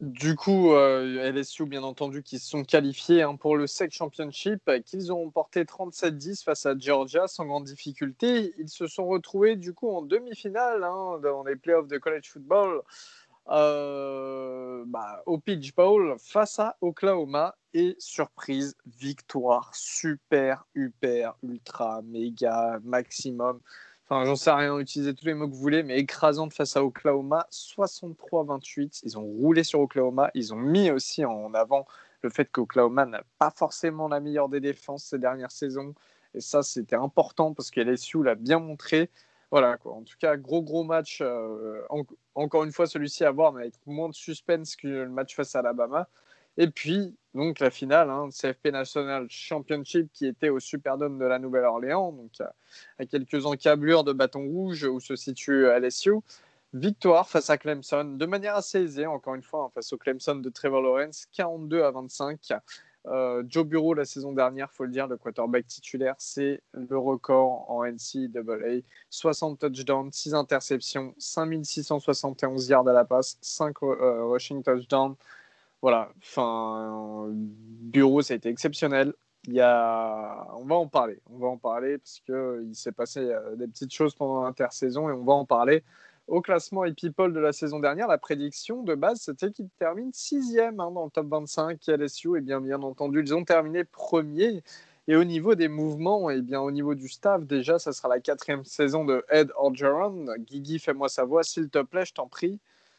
Du coup, euh, L S U, bien entendu, qui se sont qualifiés hein, pour le S E C Championship, euh, qu'ils ont remporté trente-sept dix face à Georgia sans grande difficulté. Ils se sont retrouvés du coup en demi-finale hein, dans les playoffs de college football euh, bah, au Peach Bowl face à Oklahoma. Et surprise, victoire super, hyper, ultra, méga, maximum. Enfin, j'en sais rien, utilisez tous les mots que vous voulez, mais écrasante face à Oklahoma, soixante-trois vingt-huit. Ils ont roulé sur Oklahoma. Ils ont mis aussi en avant le fait qu'Oklahoma n'a pas forcément la meilleure des défenses ces dernières saisons. Et ça, c'était important parce que L S U l'a bien montré. Voilà, quoi. En tout cas, gros, gros match. Euh, en- encore une fois, celui-ci à voir, mais avec moins de suspense que le match face à Alabama. Et puis, donc, la finale, hein, C F P National Championship qui était au Superdome de la Nouvelle-Orléans, donc à, à quelques encablures de Bâton Rouge où se situe L S U. Victoire face à Clemson de manière assez aisée, encore une fois, hein, face au Clemson de Trevor Lawrence, quarante-deux à vingt-cinq. Euh, Joe Burrow, la saison dernière, il faut le dire, le quarterback titulaire, c'est le record en N C A A. soixante touchdowns, six interceptions, cinq mille six cent soixante et onze yards à la passe, cinq euh, rushing touchdowns. Voilà, enfin, Bureau, ça a été exceptionnel. Il y a... On va en parler, on va en parler parce qu'il s'est passé euh, des petites choses pendant l'intersaison et on va en parler. Au classement et people de la saison dernière, la prédiction de base, c'était qu'il termine sixième hein, dans le top vingt-cinq. L S U, et bien, bien entendu, ils ont terminé premier. Et au niveau des mouvements, et bien, au niveau du staff, déjà, ça sera la quatrième saison de Ed Orgeron. Guigui, fais-moi sa voix, s'il te plaît, je t'en prie.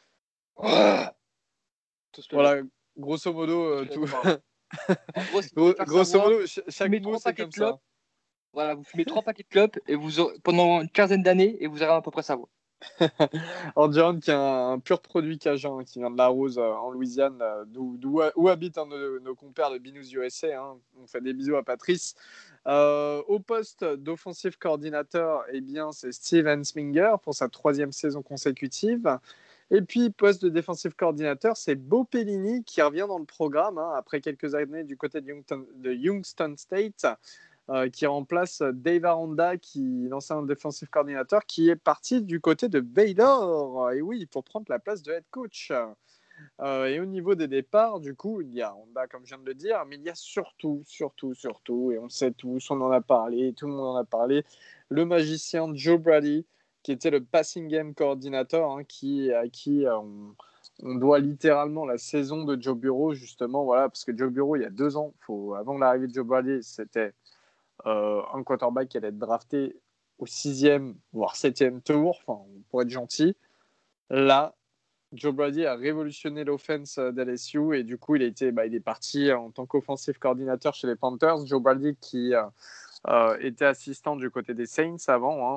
Voilà, grosso modo, euh, tout. En gros, si Gros, faire grosso savoir, modo, ch- chaque fumez mot, trois c'est paquets comme de clopes. ça. Voilà, vous fumez trois paquets de clopes et vous aurez- pendant une quinzaine d'années et vous aurez à peu près sa voix. Orgeron, qui est un, un pur produit cajun, hein, qui vient de la Rose euh, en Louisiane, euh, d'où, d'où- où habitent hein, nos, nos compères de Binous U S A. Hein. On fait des bisous à Patrice. Euh, au poste d'offensive coordinateur, eh bien, c'est Steve Ensminger pour sa troisième saison consécutive. Et puis, poste de défensive coordinateur, c'est Bo Pelini qui revient dans le programme hein, après quelques années du côté de Youngstown, de Youngstown State, euh, qui remplace Dave Aranda, qui l'ancien défensif coordinateur, qui est parti du côté de Baylor. Et oui, pour prendre la place de head coach. Euh, et au niveau des départs, du coup, il y a Honda, comme je viens de le dire, mais il y a surtout, surtout, surtout, et on le sait tous, on en a parlé, tout le monde en a parlé, le magicien Joe Brady, qui était le passing game coordinateur, hein, qui, à qui euh, on, on doit littéralement la saison de Joe Burrow, justement, voilà, parce que Joe Burrow, il y a deux ans, faut, avant l'arrivée de Joe Brady, c'était euh, un quarterback qui allait être drafté au sixième, voire septième tour, enfin, pour être gentil. Là, Joe Brady a révolutionné l'offense d'L S U et du coup, il, a été, bah, il est parti en tant qu'offensive coordinateur chez les Panthers. Joe Brady qui euh, euh, était assistant du côté des Saints avant. Hein.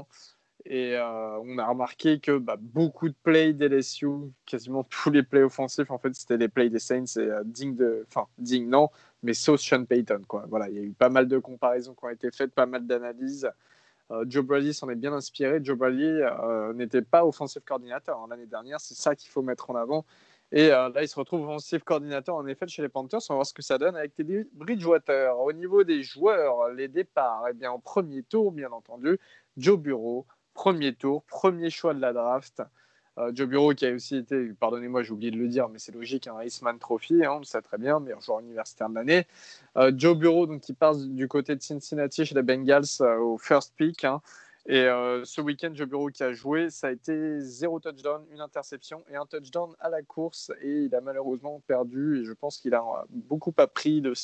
Et euh, on a remarqué que bah, beaucoup de plays d'L S U, quasiment tous les plays offensifs, en fait, c'était des plays des Saints et euh, digne de. Enfin, digne non, mais sauce Sean Payton. Quoi. Voilà, il y a eu pas mal de comparaisons qui ont été faites, pas mal d'analyses. Euh, Joe Brady s'en est bien inspiré. Joe Brady euh, n'était pas offensive coordinateur hein, l'année dernière, c'est ça qu'il faut mettre en avant. Et euh, là, il se retrouve offensive coordinateur en effet chez les Panthers. On va voir ce que ça donne avec Teddy Bridgewater. Au niveau des joueurs, les départs, eh bien, en premier tour, bien entendu, Joe Burrow, premier tour, premier choix de la draft. Euh, Joe Burrow qui a aussi été, pardonnez-moi, j'ai oublié de le dire, mais c'est logique, un Heisman Trophy, hein, on le sait très bien, meilleur joueur universitaire de l'année. Euh, Joe Burrow, donc, qui passe du côté de Cincinnati chez les Bengals euh, au first pick. Hein. Et euh, ce week-end, Joe Burrow qui a joué, ça a été zéro touchdown, une interception et un touchdown à la course. Et il a malheureusement perdu. Et je pense qu'il a beaucoup appris de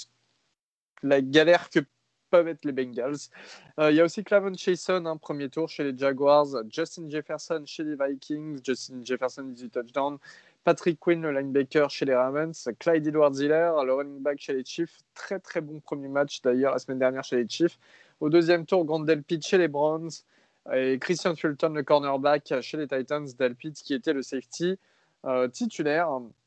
la galère que peuvent être les Bengals. Euh, il y a aussi Clavon Chason, hein, premier tour chez les Jaguars. Justin Jefferson chez les Vikings. Justin Jefferson, dix-huit touchdowns. Patrick Quinn, le linebacker chez les Ravens. Clyde Edwards-Helaire, le running back chez les Chiefs. Très, très bon premier match, d'ailleurs, la semaine dernière chez les Chiefs. Au deuxième tour, Grant Delpit chez les Browns. Et Christian Fulton, le cornerback chez les Titans. Delpit, qui était le safety euh, titulaire.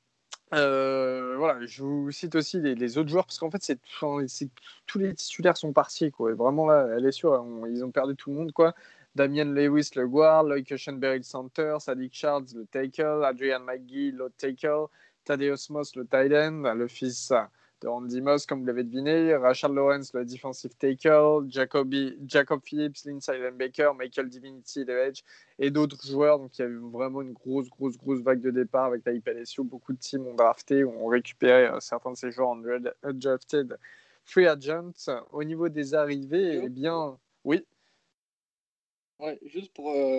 Euh, voilà, je vous cite aussi les, les autres joueurs parce qu'en fait, c'est, enfin, c'est, tous les titulaires sont partis. Quoi. Et vraiment, là, elle est sûre, on, ils ont perdu tout le monde. Quoi. Damien Lewis, le guard, Lloyd Cushenberry, le center, Sadiq Charles, le tackle, Adrian McGee, l'autre tackle, Thaddeus Moss, le tight end, le fils de Randy Moss, comme vous l'avez deviné, Rashard Lawrence, le defensive tackle, Jacoby, Jacob Phillips, l'inside linebacker, Michael Divinity, le edge, et d'autres joueurs. Donc il y a eu vraiment une grosse, grosse, grosse vague de départ avec la I P L S U. Beaucoup de teams ont drafté, ont récupéré euh, certains de ces joueurs en undrafted free agents. Au niveau des arrivées, eh bien, oui. Ouais, juste pour euh,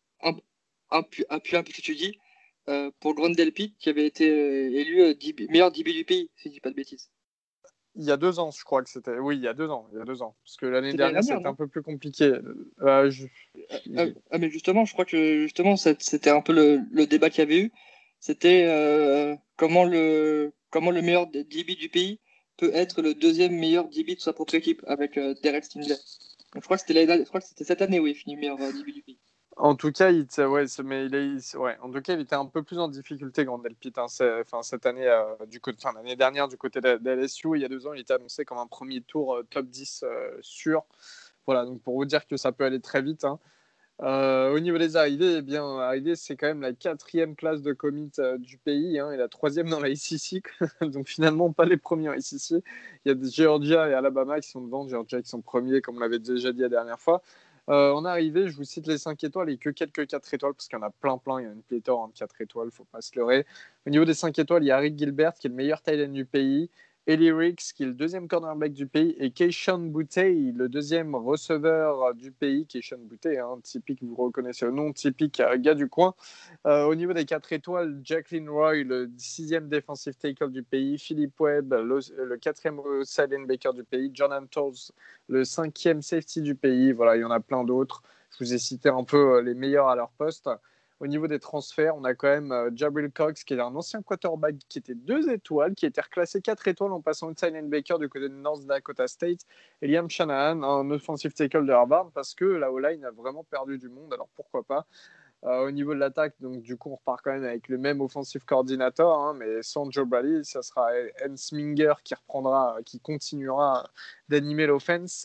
appuyer un peu ce que tu dis, euh, pour Grand Delpit, qui avait été euh, élu euh, D B, meilleur D B du pays, si je dis pas de bêtises. Il y a deux ans, je crois que c'était. Oui, il y a deux ans. Il y a deux ans. Parce que l'année C'était dernière, l'année c'était dernière, un peu plus compliqué. Euh, je... Ah, ah, mais justement, je crois que justement, c'était un peu le, le débat qu'il y avait eu. C'était euh, comment le comment le meilleur D B du pays peut être le deuxième meilleur D B de sa propre équipe avec euh, Derek Stingley. Donc, je crois que c'était l'année- je crois que c'était cette année où il finit meilleur euh, D B du pays. En tout cas, il, ouais, mais il, est, ouais, en tout cas, il était un peu plus en difficulté, Grand Delpit. Hein, enfin, cette année, euh, du côté, enfin, l'année dernière, du côté de, de L S U, il y a deux ans, il était annoncé comme un premier tour euh, top dix euh, sûr. Voilà, donc pour vous dire que ça peut aller très vite. Hein. Euh, au niveau des arrivées, eh bien, arrivée, c'est quand même la quatrième classe de commit euh, du pays hein, et la troisième dans la S E C. Donc finalement, pas les premiers en S E C. Il y a Georgia et Alabama qui sont devant, Georgia qui sont premiers, comme on l'avait déjà dit la dernière fois. Euh, en arrivée, je vous cite les cinq étoiles et que quelques quatre étoiles, parce qu'il y en a plein, plein. Il y a une pléthore de quatre étoiles, il ne faut pas se leurrer. Au niveau des cinq étoiles, il y a Rick Gilbert, qui est le meilleur tight end du pays. Eli Ricks, qui est le deuxième cornerback du pays, et Keishon Boutte, le deuxième receveur du pays. Keishon Boutte, hein, typique, vous reconnaissez le nom, typique euh, gars du coin. Euh, au niveau des quatre étoiles, Jacqueline Roy, le sixième defensive tackle du pays, Philip Webb, le, le quatrième side linebacker du pays, Jordan Tolles, le cinquième safety du pays. Voilà, il y en a plein d'autres. Je vous ai cité un peu les meilleurs à leur poste. Au niveau des transferts, on a quand même euh, Jabril Cox, qui est un ancien quarterback qui était deux étoiles, qui a été reclassé quatre étoiles en passant outside linebacker du côté de North Dakota State, et Liam Shanahan, un offensive tackle de Harvard, parce que la O-line a vraiment perdu du monde, alors pourquoi pas. Euh, au niveau de l'attaque, donc du coup, on repart quand même avec le même offensive coordinator, hein, mais sans Joe Brady, ça sera Ensminger qui reprendra, qui continuera d'animer l'offense.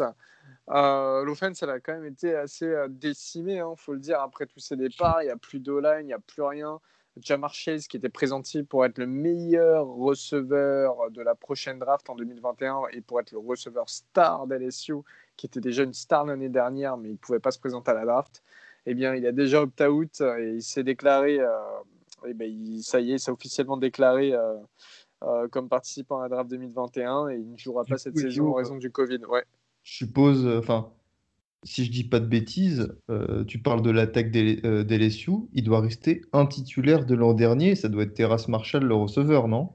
Euh, L'offense, elle a quand même été assez euh, décimée, il hein, faut le dire, après tous ces départs. Il n'y a plus d'O-line, il n'y a plus rien. Jamar Chase, qui était présenté pour être le meilleur receveur de la prochaine draft en deux mille vingt et un et pour être le receveur star d'L S U, qui était déjà une star l'année dernière, mais il ne pouvait pas se présenter à la draft. Eh bien, il a déjà opt-out et il s'est déclaré, euh, eh bien, il, ça y est, c'est officiellement déclaré euh, euh, comme participant à la draft deux mille vingt et un et il ne jouera Du pas cette coup, saison en Elio, raison du Covid. Ouais. je suppose, enfin, si je dis pas de bêtises, euh, tu parles de l'attaque d'L- euh, d'L S U, il doit rester un titulaire de l'an dernier, ça doit être Terrace Marshall, le receveur, non?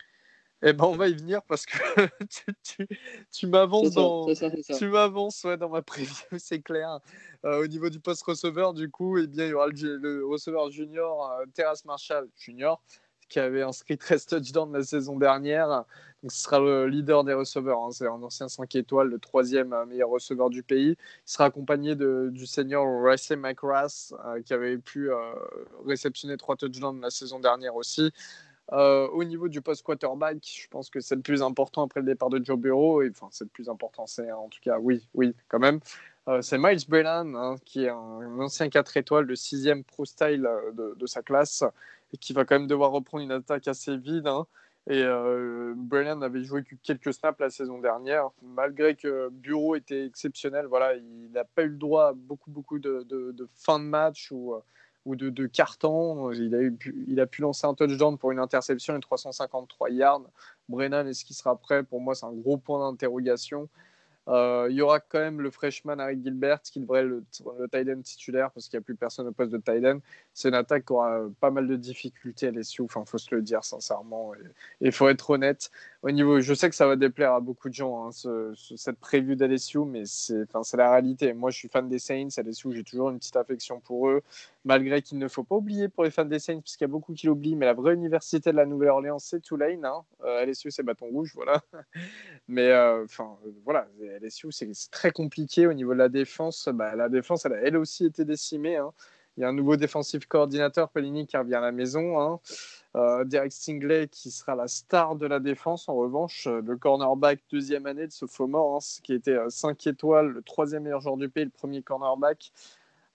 Eh ben, on va y venir parce que tu, tu, tu m'avances C'est ça, dans, c'est ça, c'est ça. tu m'avances ouais, dans ma preview, c'est clair. Euh, au niveau du poste receveur, du coup, eh bien, il y aura le, le receveur junior euh, Terrace Marshall Junior qui avait inscrit treize touchdowns la saison dernière. Donc, ce sera le leader des receveurs. Hein. C'est un ancien cinq étoiles, le troisième meilleur receveur du pays. Il sera accompagné de, du senior Racey McGrath euh, qui avait pu euh, réceptionner trois touchdowns la saison dernière aussi. Euh, au niveau du post quarterback, je pense que c'est le plus important après le départ de Joe Burrow. Et, enfin, c'est le plus important, c'est en tout cas, oui, oui, quand même. Euh, c'est Miles Brennan, hein, qui est un, un ancien quatre étoiles, le sixième pro style de, de, sa classe, et qui va quand même devoir reprendre une attaque assez vide. Hein. Et euh, Brennan avait joué quelques snaps la saison dernière, malgré que Burrow était exceptionnel. Voilà, il n'a pas eu le droit à beaucoup, beaucoup de, de, de fin de match ou ou de, de carton. Il a, eu, il a pu lancer un touchdown pour une interception et trois cent cinquante-trois yards. Brennan, est-ce qu'il sera prêt? Pour moi, c'est un gros point d'interrogation. Euh, il y aura quand même le freshman Harry Gilbert qui devrait être le, le tight end titulaire parce qu'il n'y a plus personne au poste de tight end. C'est une attaque qui aura pas mal de difficultés à L S U, enfin, il faut se le dire sincèrement. Et il faut être honnête. Au niveau, je sais que ça va déplaire à beaucoup de gens, hein, ce, ce, cette preview d'L S U, mais c'est, c'est la réalité. Moi, je suis fan des Saints. L S U, j'ai toujours une petite affection pour eux, malgré qu'il ne faut pas oublier pour les fans des Saints, puisqu'il y a beaucoup qui l'oublient, mais la vraie université de la Nouvelle-Orléans, c'est Tulane. Hein. Euh, L S U, c'est bâton rouge, voilà. Mais enfin, euh, voilà, L S U, c'est, c'est très compliqué au niveau de la défense. Bah, la défense, elle a elle aussi été décimée. Hein. Il y a un nouveau défensif coordinateur, Pelini, qui revient à la maison. Hein. Euh, Derek Stingley, qui sera la star de la défense. En revanche, le cornerback deuxième année de sophomore, hein, qui était cinq étoiles, le troisième meilleur joueur du pays, le premier cornerback.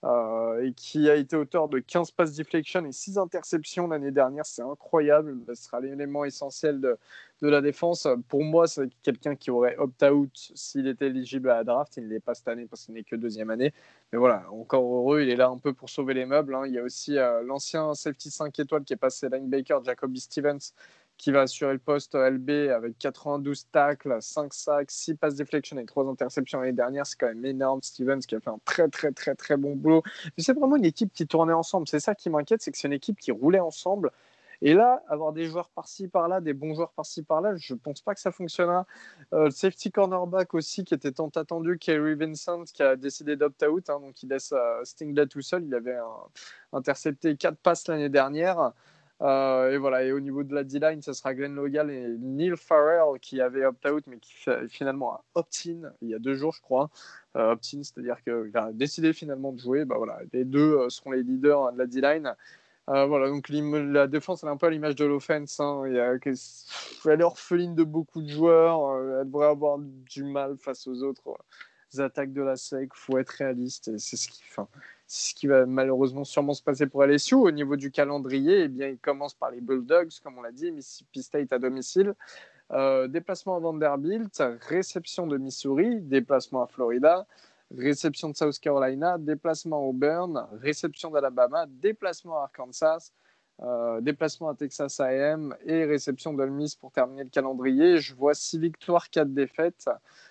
euh, et qui a été auteur de quinze passes deflection et six interceptions l'année dernière. C'est incroyable. Ce sera l'élément essentiel de, de la défense. Pour moi, c'est quelqu'un qui aurait opt-out s'il était éligible à la draft. Il ne l'est pas cette année parce qu'il n'est que deuxième année. Mais voilà, encore heureux, il est là un peu pour sauver les meubles. Hein. Il y a aussi euh, l'ancien safety cinq étoiles qui est passé linebacker, Jacoby Stevens, qui va assurer le poste L B avec quatre-vingt-douze tacles, cinq sacs, six passes deflection et trois interceptions l'année dernière. C'est quand même énorme. Stevens qui a fait un très très très très bon boulot. Mais c'est vraiment une équipe qui tournait ensemble. C'est ça qui m'inquiète, c'est que c'est une équipe qui roulait ensemble. Et là, avoir des joueurs par-ci par-là, des bons joueurs par-ci par-là, je ne pense pas que ça fonctionnera. Euh, le safety cornerback aussi, qui était tant attendu, Kerry Vincent, qui a décidé d'opt-out, hein, donc il laisse euh, Stingler tout seul. Il avait un, intercepté quatre passes l'année dernière. Euh, et voilà, et au niveau de la D-line, ce sera Glenn Logan et Neil Farrell qui avaient opt-out, mais qui finalement a opt-in il y a deux jours, je crois. Euh, opt-in, c'est-à-dire qu'il a décidé finalement de jouer. Bah, voilà, les deux euh, seront les leaders de la D-line. Euh, voilà, donc la défense, elle est un peu à l'image de l'offense. Hein. Il y a, elle est orpheline de beaucoup de joueurs. Euh, elle devrait avoir du mal face aux autres euh, attaques de la S E C. Il faut être réaliste. Et c'est ce qui, enfin, c'est ce qui va malheureusement sûrement se passer pour L S U. Au niveau du calendrier, eh bien, il commence par les Bulldogs, comme on l'a dit, Mississippi State à domicile. Euh, déplacement à Vanderbilt, réception de Missouri, déplacement à Florida, réception de South Carolina, déplacement à Auburn, réception d'Alabama, déplacement à Arkansas, euh, déplacement à Texas A and M et réception d'Ole Miss pour terminer le calendrier. Je vois six victoires, quatre défaites.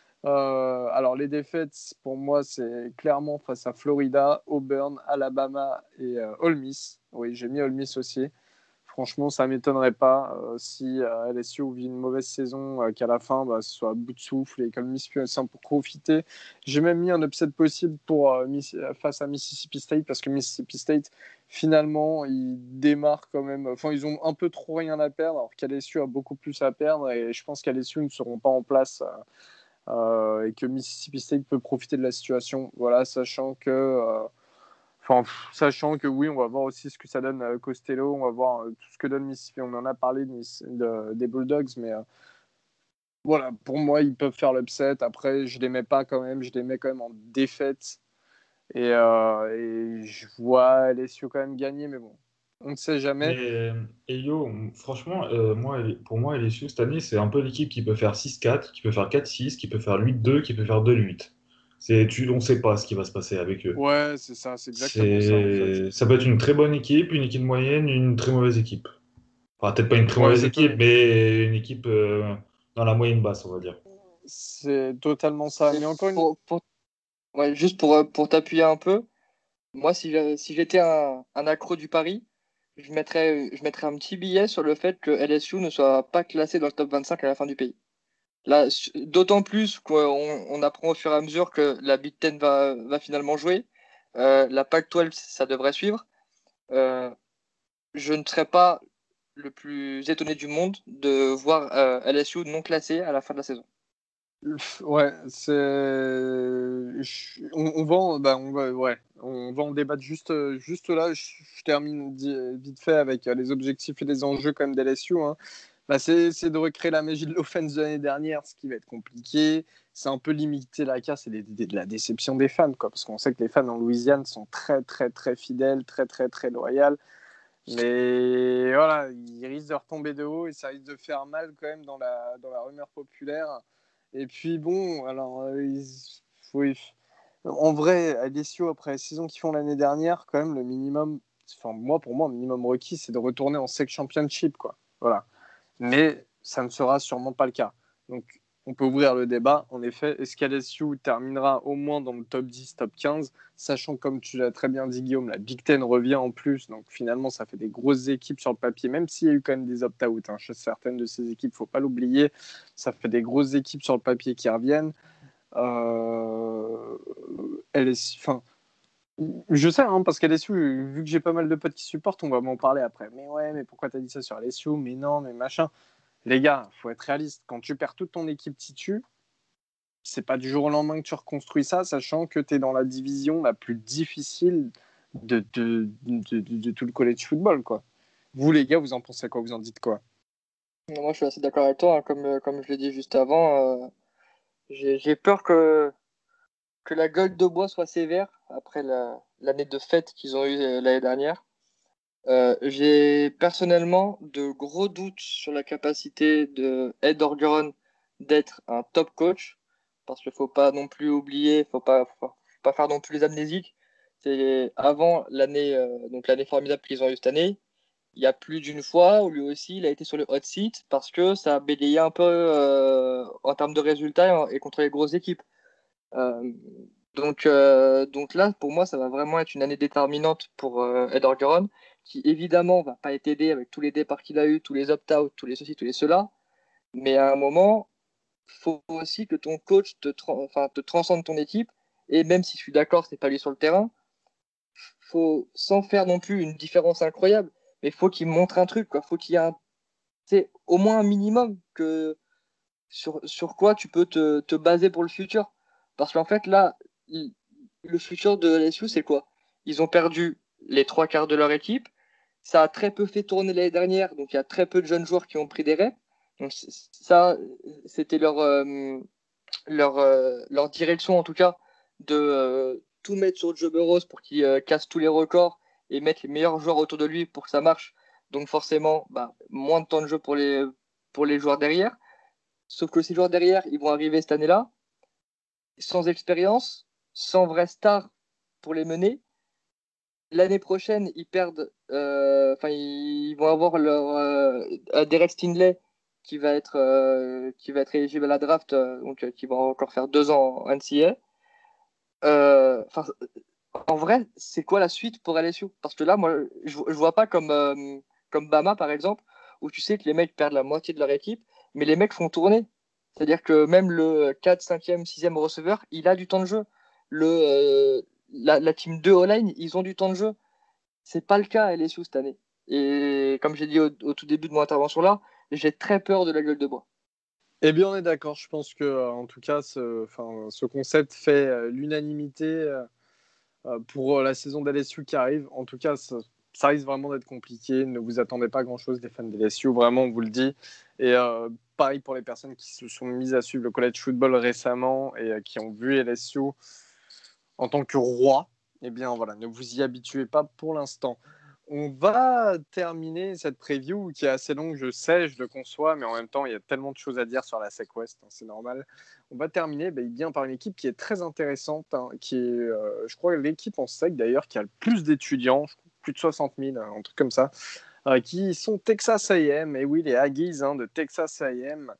Euh, alors les défaites, pour moi, c'est clairement face à Florida, Auburn, Alabama et euh, Ole Miss. Oui, j'ai mis Ole Miss aussi. Franchement, ça ne m'étonnerait pas euh, si euh, L S U vit une mauvaise saison, euh, qu'à la fin, bah, ce soit à bout de souffle et comme Miss puisse pour profiter. J'ai même mis un upset possible pour, euh, miss, face à Mississippi State parce que Mississippi State, finalement, ils démarrent quand même. Enfin, ils ont un peu trop rien à perdre alors qu'L S U a beaucoup plus à perdre et je pense qu'L S U ne seront pas en place euh, euh, et que Mississippi State peut profiter de la situation. Voilà, sachant que. Euh, Enfin, pff, sachant que oui, on va voir aussi ce que ça donne euh, Costello, on va voir euh, tout ce que donne Mississippi. On en a parlé de, de, des Bulldogs, mais euh, voilà, pour moi, ils peuvent faire l'upset. Après, je les mets pas quand même, je les mets quand même en défaite. Et, euh, et je vois L S U quand même gagner, mais bon, on ne sait jamais. Mais et yo, franchement, euh, moi, pour moi, L S U cette année, c'est un peu l'équipe qui peut faire six quatre, qui peut faire quatre six, qui peut faire huit deux, qui peut faire deux huit. C'est, tu, on ne sait pas ce qui va se passer avec eux. Ouais, c'est ça, c'est exactement ça en fait. C'est, ça peut être une très bonne équipe, une équipe moyenne, une très mauvaise équipe. Enfin, peut-être pas une très Ouais, mauvaise c'est équipe, to- mais une équipe euh, dans la moyenne basse, on va dire. c'est totalement ça. Mais encore une Pour, pour- ouais, juste pour, euh, pour t'appuyer un peu, moi, si j'ai- si j'étais un, un accro du pari, je mettrais, je mettrais un petit billet sur le fait que L S U ne soit pas classé dans le top vingt-cinq à la fin du pays. Là, su- d'autant plus qu'on on apprend au fur et à mesure que la Big Ten va, va finalement jouer. Euh, la Pac douze, ça devrait suivre. Euh, je ne serais pas le plus étonné du monde de voir euh, L S U non classé à la fin de la saison. Ouais, c'est. je- On, on va, en- bah, on va, ouais, on va en débattre juste, juste là. Je, je termine di- vite fait avec euh, les objectifs et les enjeux quand même d'L S U. Hein. Bah, c'est, c'est de recréer la magie de l'offense de l'année dernière, ce qui va être compliqué. C'est un peu limiter la casse et des- des- de la déception des fans, quoi, parce qu'on sait que les fans en Louisiane sont très, très, très fidèles, très, très, très loyaux. Mais voilà, ils risquent de retomber de haut et ça risque de faire mal quand même dans la, dans la rumeur populaire. Et puis bon, alors, euh, ils- faut- en vrai, à L S U, après la saison qu'ils font l'année dernière, quand même, le minimum, enfin, moi, pour moi, le minimum requis, c'est de retourner en S E C Championship, quoi. Voilà. Mais ça ne sera sûrement pas le cas. Donc, on peut ouvrir le débat. En effet, est-ce qu'L S U terminera au moins dans le top dix, top quinze, sachant, comme tu l'as très bien dit, Guillaume, la Big Ten revient en plus. Donc, finalement, ça fait des grosses équipes sur le papier, même s'il y a eu quand même des opt-out. Hein, chez certaines de ces équipes, il ne faut pas l'oublier. Ça fait des grosses équipes sur le papier qui reviennent. Euh, L S U, enfin, je sais, hein, parce qu'L S U, vu que j'ai pas mal de potes qui supportent, on va m'en parler après. Mais ouais, mais pourquoi t'as dit ça sur L S U? Mais non, mais machin. Les gars, faut être réaliste. Quand tu perds toute ton équipe titu, c'est pas du jour au lendemain que tu reconstruis ça, sachant que tu es dans la division la plus difficile de, de, de, de, de tout le college football, quoi. Vous, les gars, vous en pensez quoi? Vous en dites quoi? Moi, je suis assez d'accord avec toi. Hein, comme, euh, comme je l'ai dit juste avant, euh, j'ai j'ai peur que, que la gueule de bois soit sévère après la, l'année de fête qu'ils ont eue euh, l'année dernière. Euh, j'ai personnellement de gros doutes sur la capacité de Ed Orgeron d'être un top coach, parce qu'il faut pas non plus oublier, faut pas, faut, faut pas faire non plus les amnésiques. C'est avant l'année, euh, donc l'année formidable qu'ils ont eue cette année. Il y a plus d'une fois où lui aussi il a été sur le hot seat parce que ça a bégayé un peu euh, en termes de résultats et, et contre les grosses équipes. Euh, donc, euh, donc là, pour moi, ça va vraiment être une année déterminante pour euh, Ed Orgeron, qui évidemment va pas être aidé avec tous les départs qu'il a eu, tous les opt-out, tous les ceci, tous les cela. Mais à un moment, faut aussi que ton coach te, tra- enfin, te transcende ton équipe. Et même si je suis d'accord, c'est pas lui sur le terrain, faut sans faire non plus une différence incroyable, mais faut qu'il montre un truc, quoi. Faut qu'il y ait un, c'est au moins un minimum que sur, sur quoi tu peux te, te baser pour le futur. Parce qu'en fait, là, il- le futur de L S U, c'est quoi? Ils ont perdu les trois quarts de leur équipe. Ça a très peu fait tourner l'année dernière, donc il y a très peu de jeunes joueurs qui ont pris des reps. Donc c- ça, c'était leur, euh, leur, euh, leur direction, en tout cas, de euh, tout mettre sur Joe Burrow pour qu'il euh, casse tous les records et mettre les meilleurs joueurs autour de lui pour que ça marche. Donc forcément, bah, moins de temps de jeu pour les, pour les joueurs derrière. Sauf que ces joueurs derrière, ils vont arriver cette année-là, sans expérience, sans vraie star pour les mener. L'année prochaine, ils perdent, euh, enfin, ils vont avoir leur euh, Derek Stingley qui va être, euh, qui va être éligible à la draft, euh, donc euh, qui va encore faire deux ans en N C A A. Euh, Enfin, en vrai, c'est quoi la suite pour L S U? Parce que là, moi, je, je vois pas comme, euh, comme Bama, par exemple, où tu sais que les mecs perdent la moitié de leur équipe, mais les mecs font tourner. C'est-à-dire que même le quatre, cinquième, sixième receveur, il a du temps de jeu. Le, euh, la, la team deux O-line, ils ont du temps de jeu. C'est pas le cas à L S U cette année. Et comme j'ai dit au, au tout début de mon intervention là, j'ai très peur de la gueule de bois. Eh bien, on est d'accord. Je pense que, euh, en tout cas, ce, enfin, ce concept fait euh, l'unanimité euh, euh, pour euh, la saison d'L S U qui arrive. En tout cas, ça, ça risque vraiment d'être compliqué. Ne vous attendez pas grand-chose des fans d'L S U, vraiment, on vous le dit. Et euh, pareil pour les personnes qui se sont mises à suivre le college football récemment et euh, qui ont vu L S U en tant que roi. Eh bien, voilà, ne vous y habituez pas pour l'instant. On va terminer cette preview qui est assez longue, je sais, je le conçois, mais en même temps, il y a tellement de choses à dire sur la S E C West, hein, c'est normal. On va terminer bah, bien par une équipe qui est très intéressante, hein, qui est, euh, je crois, l'équipe en S E C d'ailleurs qui a le plus d'étudiants, je crois, plus de soixante mille, un truc comme ça, euh, qui sont Texas A and M, et oui, les Aggies hein, de Texas A and M.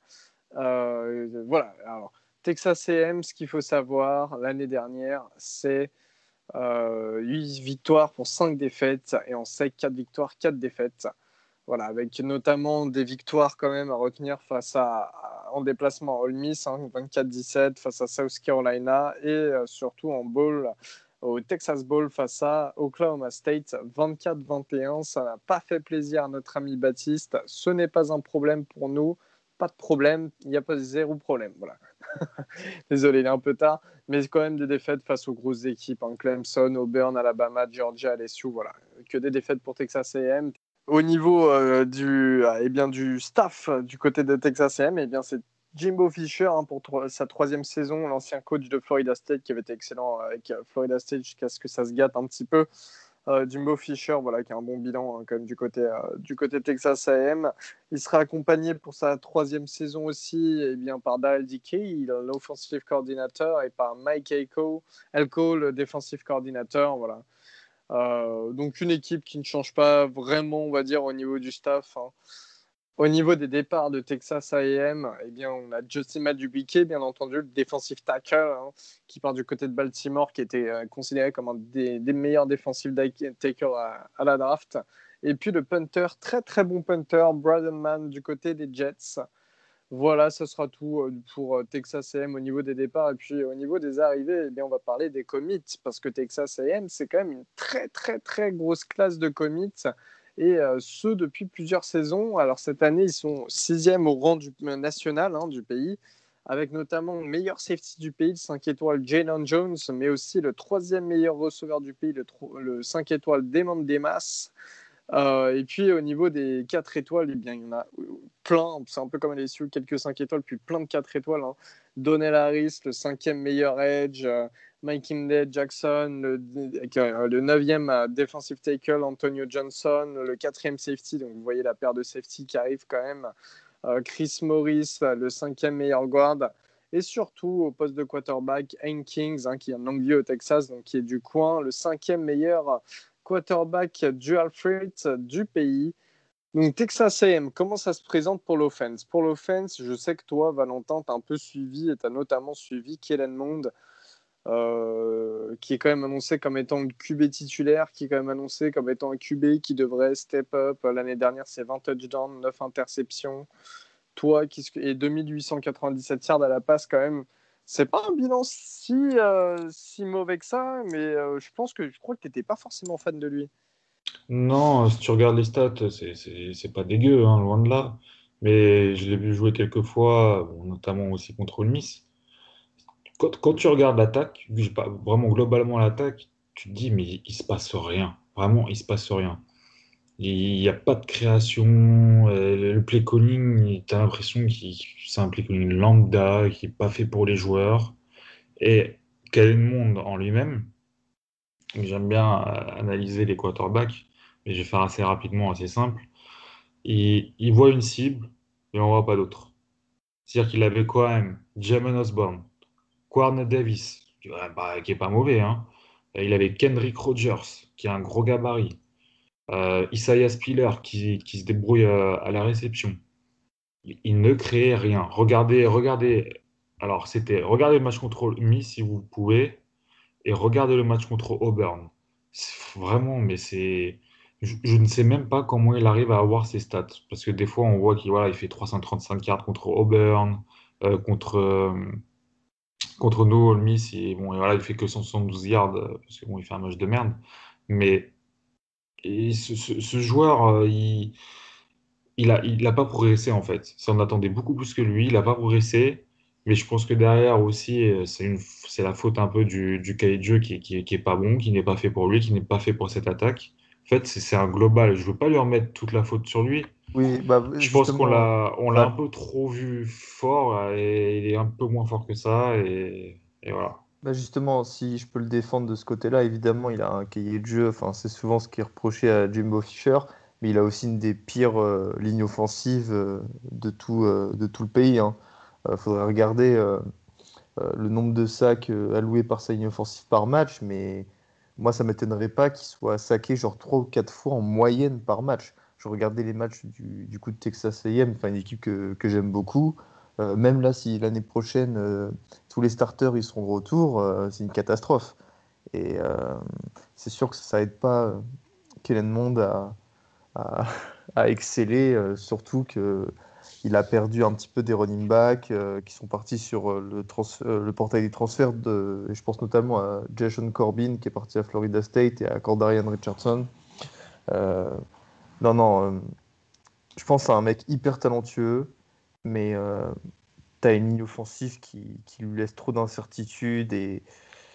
Euh, voilà, alors, Texas A and M, ce qu'il faut savoir, l'année dernière, c'est euh, huit victoires pour cinq défaites et en S E C, quatre victoires, quatre défaites. Voilà, avec notamment des victoires quand même à retenir face à, à en déplacement à Ole Miss, hein, vingt-quatre dix-sept face à South Carolina et euh, surtout en bowl au Texas Bowl face à Oklahoma State vingt-quatre vingt et un. Ça n'a pas fait plaisir à notre ami Baptiste. Ce n'est pas un problème pour nous. Pas de problème, il n'y a pas zéro problème. Voilà. Désolé, il est un peu tard, mais quand même des défaites face aux grosses équipes, hein, Clemson, Auburn, Alabama, Georgia, L S U, voilà, que des défaites pour Texas A and M. Au niveau euh, du, euh, eh bien, du staff euh, du côté de Texas A and M, eh bien, c'est Jimbo Fisher hein, pour tro- sa troisième saison, l'ancien coach de Florida State qui avait été excellent avec euh, Florida State jusqu'à ce que ça se gâte un petit peu. Euh, Jimbo Fisher, voilà, qui a un bon bilan hein, quand même du côté, euh, du côté Texas A and M. Il sera accompagné pour sa troisième saison aussi eh bien, par Daryl Dickey, l'offensive coordinator, et par Mike Elko, Elko le defensive coordinator. Voilà. Euh, donc une équipe qui ne change pas vraiment, on va dire, au niveau du staff. Hein. Au niveau des départs de Texas A and M, eh bien, on a Justin Madubuike, bien entendu, le defensive tackle, hein, qui part du côté de Baltimore, qui était euh, considéré comme un des, des meilleurs defensive tackles à, à la draft. Et puis le punter, très très bon punter, Braden Mann, du côté des Jets. Voilà, ce sera tout pour Texas A and M au niveau des départs. Et puis au niveau des arrivées, eh bien, on va parler des commits, parce que Texas A and M, c'est quand même une très très très grosse classe de commits. Et euh, ce, depuis plusieurs saisons. Alors cette année, ils sont sixième au rang du, national hein, du pays, avec notamment le meilleur safety du pays, le cinq étoiles Jalen Jones, mais aussi le troisième meilleur receveur du pays, le, le cinq étoiles Damon Demas. Euh, et puis au niveau des quatre étoiles, eh bien, il y en a plein, c'est un peu comme L S U, quelques cinq étoiles, puis plein de quatre étoiles. Hein. Donnell Harris, le cinquième meilleur edge, euh, Mike Hindley Jackson, le, euh, le neuvième euh, defensive tackle, Antonio Johnson, le quatrième safety, donc vous voyez la paire de safety qui arrive quand même, euh, Chris Morris, le cinquième meilleur guard, et surtout au poste de quarterback, Hank Kings, hein, qui est un Longview au Texas, donc qui est du coin, le cinquième meilleur quarterback dual threat du pays. Donc Texas A and M, comment ça se présente pour l'offense? Pour l'offense, je sais que toi, Valentin, tu as un peu suivi et tu as notamment suivi Kellen Mond, euh, qui est quand même annoncé comme étant le Q B titulaire, qui est quand même annoncé comme étant un Q B qui devrait step up. L'année dernière, c'est vingt touchdowns, neuf interceptions. Toi, qui, et deux mille huit cent quatre-vingt-dix-sept yards à la passe quand même. C'est pas un bilan si, euh, si mauvais que ça, mais euh, je pense que je crois que tu n'étais pas forcément fan de lui. Non, si tu regardes les stats, c'est c'est- c'est pas dégueu, hein, loin de là. Mais je l'ai vu jouer quelques fois, bon, notamment aussi contre Ole Miss. Quand, quand tu regardes l'attaque, vu que j'ai pas vraiment globalement l'attaque, tu te dis, mais il, il se passe rien. Vraiment, il se passe rien. Il n'y a pas de création. euh, le play calling, tu as l'impression que c'est un play calling lambda, qui n'est pas fait pour les joueurs. Et quel est le monde en lui-même? J'aime bien euh, analyser les quarterbacks, mais je vais faire assez rapidement, assez simple. Il, il voit une cible, et on voit pas d'autre. C'est-à-dire qu'il avait quand même Jamon Osborne, Quarnet Davis, qui, ouais, bah, qui est pas mauvais, hein. Et il avait Kendrick Rogers, qui a un gros gabarit. Euh, Isaiah Spiller, qui, qui se débrouille euh, à la réception. Il, il ne créait rien. Regardez, regardez. Alors, c'était regardez le match contre Miss si vous pouvez, et regardez le match contre Auburn. C'est vraiment, mais c'est. Je, je ne sais même pas comment il arrive à avoir ses stats. Parce que des fois, on voit qu'il voilà, il fait trois cent trente-cinq yards contre Auburn, euh, contre, euh, contre nous, Ole Miss, et, bon, et voilà, il fait que cent soixante-douze yards, euh, parce que bon, il fait un match de merde. Mais et ce, ce- ce joueur, euh, il, il a, il a pas progressé en fait. Si on attendait beaucoup plus que lui, il n'a pas progressé. Mais je pense que derrière aussi, euh, c'est une, c'est la faute un peu du, du cahier de jeu qui, qui, qui est pas bon, qui n'est pas fait pour lui, qui n'est pas fait pour cette attaque. En fait, c'est c'est un global. Je veux pas lui remettre toute la faute sur lui. Oui, bah Je pense qu'on justement, l'a, on l'a un enfin, peu trop vu fort là, et il est un peu moins fort que ça. Et, et voilà. bah justement, si je peux le défendre de ce côté-là, évidemment, il a un cahier de jeu. Enfin, c'est souvent ce qui est reproché à Jimbo Fisher, mais il a aussi une des pires euh, lignes offensives euh, de tout, euh, de tout le pays. Hein. Euh, faudrait regarder euh, euh, le nombre de sacs euh, alloués par sa ligne offensive par match, mais moi, ça m'étonnerait pas qu'il soit saqué genre trois ou quatre fois en moyenne par match. Je regardais les matchs du, du coup de Texas A and M, enfin une équipe que, que j'aime beaucoup. Euh, même là, si l'année prochaine, euh, tous les starters ils seront de retour, euh, c'est une catastrophe. Et euh, c'est sûr que ça aide pas euh, Kellen Mond à, à, à exceller, euh, surtout que il a perdu un petit peu des running backs euh, qui sont partis sur euh, le, trans euh, le portail des transferts. De, et je pense notamment à Jason Corbin qui est parti à Florida State et à Cordarian Richardson. Euh, non, non, euh, je pense à un mec hyper talentueux, mais euh, t'as une ligne offensive qui, qui lui laisse trop d'incertitudes et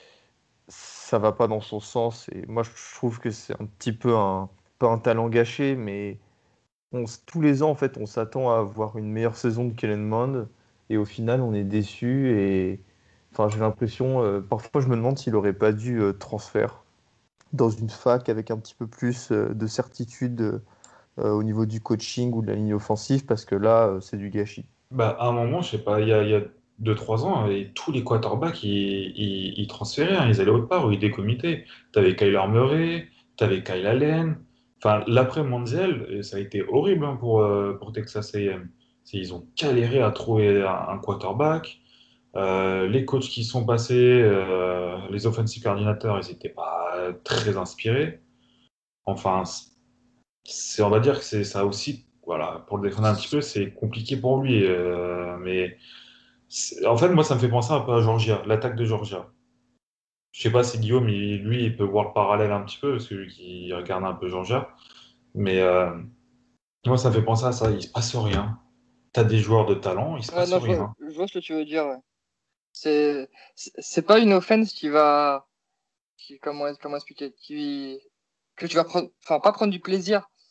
ça va pas dans son sens. Et moi, je trouve que c'est un petit peu un, pas un talent gâché, mais on s- tous les ans, en fait, on s'attend à avoir une meilleure saison de Kellen Mond et au final, on est déçu. Et enfin, j'ai l'impression, euh, parfois, je me demande s'il aurait pas dû euh, transfert dans une fac avec un petit peu plus euh, de certitude euh, au niveau du coaching ou de la ligne offensive parce que là, euh, c'est du gâchis. Bah, à un moment, je sais pas, il y a, il y a deux trois ans, et tous les quarterbacks, ils, ils, ils transféraient, hein, ils allaient autre part, ou ils décommitaient. T'avais Kyler Murray, t'avais Kyle Allen. Enfin, l'après Manziel, euh, ça a été horrible hein, pour, euh, pour Texas A and M. C'est- Ils ont galéré à trouver un, un quarterback. Euh, les coachs qui sont passés, euh, les offensive coordinateurs, ils n'étaient pas très inspirés. Enfin, c'est, on va dire que c'est ça aussi, voilà, pour le défendre un petit peu, c'est compliqué pour lui. euh, mais c'est- en fait, moi, ça me fait penser un peu à Georgia, l'attaque de Georgia. Je sais pas si Guillaume, il- lui, il peut voir le parallèle un petit peu, parce que lui qui regarde un peu Georgia. Mais euh, moi, ça me fait penser à ça. Il se passe rien. T'as des joueurs de talent, il se Ouais, passe non, je vois, rien. je vois ce que tu veux dire. Ouais. C'est, c'est c'est pas une offense qui va, qui, comment, comment expliquer, qui, que tu vas prendre, enfin, pas prendre du plaisir,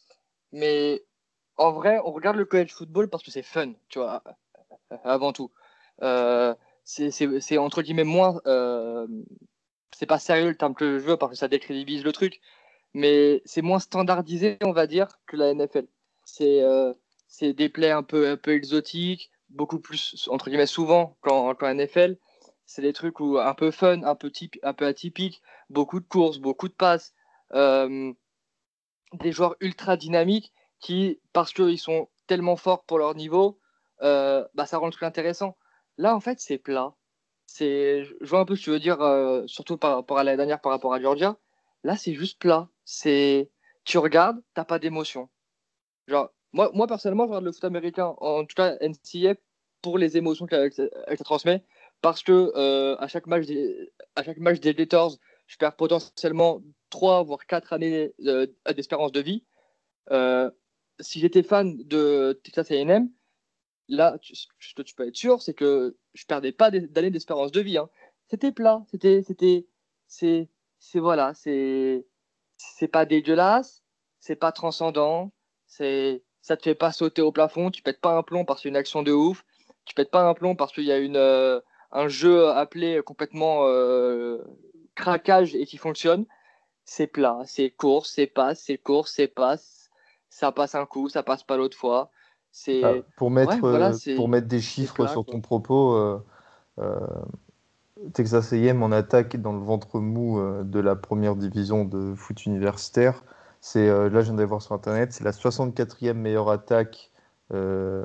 mais en vrai, on regarde le college football parce que c'est fun, tu vois, avant tout. Euh, c'est, c'est, c'est entre guillemets moins. Euh, c'est pas sérieux le terme que je veux parce que ça décrédibilise le truc, mais c'est moins standardisé, on va dire, que la N F L. C'est, euh, c'est des plays un peu, un peu exotiques, beaucoup plus, entre guillemets, souvent qu'en, qu'en N F L. C'est des trucs où, un peu fun, un peu, type, un peu atypiques, beaucoup de courses, beaucoup de passes, euh, des joueurs ultra dynamiques qui, parce qu'ils sont tellement forts pour leur niveau, euh, bah, ça rend le truc intéressant. Là, en fait, c'est plat. C'est, je vois un peu ce que tu veux dire, euh, surtout par rapport à l'année dernière, par rapport à Georgia. Là, c'est juste plat. C'est, tu regardes, t'as pas d'émotion. Genre, moi, moi, personnellement, je regarde le foot américain, en tout cas N C A A, pour les émotions que ça, que ça transmet. Parce que euh, à chaque match des, à chaque match des Gators, je perds potentiellement trois voire quatre années euh, d'espérance de vie. Euh, si j'étais fan de Texas A and M, là, tu, ce que tu peux être sûr, c'est que je perdais pas d'années d'espérance de vie. Hein. C'était plat, c'était, c'était, c'est, c'est voilà, c'est, c'est pas dégueulasse, c'est pas transcendant, c'est, ça te fait pas sauter au plafond, tu pètes pas un plomb parce qu'il y a une action de ouf, tu pètes pas un plomb parce qu'il y a une, euh, un jeu appelé complètement euh, craquage et qui fonctionne. C'est plat, c'est course, c'est passe, c'est course, c'est passe, ça passe un coup, ça passe pas l'autre fois. Ah, C'est pour ouais, mettre, voilà, euh, pour c'est mettre des c'est chiffres plat sur quoi. ton propos, euh, euh, Texas A and M en attaque dans le ventre mou euh, de la première division de foot universitaire. C'est, euh, là, je viens d'aller voir sur Internet, c'est la soixante-quatrième meilleure attaque euh,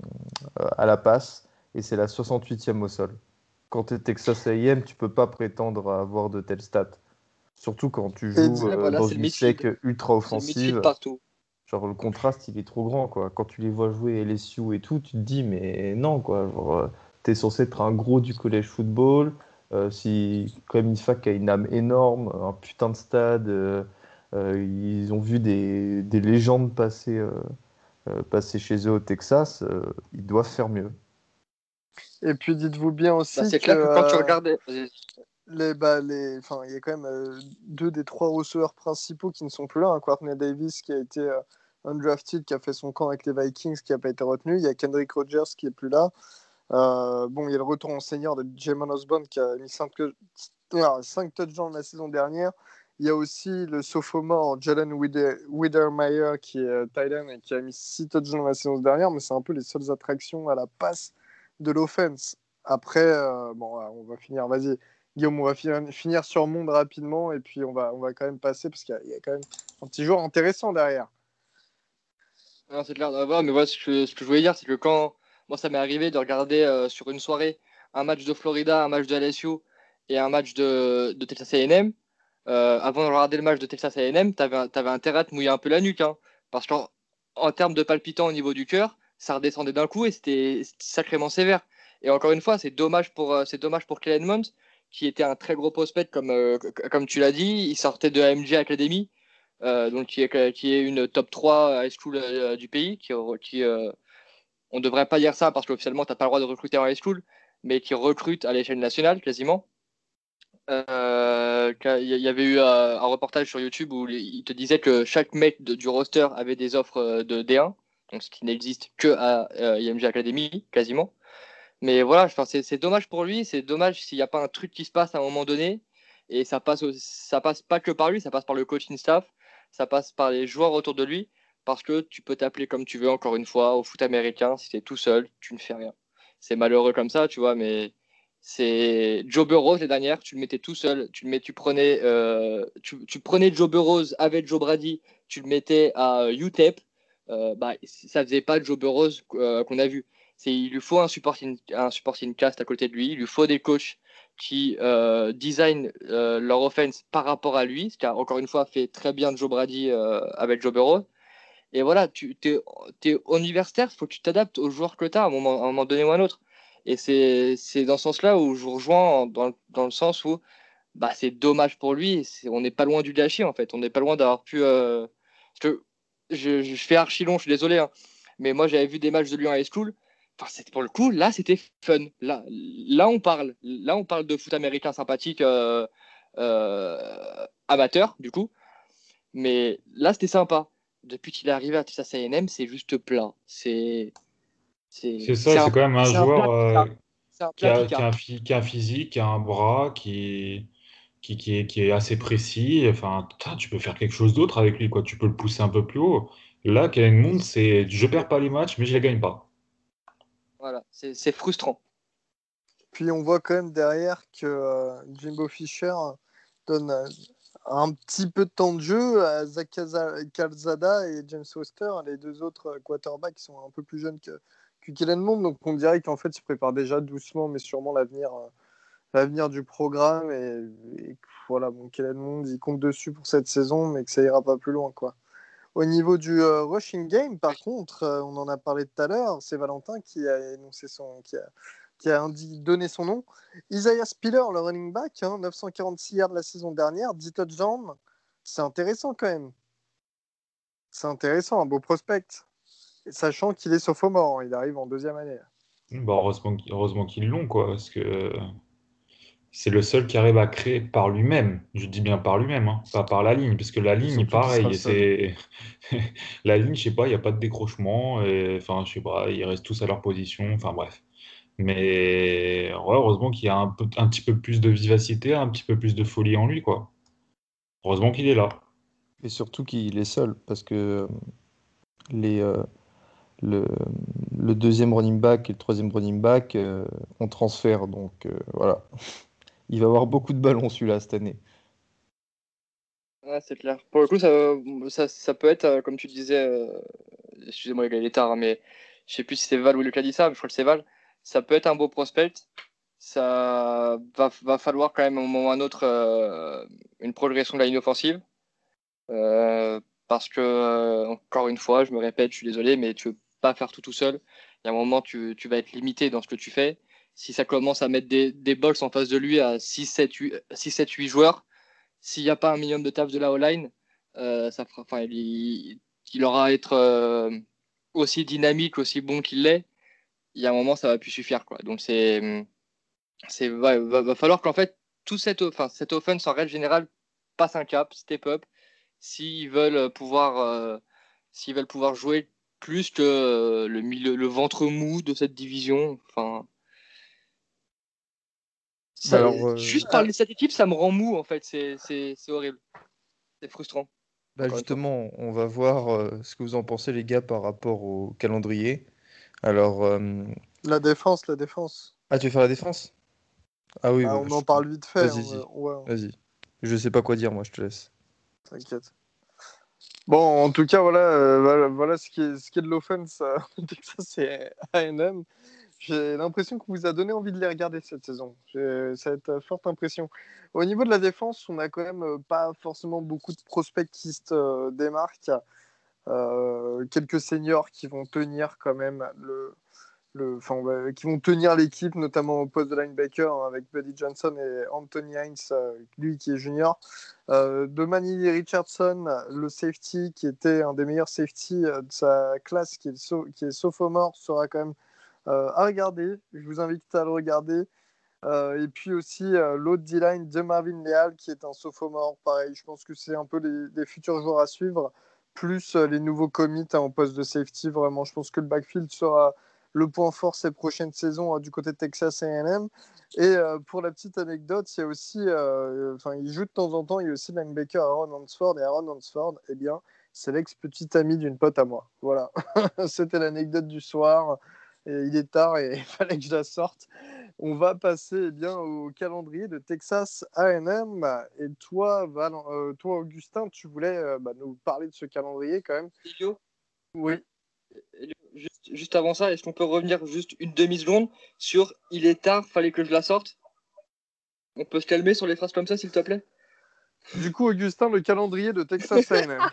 à la passe et c'est la soixante-huitième au sol. Quand tu es Texas A and M, tu peux pas prétendre à avoir de telles stats. Surtout quand tu Et joues di- Ouais, euh, voilà, dans c'est le une midfield, sec ultra c'est le midfield offensive. partout. Genre, le contraste, il est trop grand, quoi. Quand tu les vois jouer L S U et tout, tu te dis, mais non, quoi. Genre, euh, t'es censé être un gros du collège football. Euh, si, quand même, une fac qui a une âme énorme, un putain de stade. euh, euh, ils ont vu des, des légendes passer, euh, euh, passer chez eux au Texas. Euh, ils doivent faire mieux. Et puis dites-vous bien Bah, aussi c'est que clair que quand tu euh, regardes, les, bah, les, enfin, il y a quand même euh, deux des trois receveurs principaux qui ne sont plus là. Hein. Courtney Davis qui a été euh, undrafted, qui a fait son camp avec les Vikings, qui n'a pas été retenu. Il y a Kendrick Rogers qui est plus là. Euh, bon, il y a le retour en senior de Jamon Osborne qui a mis cinq touchdowns la saison dernière. Il y a aussi le sophomore Jalen Wider- Widermeyer qui est euh, tight end et qui a mis six touchdowns la saison dernière, mais c'est un peu les seules attractions à la passe de l'offense. Après, euh, bon, on va finir, vas-y, Guillaume, on va finir, finir sur Monde rapidement et puis on va, on va quand même passer parce qu'il y a, il y a quand même un petit joueur intéressant derrière. non, c'est clair. Ouais, mais voilà, ce que, ce que je voulais dire, c'est que quand moi ça m'est arrivé de regarder euh, sur une soirée un match de Florida, un match de L S U et un match de, de Texas A and M, euh, avant de regarder le match de Texas A and M, t'avais, t'avais intérêt à te mouiller un peu la nuque, hein, parce qu'en en termes de palpitant au niveau du cœur, ça redescendait d'un coup et c'était c'était sacrément sévère. Et encore une fois, c'est dommage pour, euh, c'est dommage pour Kellen Mond, qui était un très gros prospect, comme, euh, c- comme tu l'as dit. Il sortait de A M G Academy, euh, donc qui est, qui est une top trois high school euh, du pays, qui, qui euh, on devrait pas dire ça parce qu'officiellement, tu n'as pas le droit de recruter en high school, mais qui recrute à l'échelle nationale quasiment. Euh, il y avait eu euh, un reportage sur YouTube où il te disait que chaque mec de- du roster avait des offres euh, de D un, donc ce qui n'existe que à euh, I M G Academy quasiment. Mais voilà, enfin, c'est c'est dommage pour lui, c'est dommage s'il n'y a pas un truc qui se passe à un moment donné. Et ça passe, au- ça passe pas que par lui, ça passe par le coaching staff, ça passe par les joueurs autour de lui, parce que tu peux t'appeler comme tu veux, encore une fois, au foot américain, si tu es tout seul, tu ne fais rien. C'est malheureux comme ça, tu vois, mais c'est Joe Burrow les dernières, tu le mettais tout seul, tu le mets, tu prenais, euh, tu, tu prenais Joe Burrow avec Joe Brady, tu le mettais à U T E P, euh, bah, ça faisait pas Joe Burrow euh, qu'on a vu. C'est, il lui faut un supporting, un supporting cast à côté de lui, il lui faut des coachs qui euh, design euh, leur offense par rapport à lui, ce qui a encore une fois fait très bien Joe Brady euh, avec Joe Burrow. Et voilà, tu es, es universitaire, il faut que tu t'adaptes aux joueurs que tu as à un moment, à un moment donné ou à un autre. Et c'est c'est dans ce sens-là où je vous rejoins dans, dans le sens où bah, c'est dommage pour lui. C'est, on n'est pas loin du gâchis en fait. On n'est pas loin d'avoir pu. Euh... Parce que je, je fais archi long, je suis désolé. Hein. Mais moi j'avais vu des matchs de lui en high school. Enfin, c'est, pour le coup, là c'était fun. Là, là on parle. Là on parle de foot américain sympathique, euh, euh, amateur du coup. Mais là c'était sympa. depuis qu'il est arrivé à Texas A and M, c'est juste plat. C'est c'est C'est ça, c'est un, quand même un c'est un joueur plat euh, Picard. C'est un qui plat a, qui a Picard. un, phy- qui a un physique, qui a un bras, qui, qui, qui est, qui est assez précis. Enfin, putain, tu peux faire quelque chose d'autre avec lui, quoi. Tu peux le pousser un peu plus haut. Là, Kellen Mond, c'est je perds pas les matchs, mais je les gagne pas. Voilà, c'est c'est frustrant. Puis on voit quand même derrière que euh, Jimbo Fisher donne euh, un petit peu de temps de jeu à Zach Calza- Calzada et James Foster, les deux autres euh, quarterbacks qui sont un peu plus jeunes que, que Kellen Mond. Donc on dirait qu'en fait, il prépare déjà doucement, mais sûrement l'avenir euh, l'avenir du programme. Et, et que, voilà, bon, Kellen Mond, il compte dessus pour cette saison, mais que ça ira pas plus loin, quoi. Au niveau du euh, rushing game, par contre, euh, on en a parlé tout à l'heure, c'est Valentin qui a énoncé son, qui a, qui a indi- donné son nom. Isaiah Spiller, le running back, hein, neuf cent quarante-six yards la saison dernière, dix touchdowns. C'est intéressant quand même. C'est intéressant, un beau prospect. Et sachant qu'il est sophomore, hein, il arrive en deuxième année. Bah, heureusement, qu'- heureusement qu'ils l'ont, quoi, parce que c'est le seul qui arrive à créer par lui-même. Je dis bien par lui-même, hein, pas par la ligne, parce que la Et ligne, surtout qu'il sera le pareil, seul. c'est la ligne, je sais pas, il n'y a pas de décrochement, et, enfin, je sais pas, ils restent tous à leur position, enfin bref. Mais ouais, heureusement qu'il y a un peu, un petit peu plus de vivacité, un petit peu plus de folie en lui, quoi. Heureusement qu'il est là. Et surtout qu'il est seul, parce que euh, les, euh, le, le deuxième running back et le troisième running back euh, ont transfert. Donc euh, voilà. Il va avoir beaucoup de ballons celui-là cette année. Ouais, c'est clair. Pour le coup, ça, ça, ça peut être, euh, comme tu disais, euh, excusez-moi, il est tard, hein, mais je sais plus si c'est Val ou Luc qui a dit ça, mais je crois que c'est Val. Ça peut être un beau prospect. Ça va, va falloir quand même, à un moment ou à un autre, euh, une progression de la ligne offensive. Euh, parce que, euh, encore une fois, je me répète, je suis désolé, mais tu veux pas faire tout tout seul. Il y a un moment, tu, tu vas être limité dans ce que tu fais. Si ça commence à mettre des, des bols en face de lui à six, sept, huit, six, sept, huit joueurs, s'il n'y a pas un minimum de taf de la O-line, euh, ça fera, enfin, il, il aura à être euh, aussi dynamique, aussi bon qu'il l'est. Il y a un moment, ça va plus suffire, quoi. Donc c'est, c'est, ouais, va, va falloir qu'en fait tout cette, enfin, cette offense en règle générale passe un cap, step up, s'ils veulent pouvoir, euh, s'ils veulent pouvoir jouer plus que euh, le milieu, le ventre mou de cette division. Enfin, Bah ça, alors, euh, juste parler de cette équipe, ça me rend mou en fait. C'est, c'est, c'est horrible, c'est frustrant. bah Encore une fois. justement, on va voir euh, ce que vous en pensez les gars par rapport au calendrier. Alors, euh, La défense, la défense. ah tu veux faire la défense? Ah oui, Bah, bah, on je- en parle vite fait. vas-y, On va- vas-y, ouais, vas-y. Je sais pas quoi dire moi, je te laisse. t'inquiète. Bon, en tout cas, voilà, euh, voilà, voilà ce qui est, ce qui est de l'offense euh, Texas et A and M. J'ai l'impression qu'on vous a donné envie de les regarder cette saison. J'ai cette euh, forte impression. Au niveau de la défense, on a quand même euh, pas forcément beaucoup de prospects qui se euh, démarquent. Euh, quelques seniors qui vont tenir quand même le, le, enfin, ouais, qui vont tenir l'équipe, notamment au poste de linebacker, hein, avec Buddy Johnson et Anthony Hines, euh, lui qui est junior. Euh, Domani Richardson, le safety, qui était un des meilleurs safety euh, de sa classe, qui est, so qui est sophomore, sera quand même euh, à regarder. Je vous invite à le regarder. Euh, et puis aussi euh, l'autre D-line de Marvin Leal, qui est un sophomore. Pareil, je pense que c'est un peu les, les futurs joueurs à suivre, plus euh, les nouveaux commits hein, en poste de safety. Vraiment, je pense que le backfield sera le point fort ces prochaines saisons hein, du côté de Texas A and M. Et euh, pour la petite anecdote, il y a aussi, euh, enfin, il joue de temps en temps, il y a aussi le linebacker Aaron Hansford. Et Aaron Hansford, eh bien, c'est l'ex-petit ami d'une pote à moi. Voilà, c'était l'anecdote du soir. Et il est tard et il fallait que je la sorte. On va passer eh bien, au calendrier de Texas A and M. Et toi, Val, euh, toi Augustin, tu voulais euh, bah, nous parler de ce calendrier quand même. Elio, Oui. Elio, juste, juste avant ça, est-ce qu'on peut revenir juste une demi-seconde sur il est tard, fallait que je la sorte? On peut se calmer sur les phrases comme ça, s'il te plaît? Du coup, Augustin, le calendrier de Texas A and M.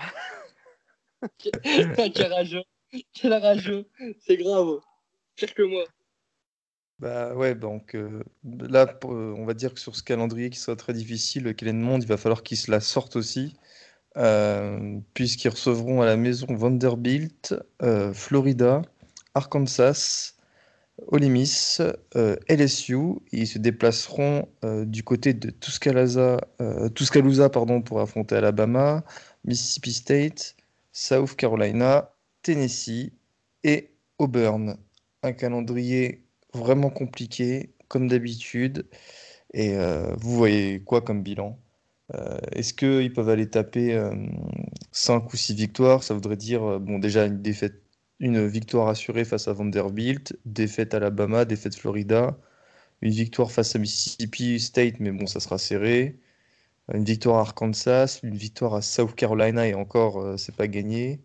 Quel rageux, quel rageux, c'est grave, pire que moi. Bah ouais, donc euh, là, pour- euh, on va dire que sur ce calendrier qui sera très difficile, le Kellen Mond, il va falloir qu'il se la sorte aussi, euh, puisqu'ils recevront à la maison Vanderbilt, euh, Florida, Arkansas, Ole Miss, euh, L S U. Et ils se déplaceront euh, du côté de Tuscaloosa, euh, Tuscaloosa pardon, pour affronter Alabama, Mississippi State, South Carolina, Tennessee et Auburn. Un calendrier vraiment compliqué, comme d'habitude. Et euh, vous voyez quoi comme bilan? Euh, Est-ce qu'ils peuvent aller taper euh, cinq ou six victoires? Ça voudrait dire, euh, bon, déjà une défaite, une victoire assurée face à Vanderbilt, défaite Alabama, défaite Florida, une victoire face à Mississippi State, mais bon, ça sera serré. Une victoire à Arkansas, une victoire à South Carolina et encore, euh, c'est pas gagné.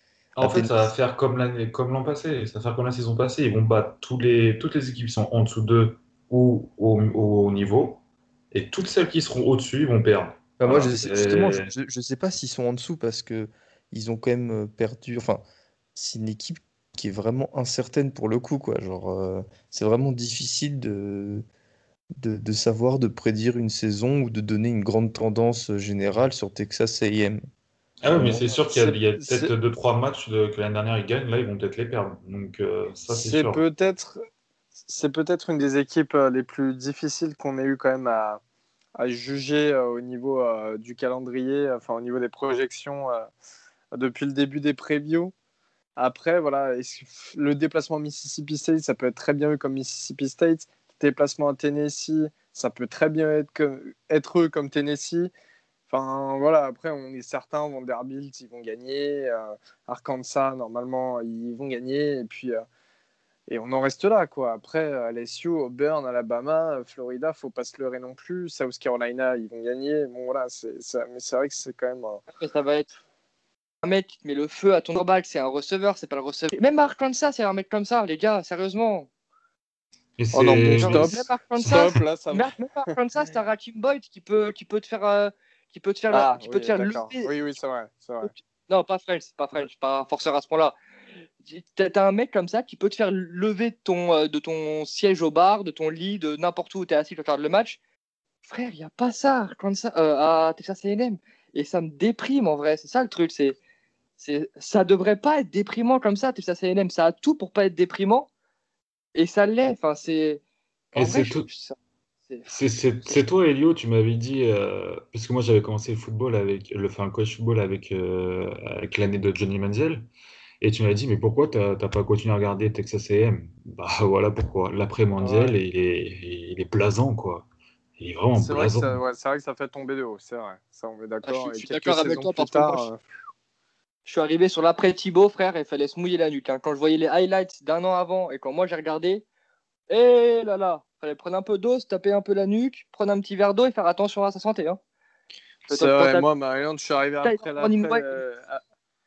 En À fait, ça va Tennessee. faire comme l'année, comme l'an passé. Ça va faire comme la saison passée. Ils vont battre tous les, toutes les équipes qui sont en dessous d'eux ou au, au haut niveau. Et toutes celles qui seront au-dessus, ils vont perdre. Bah, moi, Voilà, je sais- justement, je, c'est... je, je sais pas s'ils sont en dessous parce que ils ont quand même euh, perdu. Enfin, c'est une équipe qui est vraiment incertaine pour le coup, quoi. Genre, euh, c'est vraiment difficile de, de, de savoir, de prédire une saison ou de donner une grande tendance euh, générale sur Texas A and M. Ah oui, mais Vraiment. c'est sûr qu'il y a, C'est il y a peut-être c'est- deux, trois matchs de- que l'année dernière ils gagnent. Là, ils vont peut-être les perdre. Donc, euh, ça, c'est c'est sûr. peut-être c'est peut-être une des équipes euh, les plus difficiles qu'on ait eu quand même à, à juger euh, au niveau euh, du calendrier, enfin au niveau des projections euh, depuis le début des previews. Après, voilà, le déplacement Mississippi State, ça peut être très bien eu comme Mississippi State. Le déplacement à Tennessee, ça peut très bien être, que, être eux comme Tennessee. Enfin, voilà, après, on est certain, Vanderbilt, ils vont gagner. Euh, Arkansas, normalement, ils vont gagner. Et puis, euh, et on en reste là, quoi. Après, L S U, Auburn, Alabama, Florida, faut pas se leurrer non plus. South Carolina, ils vont gagner. Bon, voilà, c'est, ça, mais c'est vrai que c'est quand même. Euh, Mais ça va être un mec qui te met le feu à ton quarterback, c'est un receveur, c'est pas le receveur. Même Arkansas, c'est un mec comme ça, les gars, sérieusement. Et Oh non, bon, c'est... Genre, mais stop. même c'est- Arkansas, Stop, là, ça va. même même Arkansas, t'as Rakim Boyd qui peut, qui peut te faire, euh, qui peut te faire, Ah, qui peut te oui, faire d'accord. lever. Oui, oui, c'est vrai, c'est vrai. Non, pas French, pas French, pas un forceur à ce point-là. T'as t'as un mec comme ça qui peut te faire lever de ton, euh, de ton siège au bar, de ton lit, de n'importe où où t'es assis, tu regardes le match. Frère, il n'y a pas ça, Arkansas, euh, à Texas A and M. Et ça me déprime en vrai, c'est ça le truc. C'est, c'est, ça devrait pas être déprimant comme ça, Texas A and M. Ça a tout pour pas être déprimant. Et ça l'est. Enfin, c'est. et En vrai, c'est je, tout... je- ça- c'est. C'est c'est- c'est toi, Elio, tu m'avais dit, euh, parce que moi j'avais commencé le football avec, le, enfin, le college football avec, euh, avec l'année de Johnny Manziel, et tu m'avais dit, mais pourquoi t'as t'as pas continué à regarder Texas A and M? Bah voilà pourquoi. L'après Manziel, Ouais. il est, il est blasant, quoi. Il est vraiment C'est vrai que blasant. ça, ouais, c'est vrai que ça fait tomber de haut, c'est vrai. Ça, on est Ah, je, d'accord. suis je Et suis quelques d'accord avec saisons toi plus parce que moi, tard, je, euh, je suis arrivé sur l'après Thibaut, frère, et il fallait se mouiller la nuque, hein. Quand je voyais les highlights d'un an avant et quand moi j'ai regardé, eh là là, fallait prendre un peu d'eau, se taper un peu la nuque, prendre un petit verre d'eau et faire attention à sa santé, hein. Je c'est te prends vrai. ta Moi, Marion, je suis arrivé après morning l'après. wine. euh, à-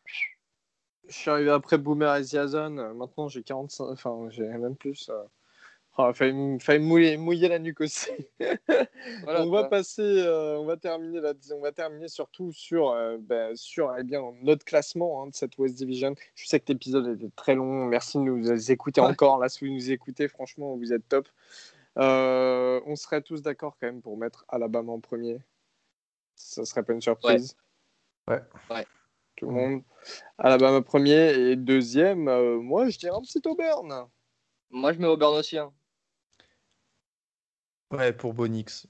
je suis arrivé après Boomer Esiason. Euh, Maintenant, j'ai quarante-cinq. Enfin, j'ai même plus. Euh, oh, failli, m- failli mouiller, mouiller la nuque aussi. Voilà, On tu va vois. passer, euh, on va terminer là, on va terminer surtout sur, euh, ben, sur eh bien, notre classement hein, de cette West Division. Je sais que l'épisode était très long. Merci de nous écouter Ouais. encore. Là, si vous nous écoutez, franchement, vous êtes top. Euh, on serait tous d'accord quand même pour mettre Alabama en premier. Ça serait pas une surprise. Ouais. Ouais. Tout le monde. Alabama premier et deuxième. euh, moi, je dirais un petit Auburn. Moi, je mets Auburn aussi, hein. Ouais, pour Bonix.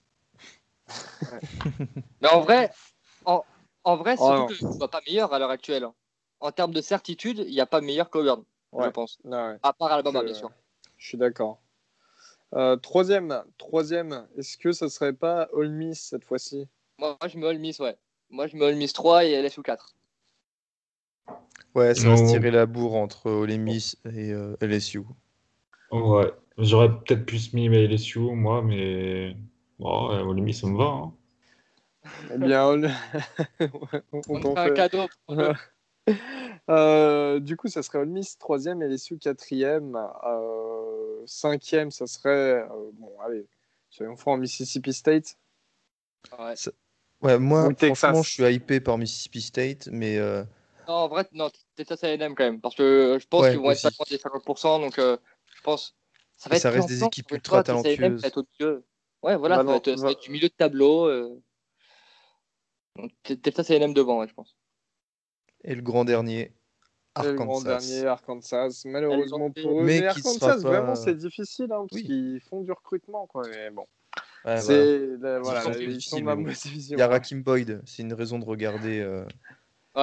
Mais en vrai, en, en vrai, Oh surtout non. que je ne vois pas meilleur à l'heure actuelle, hein. En termes de certitude, il n'y a pas meilleur qu'Auburn, je Ouais. pense. Ah ouais. À part Alabama, Je, bien sûr. je suis d'accord. Euh, troisième, troisième. Est-ce que ça serait pas Ole Miss cette fois-ci? Moi, je mets Ole Miss, ouais. Moi, je mets Ole Miss trois et L S U quatre. Ouais, ça va se Non, tirer la bourre entre Ole Miss et euh, L S U. ouais. J'aurais peut-être plus mis L S U, moi, mais bon, ouais, Ole Miss, ça me va, hein. Eh bien, Ole- on On t'en te fait un fait. cadeau. Prends-le. Euh, du coup, ça serait Ole Miss troisième et L S U quatrième. Euh, cinquième, ça serait. euh, bon, allez, soyons francs, Mississippi State Ouais. Ça- Ouais, moi, ou franchement, Texas. je suis hypé par Mississippi State, mais euh, Non, en vrai, non, Texas A and M quand même. Parce que je pense qu'ils ouais, vont être pas aussi. loin des cinquante pour cent. Donc, euh, je pense. Ça va Et être ça reste des plan-plan. équipes Encore une ultra fois, Texas A and M, ça va talentueuses. être au milieu. Ouais, voilà, ça va Valen- être, ça va Va- être du milieu de tableau. Euh... Donc, Texas A and M devant, ouais, je pense. Et le grand dernier, Et le grand dernier, Arkansas. Arkansas. Elles Malheureusement ont pour eux. Mais Mais qui sera Arkansas, vraiment, pas. c'est difficile hein, parce Oui, qu'ils font du recrutement. Quoi. Mais bon, ouais, voilà. c'est la- C'est voilà, d'autant la- plus ils sont difficile, de mais la bon. mauvaise Il y a division. Ouais. Rakim Boyd, c'est une raison de regarder. euh, Ouais.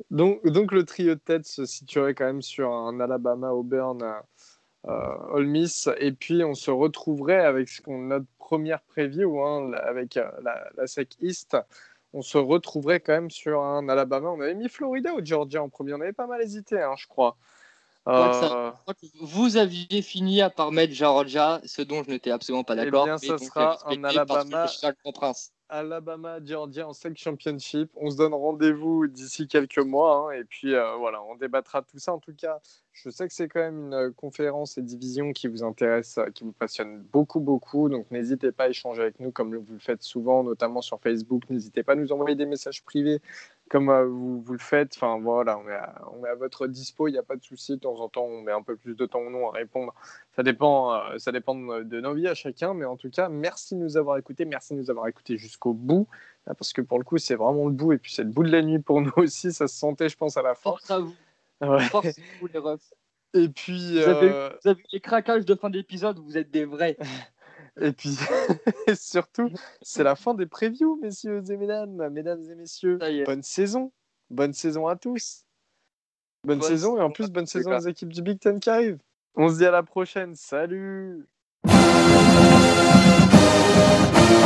Donc, donc le trio de tête se situerait quand même sur un Alabama, Auburn, euh, Ole Miss, et puis on se retrouverait avec ce qu'on notre première preview, hein, avec euh, la, la S E C East. On se retrouverait quand même sur un Alabama. On avait mis Florida ou Georgia en premier. On avait pas mal hésité, hein, je crois. Je crois que Euh, ça- je crois que vous aviez fini par mettre Georgia, ce dont je n'étais absolument pas Eh d'accord. bien, mais ça dont sera j'avais un respecté parce que Alabama. je suis un grand prince. Alabama, Georgia en S E C Championship. On se donne rendez-vous d'ici quelques mois, hein, et puis euh, voilà, on débattra de tout ça. En tout cas, je sais que c'est quand même une euh, conférence et division qui vous intéresse, euh, qui vous passionne beaucoup, beaucoup. Donc n'hésitez pas à échanger avec nous comme vous le faites souvent, notamment sur Facebook. N'hésitez pas à nous envoyer des messages privés comme euh, vous, vous le faites. Enfin voilà, on est à, on est à votre dispo, il n'y a pas de souci. De temps en temps, on met un peu plus de temps ou non à répondre. Ça dépend, euh, ça dépend de, de nos vies à chacun, mais en tout cas, merci de nous avoir écoutés, merci de nous avoir écoutés jusqu'au bout, hein, parce que pour le coup, c'est vraiment le bout, et puis c'est le bout de la nuit pour nous aussi, ça se sentait, je pense, à la fin. Force à vous. Ouais. Force à vous, les refs. Et puis, Vous avez, euh, vous avez eu les craquages de fin d'épisode, vous êtes des vrais. et puis, et surtout, c'est la fin des previews, messieurs et mesdames, mesdames et messieurs. Ça y est. Bonne saison, bonne saison à tous. Bonne, Bonne saison, et en saison plus, à bonne tous, saison les aux équipes du Big Ten qui arrivent. On se dit à la prochaine, salut!